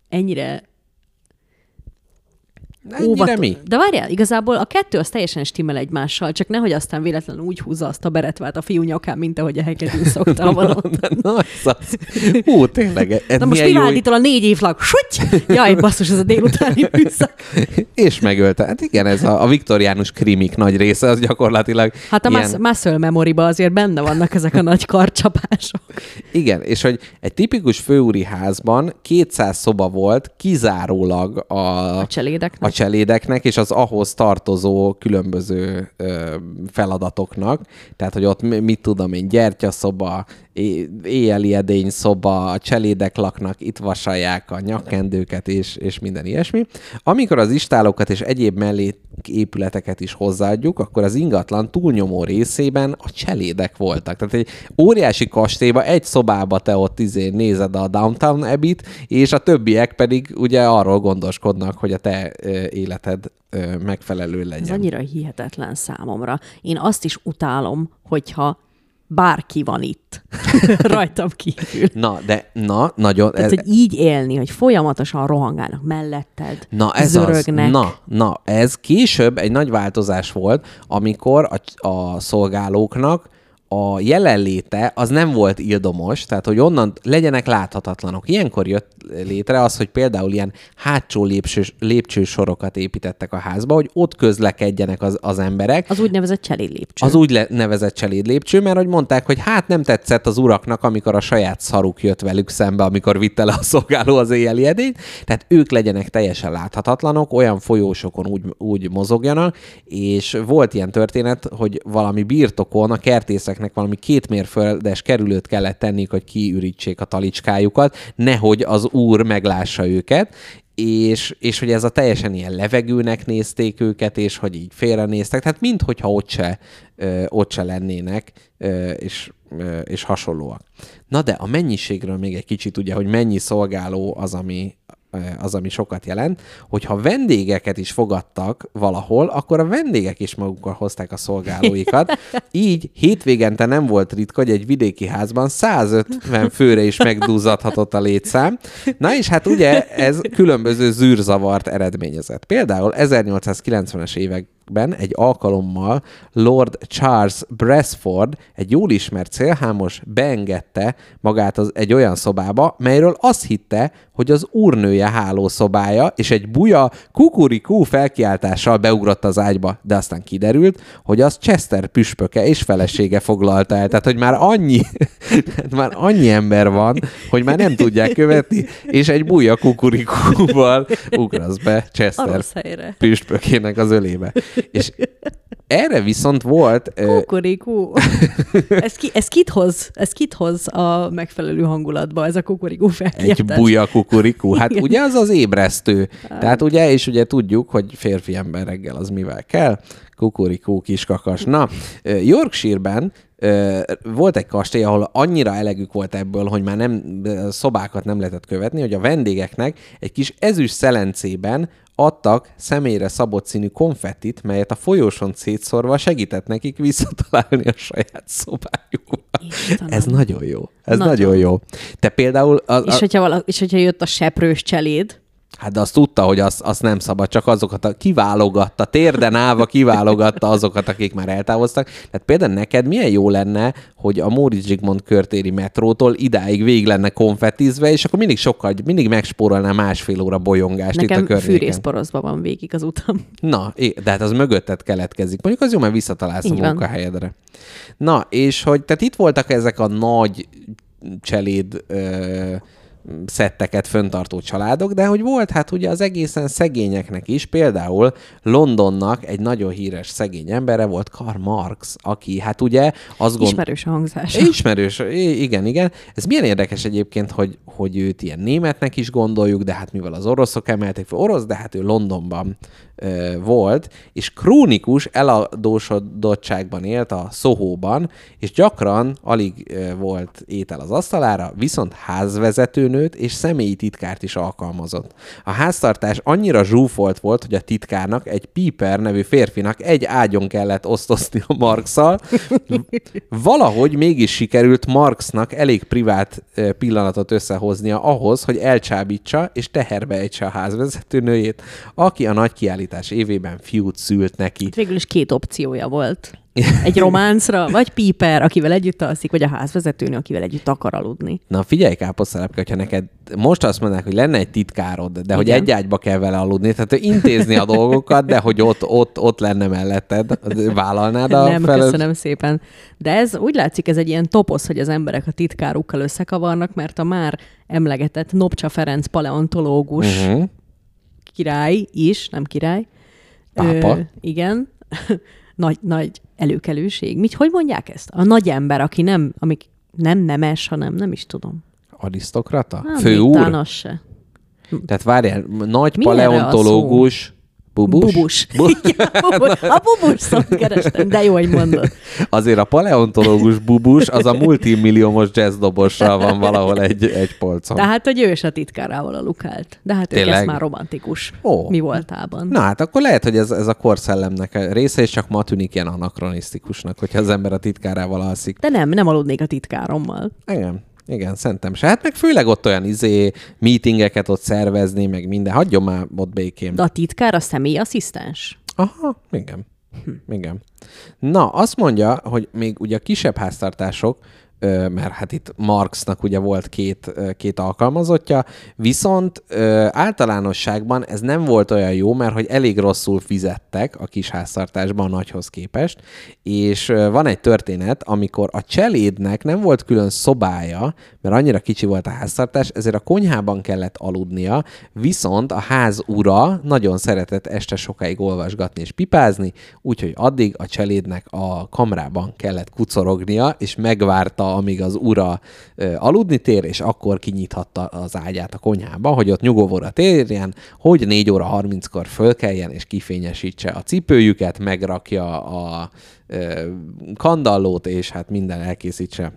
mi? De várjál, igazából a kettő az teljesen stimmel egymással, csak nehogy aztán véletlenül úgy húzza azt a beretvát a fiú nyakán, mint ahogy a hegedű szokta valóta. Tényleg. Na most Vivaldi-tól a 4 évlag. Jaj, basszus, ez a délutáni műszak. És megölte. Hát igen, ez a viktoriánus krimik nagy része, az gyakorlatilag hát a muscle memory-ba azért benne vannak ezek a nagy karcsapások. Igen, és hogy egy tipikus főúri házban 200 szoba volt kizárólag a cselédeknek, és az ahhoz tartozó különböző feladatoknak. Tehát, hogy ott mit tudom én, gyertyaszoba, éjjeli edényszoba, a cselédek laknak, itt vasalják a nyakkendőket, és minden ilyesmi. Amikor az istálokat és egyéb melléképületeket is hozzáadjuk, akkor az ingatlan túlnyomó részében a cselédek voltak. Tehát egy óriási kastélyba, egy szobába te ott nézed a Downton Abbey-t, és a többiek pedig ugye arról gondoskodnak, hogy a te életed megfelelő legyen. Ez annyira hihetetlen számomra. Én azt is utálom, hogyha bárki van itt. Rajtam kívül. Nagyon. Tehát, hogy így élni, hogy folyamatosan rohangálnak melletted, ez zörögnek. Ez később egy nagy változás volt, amikor a szolgálóknak a jelenléte az nem volt ildomos, tehát hogy onnan legyenek láthatatlanok. Ilyenkor jött létre az, hogy például ilyen hátsó lépcsősorokat építettek a házba, hogy ott közlekedjenek az emberek. Az úgynevezett cselédlépcső. Az úgynevezett cselédlépcső, mert hogy mondták, hogy hát nem tetszett az uraknak, amikor a saját szaruk jött velük szembe, amikor vitte le a szolgáló az éjjeli edényt, tehát ők legyenek teljesen láthatatlanok, olyan folyósokon úgy mozogjanak, és volt ilyen történet, hogy valami birtokon a kertészek valami 2 mérföldes kerülőt kellett tenniük, hogy kiürítsék a talicskájukat, nehogy az úr meglássa őket, és hogy ez a teljesen ilyen levegőnek nézték őket, és hogy így félrenéztek, tehát minthogyha ott se lennének, és hasonlóak. Na de a mennyiségről még egy kicsit, ugye, hogy mennyi szolgáló az, ami sokat jelent, hogyha vendégeket is fogadtak valahol, akkor a vendégek is magukkal hozták a szolgálóikat. Így hétvégente nem volt ritka, hogy egy vidéki házban 150 főre is megduzzadhatott a létszám. Na és hát ugye ez különböző zűrzavart eredményezett. Például 1890-es években egy alkalommal Lord Charles Beresford, egy jól ismert célhámos, beengedte magát egy olyan szobába, melyről azt hitte, hogy az úrnője hálószobája, és egy buja kukurikú felkiáltással beugrott az ágyba, de aztán kiderült, hogy az Chester püspöke és felesége foglalta el. Tehát, hogy már annyi ember van, hogy már nem tudják követni, és egy buja kukurikúval ugrasz be Chester püspökének az ölébe. És erre viszont volt... Kukurikú. Ez kit hoz a megfelelő hangulatba, ez a kukurikú felkiáltás? Egy buja kukurikú. Hát igen. Ugye az az ébresztő. Tehát ugye, és ugye tudjuk, hogy férfi ember reggel az mivel kell. Kukurikú, kiskakas. Na, Yorkshire-ben volt egy kastély, ahol annyira elegük volt ebből, hogy már szobákat nem lehetett követni, hogy a vendégeknek egy kis ezüst szelencében adtak személyre szabott színű konfettit, melyet a folyóson szétszórva segített nekik visszatalálni a saját szobájukba. Ez nagyon jó. Ez nagyon jó. Te például... És hogyha jött a seprős cseléd, Hát de azt tudta, hogy azt nem szabad, csak azokat kiválogatta, térden állva kiválogatta azokat, akik már eltávoztak. Tehát például neked milyen jó lenne, hogy a Móricz Zsigmond körtéri metrótól idáig végig lenne konfettizve, és akkor mindig megspórolná másfél óra bolyongást itt a környéken. Nekem Fűrészporoszba van végig az utam. Na, de hát az mögötted keletkezik. Mondjuk az jó, mert visszatalálsz a munkahelyedre. Na, és hogy tehát itt voltak ezek a nagy cseléd szetteket föntartó családok, de hogy volt hát ugye az egészen szegényeknek is, például Londonnak egy nagyon híres szegény embere volt Karl Marx, aki hát ugye azt Ismerős a hangzása. Ismerős, igen. Ez milyen érdekes egyébként, hogy őt ilyen németnek is gondoljuk, de hát mivel az oroszok emelték fel orosz, de hát ő Londonban volt, és krónikus eladósodottságban élt a Soho-ban, és gyakran alig volt étel az asztalára, viszont házvezetőnőt és személyi titkárt is alkalmazott. A háztartás annyira zsúfolt volt, hogy a titkárnak, egy Piper nevű férfinak egy ágyon kellett osztozni a Marx-szal. Valahogy mégis sikerült Marxnak elég privát pillanatot összehoznia ahhoz, hogy elcsábítsa és teherbe ejtse a házvezetőnőjét, aki a nagy kiállítás évében fiút szült neki. Végül is 2 opciója volt. Egy románcra, vagy Piper, akivel együtt alszik, vagy a házvezetőnő, akivel együtt akar aludni. Na figyelj, káposztelepke, hogyha neked most azt mondanák, hogy lenne egy titkárod, de igen, hogy egy ágyba kell vele aludni, tehát intézni a dolgokat, de hogy ott lenne melletted, vállalnád a Nem, köszönöm szépen. De ez úgy látszik, ez egy ilyen toposz, hogy az emberek a titkárukkal összekavarnak, mert a már emlegetett Nopcsa Ferenc paleontológus király is, nem király. Pápa. Igen. Nagy előkelőség. Hogy mondják ezt? A nagy ember, aki nem nemes, hanem nem is tudom. Arisztokrata? Főúr? Talán az se. Tehát várjál, nagy paleontológus... Bubus. Igen, a bubus szót kerestem, de jó, hogy mondod. Azért a paleontológus bubus, az a multimilliómos jazzdobosra van valahol egy polcon. De hát, hogy ő is a titkárával alukált. De hát ők ez már romantikus. Mi voltában. Na hát akkor lehet, hogy ez a korszellemnek a része, és csak ma tűnik ilyen anakronisztikusnak, hogyha az ember a titkárával alszik. De nem aludnék a titkárommal. Igen, szerintem se. Hát meg főleg ott olyan meetingeket ott szervezni, meg minden. Hagyjon már ott békén. De a titkár a személyi asszisztens? Aha, igen. Na, azt mondja, hogy még ugye a kisebb háztartások, mert hát itt Marxnak ugye volt két alkalmazottja, viszont általánosságban ez nem volt olyan jó, mert hogy elég rosszul fizettek a kis háztartásban a nagyhoz képest, és van egy történet, amikor a cselédnek nem volt külön szobája, mert annyira kicsi volt a háztartás, ezért a konyhában kellett aludnia, viszont a ház ura nagyon szeretett este sokáig olvasgatni és pipázni, úgyhogy addig a cselédnek a kamrában kellett kucorognia, és megvárta, amíg az ura aludni tér, és akkor kinyithatta az ágyát a konyhába, hogy ott nyugovóra térjen, hogy 4 óra 30-kor fölkeljen, és kifényesítse a cipőjüket, megrakja a kandallót, és hát minden elkészítse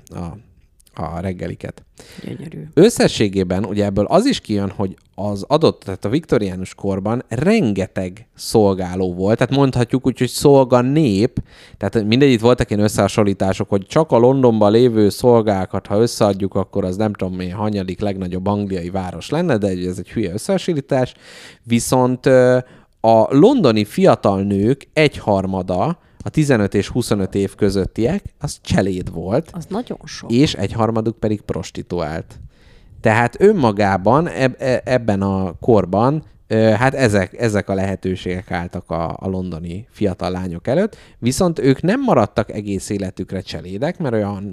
a reggeliket. Gyönyörű. Összességében ugye ebből az is kijön, hogy az adott, tehát a viktoriánus korban rengeteg szolgáló volt, tehát mondhatjuk úgy, hogy szolganép, tehát mindegy, itt voltak ilyen összehasonlítások, hogy csak a Londonban lévő szolgákat, ha összeadjuk, akkor az nem tudom milyen hanyadik legnagyobb angliai város lenne, de ez egy hülye összehasonlítás. Viszont a londoni fiatal nők 1/3 a 15 és 25 év közöttiek, az cseléd volt. Az nagyon sok. És 1/3 pedig prostituált. Tehát önmagában ebben a korban hát ezek a lehetőségek álltak a londoni fiatal lányok előtt, viszont ők nem maradtak egész életükre cselédek, mert olyan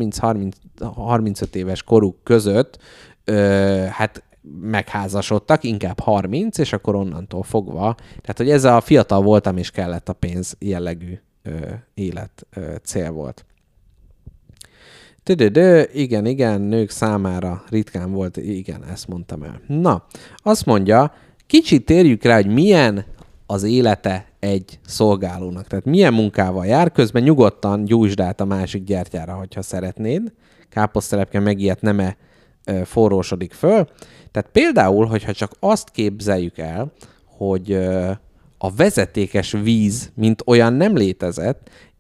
30-35 éves koruk között hát megházasodtak, inkább 30, és akkor onnantól fogva. Tehát, hogy ez a fiatal voltam, és kellett a pénz jellegű élet cél volt. Igen, nők számára ritkán volt, igen, ezt mondtam el. Na, azt mondja, kicsit térjük rá, hogy milyen az élete egy szolgálónak. Tehát milyen munkával jár, közben nyugodtan gyújtsd át a másik gyertyára, hogyha szeretnéd. Káposztelepke meg ilyet nem forrósodik föl. Tehát például, hogyha csak azt képzeljük el, hogy a vezetékes víz, mint olyan nem létezett,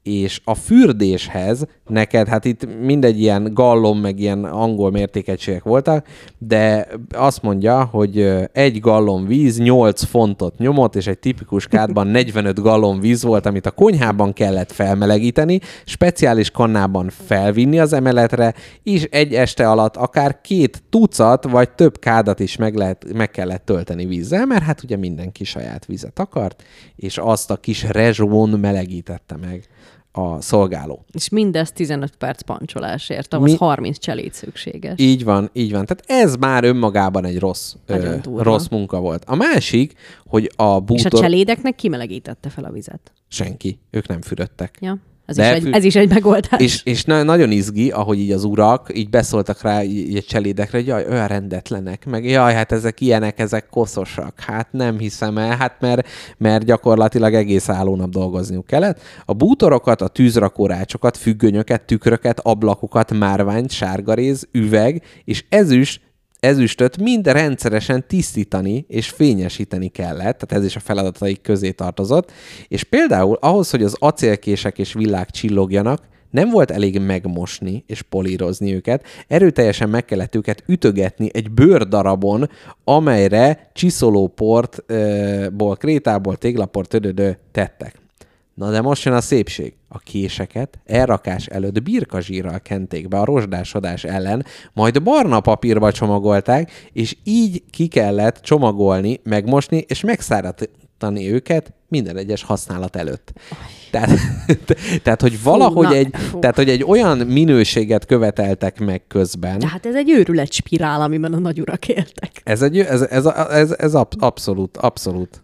és a fürdéshez neked, hát itt mindegy ilyen gallon, meg ilyen angol mértékegységek voltak, de azt mondja, hogy 1 gallon víz 8 fontot nyomott, és egy tipikus kádban 45 gallon víz volt, amit a konyhában kellett felmelegíteni, speciális kannában felvinni az emeletre, és egy este alatt akár 2 tucat, vagy több kádat is meg kellett tölteni vízzel, mert hát ugye mindenki saját vizet akart, és azt a kis rezsón melegítette meg a szolgáló. És mindez 15 perc pancsolásért, ahhoz 30 cseléd szükséges. Így van. Tehát ez már önmagában egy rossz munka volt. A másik, hogy a bútor... És a cselédeknek kimelegítette fel a vizet? Senki. Ők nem fürödtek. Ja. Ez is egy megoldás. És nagyon izgi, ahogy így az urak így beszóltak rá így cselédekre, hogy jaj, olyan rendetlenek, meg jaj, hát ezek ilyenek, ezek koszosak. Hát nem hiszem el, hát mert gyakorlatilag egész állónap dolgozniuk kellett. A bútorokat, a tűzrakórácsokat, függönyöket, tükröket, ablakokat, márványt, sárgaréz, üveg és ezüstöt mind rendszeresen tisztítani és fényesíteni kellett, tehát ez is a feladataik közé tartozott, és például ahhoz, hogy az acélkések és villák csillogjanak, nem volt elég megmosni és polírozni őket, erőteljesen meg kellett őket ütögetni egy bőrdarabon, amelyre csiszolóportból, krétából, téglaport tettek. Na de most jön a szépség. A késeket elrakás előtt birkazsírral kenték be a rozsdásodás ellen, majd barna papírba csomagolták, és így ki kellett csomagolni, megmosni és megszáradtani őket minden egyes használat előtt. Tehát hogy valahogy hogy egy olyan minőséget követeltek meg közben. Tehát ez egy őrületspirál, amiben a nagyurak éltek. Ez abszolút.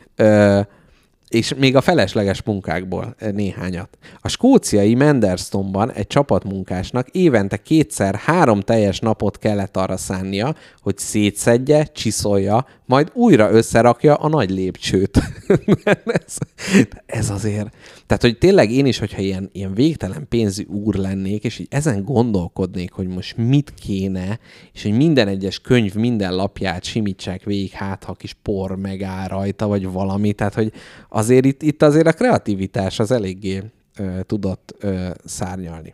És még a felesleges munkákból néhányat. A skóciai Manderstonban egy csapatmunkásnak évente 2-3 teljes napot kellett arra szánnia, hogy szétszedje, csiszolja, majd újra összerakja a nagy lépcsőt. ez azért... Tehát, hogy tényleg én is, hogyha ilyen végtelen pénzű úr lennék, és így ezen gondolkodnék, hogy most mit kéne, és hogy minden egyes könyv, minden lapját simítsák végig, hát ha kis por megáll rajta, vagy valami. Tehát, hogy azért itt azért a kreativitás az eléggé tudott szárnyalni.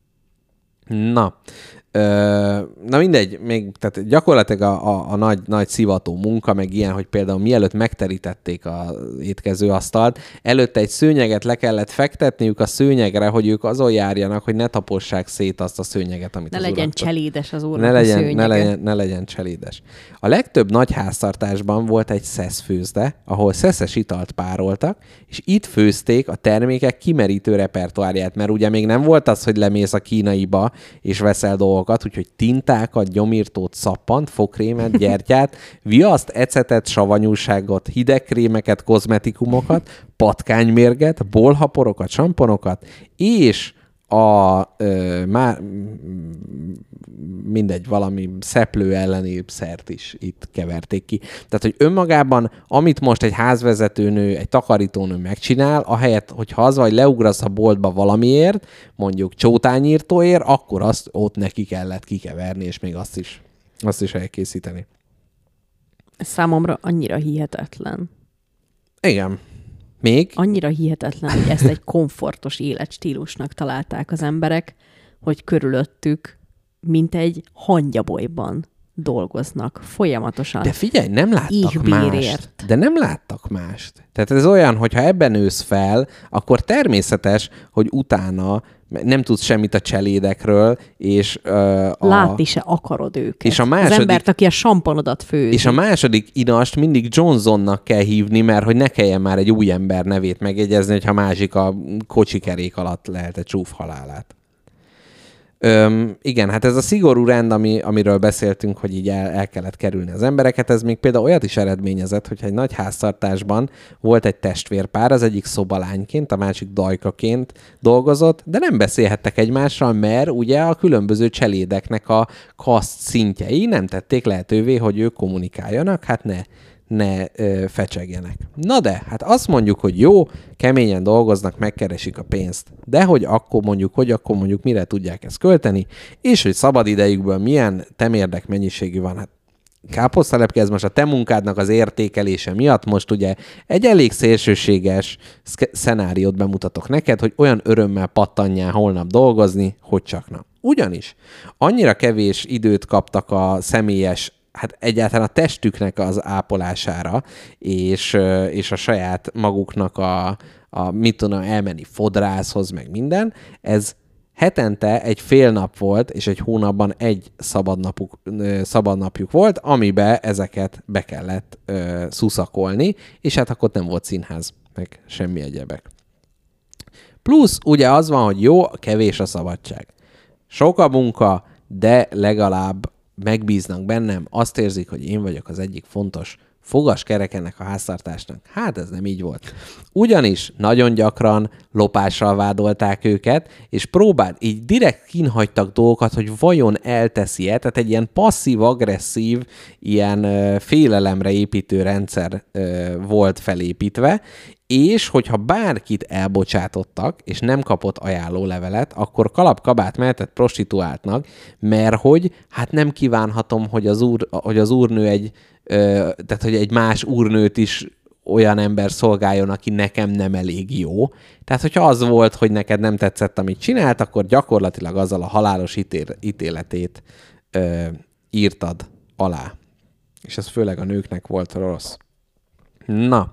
Na mindegy, még, tehát gyakorlatilag a nagy szivató munka, meg ilyen, hogy például mielőtt megterítették az étkezőasztalt, előtte egy szőnyeget le kellett fektetniük a szőnyegre, hogy ők azon járjanak, hogy ne tapossák szét azt a szőnyeget, amit ne az legyen urak cselédes az úrnak a szőnyege. Ne legyen cselédes. A legtöbb nagy háztartásban volt egy szeszfőzde, ahol szeszes italt pároltak, és itt főzték a termékek kimerítő repertoárját, mert ugye még nem volt az, hogy lemész a kínaiba, és veszel dolgokat, úgyhogy tintákat, gyomírtót, szappant, fogkrémet, gyertyát, viaszt, ecetet, savanyúságot, hidegkrémeket, kozmetikumokat, patkánymérget, bolhaporokat, samponokat, és valami szeplő elleni szert is itt keverték ki. Tehát, hogy önmagában, amit most egy házvezetőnő, egy takarítónő megcsinál, ahelyett, hogyha az vagy leugrasz a boltba valamiért, mondjuk csótányírtóért, akkor azt ott neki kellett kikeverni, és még azt is elkészíteni. Ez számomra annyira hihetetlen. Igen. Még? Annyira hihetetlen, hogy ezt egy komfortos életstílusnak találták az emberek, hogy körülöttük, mint egy hangyabolyban dolgoznak folyamatosan. De figyelj, nem láttak mást. Tehát ez olyan, hogyha ebben nősz fel, akkor természetes, hogy utána nem tudsz semmit a cselédekről, és látni se akarod őket. És az embert, aki a samponodat főzi. És a második inast mindig Johnsonnak kell hívni, mert hogy ne kelljen már egy új ember nevét megjegyezni, hogyha másik a kocsikerék alatt lehet egy csúf halálát. Igen, hát ez a szigorú rend, amiről beszéltünk, hogy így el kellett kerülni az embereket, ez még például olyat is eredményezett, hogyha egy nagy háztartásban volt egy testvérpár, az egyik szobalányként, a másik dajkaként dolgozott, de nem beszélhettek egymással, mert ugye a különböző cselédeknek a kaszt szintjei nem tették lehetővé, hogy ők kommunikáljanak, hát ne fecsegjenek. Na de, hát azt mondjuk, hogy jó, keményen dolgoznak, megkeresik a pénzt. De hogy akkor mondjuk mire tudják ezt költeni, és hogy szabad idejükből milyen temérdek mennyiségű van. Hát káposztalepke, ez most a te munkádnak az értékelése miatt most ugye egy elég szélsőséges szenáriót bemutatok neked, hogy olyan örömmel pattanjál holnap dolgozni, hogy csak na. Ugyanis annyira kevés időt kaptak a személyes, hát egyáltalán a testüknek az ápolására, és a saját maguknak mit tudom, elmenni fodrászhoz, meg minden, ez hetente egy fél nap volt, és egy hónapban egy szabadnapjuk volt, amibe ezeket be kellett szuszakolni, és hát akkor nem volt színház, meg semmi egyebek. Plusz ugye az van, hogy jó, kevés a szabadság. Sok a munka, de legalább megbíznak bennem, azt érzik, hogy én vagyok az egyik fontos fogaskerek ennek a háztartásnak. Hát ez nem így volt. Ugyanis nagyon gyakran lopással vádolták őket, és így direkt kínhagytak dolgokat, hogy vajon elteszi-e, tehát egy ilyen passzív-agresszív, ilyen félelemre építő rendszer volt felépítve, és hogyha bárkit elbocsátottak, és nem kapott ajánlólevelet, akkor kalap-kabát mehetett prostituáltnak, mert hogy hát nem kívánhatom, hogy az úrnő tehát hogy egy más úrnőt is olyan ember szolgáljon, aki nekem nem elég jó. Tehát, hogyha az volt, hogy neked nem tetszett, amit csinált, akkor gyakorlatilag azzal a halálos ítéletét írtad alá. És ez főleg a nőknek volt rossz. Na.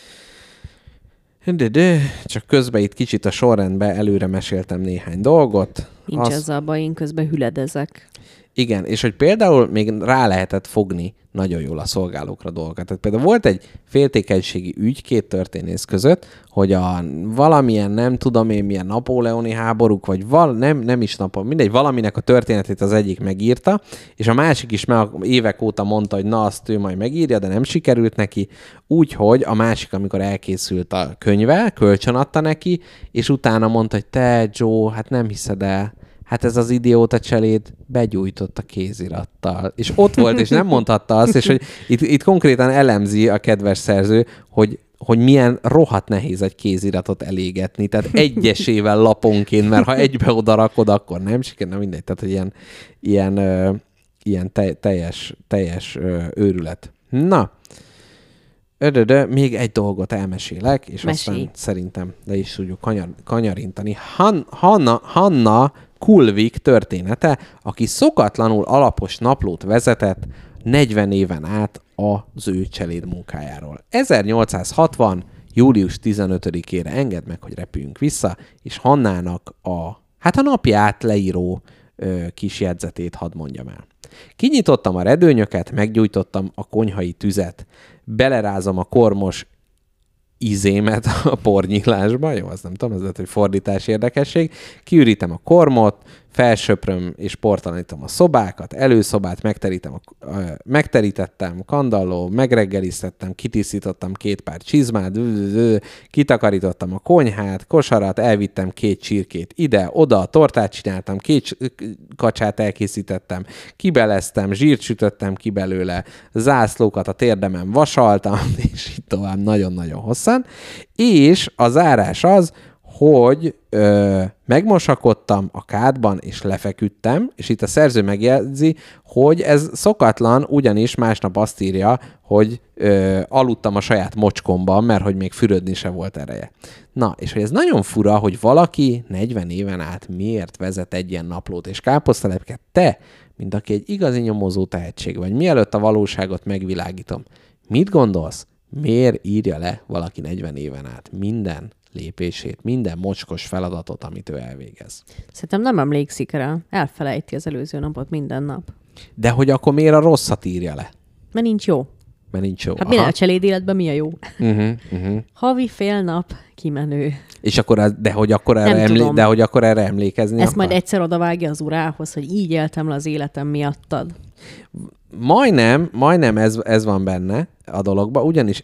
Csak közben itt kicsit a sorrendben előre meséltem néhány dolgot. Nincs ezzel a baj, én közben hüledezek. Igen, és hogy például még rá lehetett fogni nagyon jól a szolgálókra dolgokat. Tehát például volt egy féltékenységi ügy két történész között, hogy valamilyen, nem tudom én milyen napóleoni háborúk, vagy nem is mindegy, valaminek a történetét az egyik megírta, és a másik is évek óta mondta, hogy na, azt ő majd megírja, de nem sikerült neki. Úgyhogy a másik, amikor elkészült a könyve, kölcsön adta neki, és utána mondta, hogy te, Joe, hát nem hiszed el, hát ez az idióta cseléd begyújtott a kézirattal. És ott volt, és nem mondhatta azt, és hogy itt konkrétan elemzi a kedves szerző, hogy milyen rohadt nehéz egy kéziratot elégetni. Tehát egyesével laponként, mert ha egybe oda rakod, akkor nem sikerül, mindegy. Tehát, hogy ilyen teljes őrület. Na, még egy dolgot elmesélek, és aztán szerintem le is tudjuk kanyarintani. Hanna Kulvik története, aki szokatlanul alapos naplót vezetett 40 éven át az ő cseléd munkájáról. 1860. július 15-ére engedd meg, hogy repüljünk vissza, és Hannának a napját leíró kis jegyzetét hadd mondjam el. Kinyitottam a redőnyöket, meggyújtottam a konyhai tüzet, belerázom a kormos izémet a pornyílásba, jó, azt nem tudom, ez lehet, hogy fordítás érdekesség, kiürítem a kormot, felsöpröm és portalanítom a szobákat, előszobát megterítettem, kandalló, megreggeliztettem, kitisztítottam 2 pár csizmát, kitakarítottam a konyhát, kosarat, elvittem 2 csirkét ide, oda, tortát csináltam, 2 kacsát elkészítettem, kibeleztem, zsírt sütöttem ki belőle, zászlókat a térdemen vasaltam, és így tovább nagyon-nagyon hosszan. És a zárás az, hogy megmosakodtam a kádban, és lefeküdtem, és itt a szerző megjegyzi, hogy ez szokatlan, ugyanis másnap azt írja, hogy aludtam a saját mocskomban, mert hogy még fürödni se volt ereje. Na, és hogy ez nagyon fura, hogy valaki 40 éven át miért vezet egy ilyen naplót, és káposztalepke, te, mint aki egy igazi nyomozó tehetség vagy, mielőtt a valóságot megvilágítom, mit gondolsz? Miért írja le valaki 40 éven át minden lépését, minden mocskos feladatot, amit ő elvégez? Szerintem nem emlékszik rá. Elfelejti az előző napot minden nap. De hogy akkor miért a rosszat írja le? Mert nincs jó. Hát minden a cseléd életben mi a jó? Havi fél nap kimenő. És akkor, de hogy akkor erre emlékezni ezt akar? majd egyszer odavágja az urához, hogy így éltem le az életem miattad. Majdnem ez van benne a dologban, ugyanis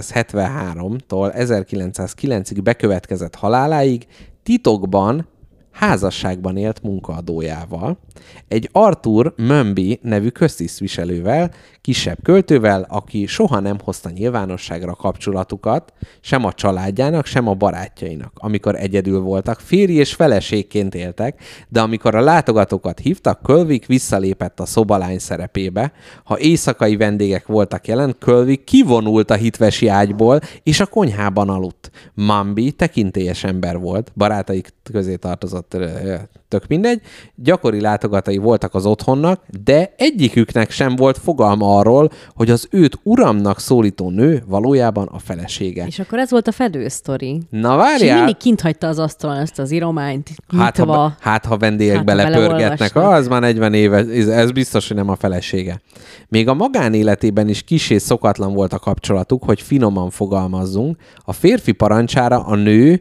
1873-tól 1909-ig bekövetkezett haláláig titokban házasságban élt munkaadójával, egy Arthur Mumby nevű köztisztviselővel, kisebb költővel, aki soha nem hozta nyilvánosságra kapcsolatukat, sem a családjának, sem a barátjainak. Amikor egyedül voltak, férj és feleségként éltek, de amikor a látogatókat hívtak, Kölvik visszalépett a szobalány szerepébe. Ha éjszakai vendégek voltak jelen, Kölvik kivonult a hitvesi ágyból, és a konyhában aludt. Mumby tekintélyes ember volt, barátaik közé tartozott, tök mindegy, gyakori látogatói voltak az otthonnak, de egyiküknek sem volt fogalma arról, hogy az őt uramnak szólító nő valójában a felesége. És akkor ez volt a fedősztori. Na És várjál! mindig kint hagyta az asztalon ezt az írományt, nyitva. Ha vendégek ha belepörgetnek, beleolvasnak. az már 40 éve, ez biztos, hogy nem a felesége. Még a magánéletében is kissé szokatlan volt a kapcsolatuk, hogy finoman fogalmazzunk. A férfi parancsára a nő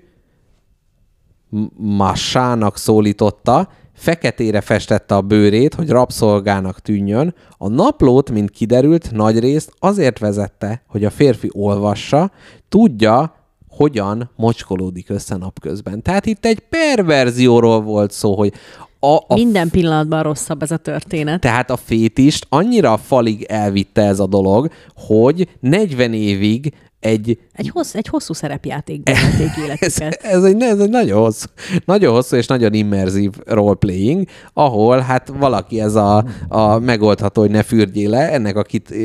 Massának szólította, feketére festette a bőrét, hogy rabszolgának tűnjön. A naplót, mint kiderült, nagyrészt azért vezette, hogy a férfi olvassa, tudja, hogyan mocskolódik össze napközben. Tehát itt egy perverzióról volt szó, hogy Minden pillanatban rosszabb ez a történet. tehát a fétist annyira a falig elvitte ez a dolog, hogy 40 évig egy hosszú szerepjátékban vették életüket. ez egy nagyon hosszú és nagyon immerzív roleplaying, ahol hát valaki ez a megoldható, hogy ne fürdjél le, ennek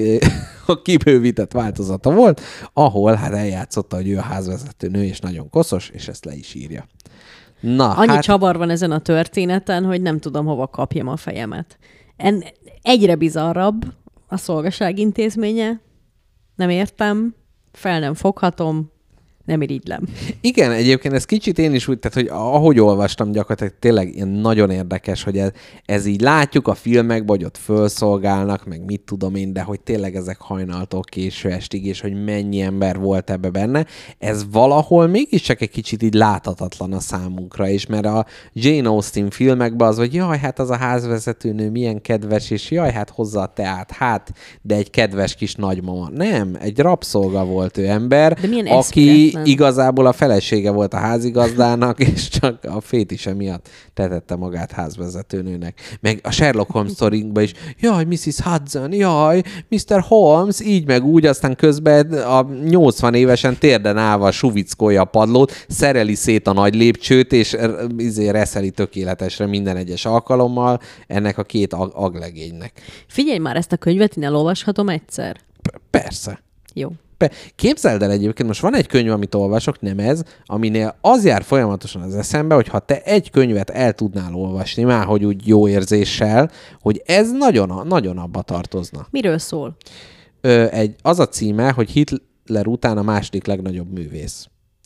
a kibővített változata volt, ahol hát eljátszotta, hogy ő a házvezető nő, és nagyon koszos, és ezt le is írja. Na, Annyi csavar van ezen a történeten, hogy nem tudom, hova kapjam a fejemet. Egyre bizarrabb a szolgaság intézménye. Nem értem, fel nem foghatom, nem irigylem. Igen, egyébként ez kicsit én is úgy, tehát, hogy ahogy olvastam, gyakorlatilag tényleg ilyen nagyon érdekes, hogy ez így látjuk a filmekben, hogy ott fölszolgálnak, meg mit tudom én, de hogy tényleg ezek hajnaltól késő estig, és hogy mennyi ember volt ebbe benne. Ez valahol mégiscsak egy kicsit így láthatatlan a számunkra is, mert a Jane Austen filmekben az, hogy jaj, hát az a házvezetőnő milyen kedves, és jaj, hát hozza a teát, hát, de egy kedves kis nagymama. Nem, egy rabszolga volt ő ember, aki igazából a felesége volt a házigazdának, és csak a fétise miatt tetette magát házvezetőnőnek. Meg a Sherlock Holmes sztorinkban is, jaj, Mrs. Hudson, jaj, Mr. Holmes, így meg úgy, aztán közben a 80 évesen térden állva suvickolja a padlót, szereli szét a nagy lépcsőt, és reszeli tökéletesre minden egyes alkalommal ennek a két aglegénynek. Figyelj már, ezt a könyvet én elolvashatom egyszer? Persze. Jó. Képzeld el egyébként, most van egy könyv, amit olvasok, nem ez, aminél az jár folyamatosan az eszembe, hogy ha te egy könyvet el tudnál olvasni, már hogy úgy jó érzéssel, hogy ez nagyon abba tartozna. Miről szól? Az a címe, hogy Hitler után a második legnagyobb művész.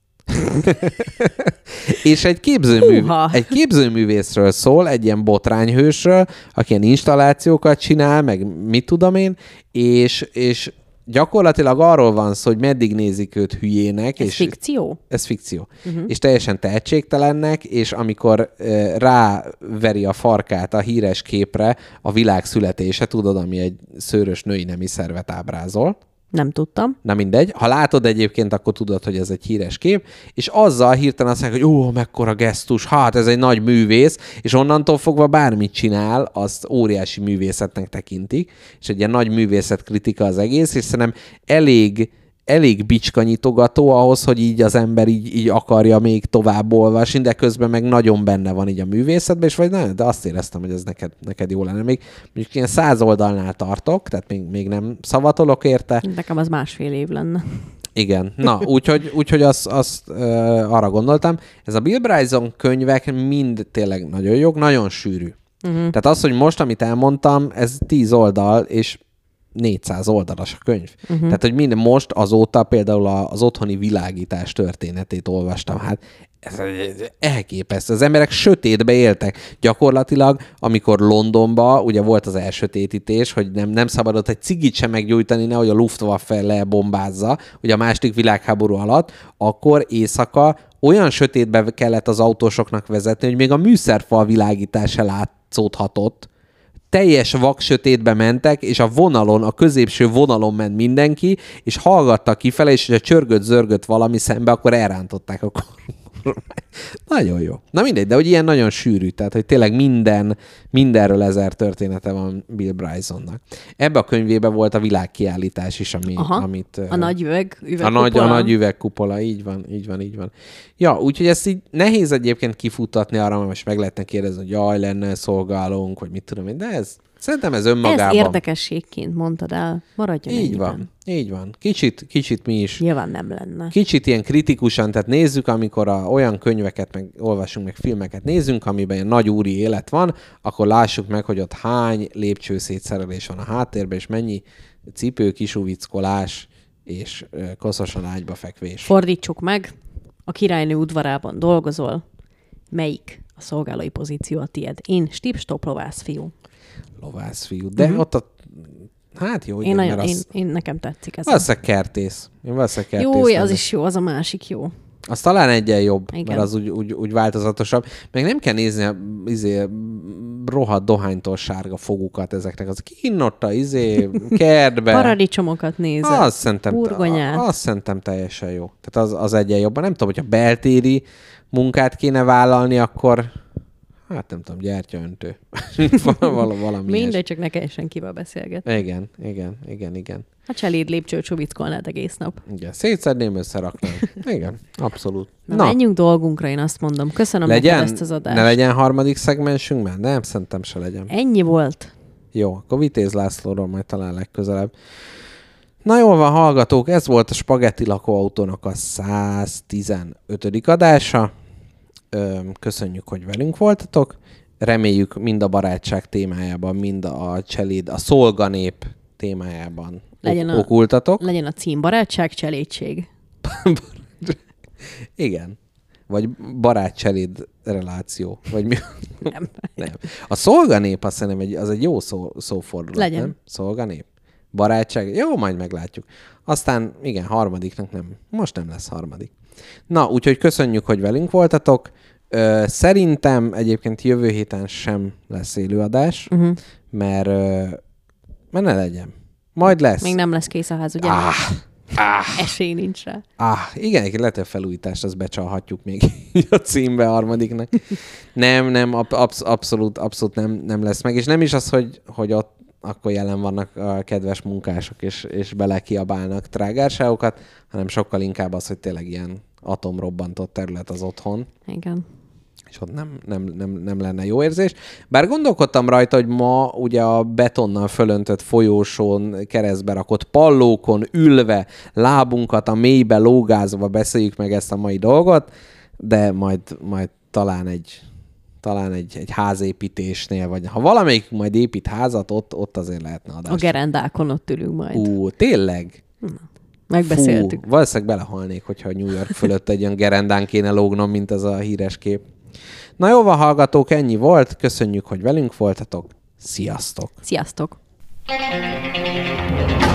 És egy képzőművészről szól, egy ilyen botrányhősről, aki ilyen installációkat csinál, meg mit tudom én, és gyakorlatilag arról van szó, hogy meddig nézik őt hülyének. Ez fikció? Ez fikció. Uh-huh. És teljesen tehetségtelennek, és amikor ráveri a farkát a híres képre a világ születése, tudod, ami egy szőrös női nemi szervet ábrázol. Nem tudtam. Na mindegy. Ha látod egyébként, akkor tudod, hogy ez egy híres kép, és azzal hirtelen azt mondják, hogy mekkora gesztus, hát ez egy nagy művész, és onnantól fogva bármit csinál, azt óriási művészetnek tekintik, és egy ilyen nagy művészetkritika az egész, és szerintem elég bicskanyitogató ahhoz, hogy így az ember így akarja még tovább olvasni, de közben meg nagyon benne van így a művészetben, és de azt éreztem, hogy ez neked jó lenne. Még mondjuk ilyen 100 oldalnál tartok, tehát még nem szavatolok érte. Nekem az 1,5 év lenne. Igen. Na, úgyhogy azt arra gondoltam. Ez a Bill Bryson könyvek mind tényleg nagyon jók, nagyon sűrű. Uh-huh. Tehát az, hogy most, amit elmondtam, ez 10 oldal, és 400 oldalas a könyv. Uh-huh. Tehát, hogy minden most azóta például az otthoni világítás történetét olvastam. Hát ez elképesztő. Az emberek sötétbe éltek. Gyakorlatilag, amikor Londonba ugye volt az elsötétítés, hogy nem szabadott egy cigit sem meggyújtani, nehogy a Luftwaffe lebombázza, ugye a második világháború alatt, akkor éjszaka olyan sötétbe kellett az autósoknak vezetni, hogy még a műszerfal világítás se látszódhatott. Teljes vaksötétbe mentek, és a középső vonalon ment mindenki, és hallgattak kifele, és ha csörgött-zörgött valami szembe, akkor elrántották a Nagyon jó. Na mindegy, de hogy ilyen nagyon sűrű, tehát hogy tényleg mindenről 1000 története van Bill Brysonnak. Ebbe a könyvében volt a világkiállítás is, amit... A nagy üvegkupola. A nagy üvegkupola, így van. Ja, úgyhogy ezt így nehéz egyébként kifutatni arra, mert most meg lehetne kérdezni, hogy jaj, lenne szolgálónk, vagy mit tudom én, de ez szerintem ez önmagában... Ez érdekességként mondtad el, maradjon ennyiben. Így van. Kicsit mi is. Nyilván nem lenne. Kicsit ilyen kritikusan, tehát nézzük, amikor olyan könyveket, meg olvasunk, meg filmeket nézzünk, amiben ilyen nagy úri élet van, akkor lássuk meg, hogy ott hány lépcsőszétszerelés van a háttérben, és mennyi cipő, kisuvickolás, és koszosan ágyba fekvés. Fordítsuk meg, a királynő udvarában dolgozol, melyik a szolgálói pozíció a tied? Én stip-stop lovászfiú. Lovászfiú. De ott hát jó, igen, én nekem tetszik ez. Valószínűleg kertész. Jó, az is jó, az a másik jó. Az talán egyen jobb, igen. Mert az úgy változatosabb. Meg nem kell nézni a rohadt dohánytól sárga fogukat ezeknek. Az kinnott a kertbe. Paradicsomokat nézel. Burgonyát. Azt szerintem teljesen jó. Tehát az egyen jobban. Nem tudom, hogyha beltéri munkát kéne vállalni, akkor hát nem tudom, gyertyaöntő. Valami mindegy, csak ne kelljen senkivel beszélgetni. Igen. Hát cseléd lépcsőt csuvickolnád egész nap. Igen, szétszedném, összeraknám. Igen, abszolút. Na, menjünk dolgunkra, én azt mondom. Köszönöm neked ezt az adást. Ne legyen harmadik szegmensünkben? Nem, szerintem se legyen. Ennyi volt. Jó, akkor Vitéz Lászlóról majd talán legközelebb. Na jól van, hallgatók, ez volt a Spagetti lakóautónak a 115. adása. Köszönjük, hogy velünk voltatok. Reméljük mind a barátság témájában, mind a cseléd, a szolganép témájában okultatok. Legyen a cím barátság, cselédség. Igen. Vagy barát-cseléd reláció. Vagy mi? Nem. A szolganép azt szerintem az egy jó szófordulat, legyen. Nem? Szolganép. Barátság. Jó, majd meglátjuk. Aztán igen, harmadiknak nem. Most nem lesz harmadik. Na, úgyhogy köszönjük, hogy velünk voltatok. Szerintem egyébként jövő héten sem lesz élőadás, mert ne legyen. Majd lesz. Még nem lesz kész a ház, ugye? Esély nincs rá. Igen, lehet, hogy a felújítást azt becsalhatjuk még a címbe a harmadiknak. Nem, abszolút nem lesz meg. És nem is az, hogy ott akkor jelen vannak a kedves munkások, és belekiabálnak trágárságokat, hanem sokkal inkább az, hogy tényleg ilyen atomrobbantott terület az otthon. Igen. És ott nem lenne jó érzés. Bár gondolkodtam rajta, hogy ma ugye a betonnal fölöntött folyósón, keresztbe rakott pallókon ülve, lábunkat a mélybe lógázva beszéljük meg ezt a mai dolgot, de majd talán egy házépítésnél, vagy ha valamelyik majd épít házat, ott azért lehetne adás. A gerendákon ott ülünk majd. Tényleg? Megbeszéltük. Valószínűleg belehalnék, hogyha New York fölött egy olyan gerendán kéne lógnom, mint ez a híres kép. Na jó van, hallgatók, ennyi volt. Köszönjük, hogy velünk voltatok. Sziasztok! Sziasztok!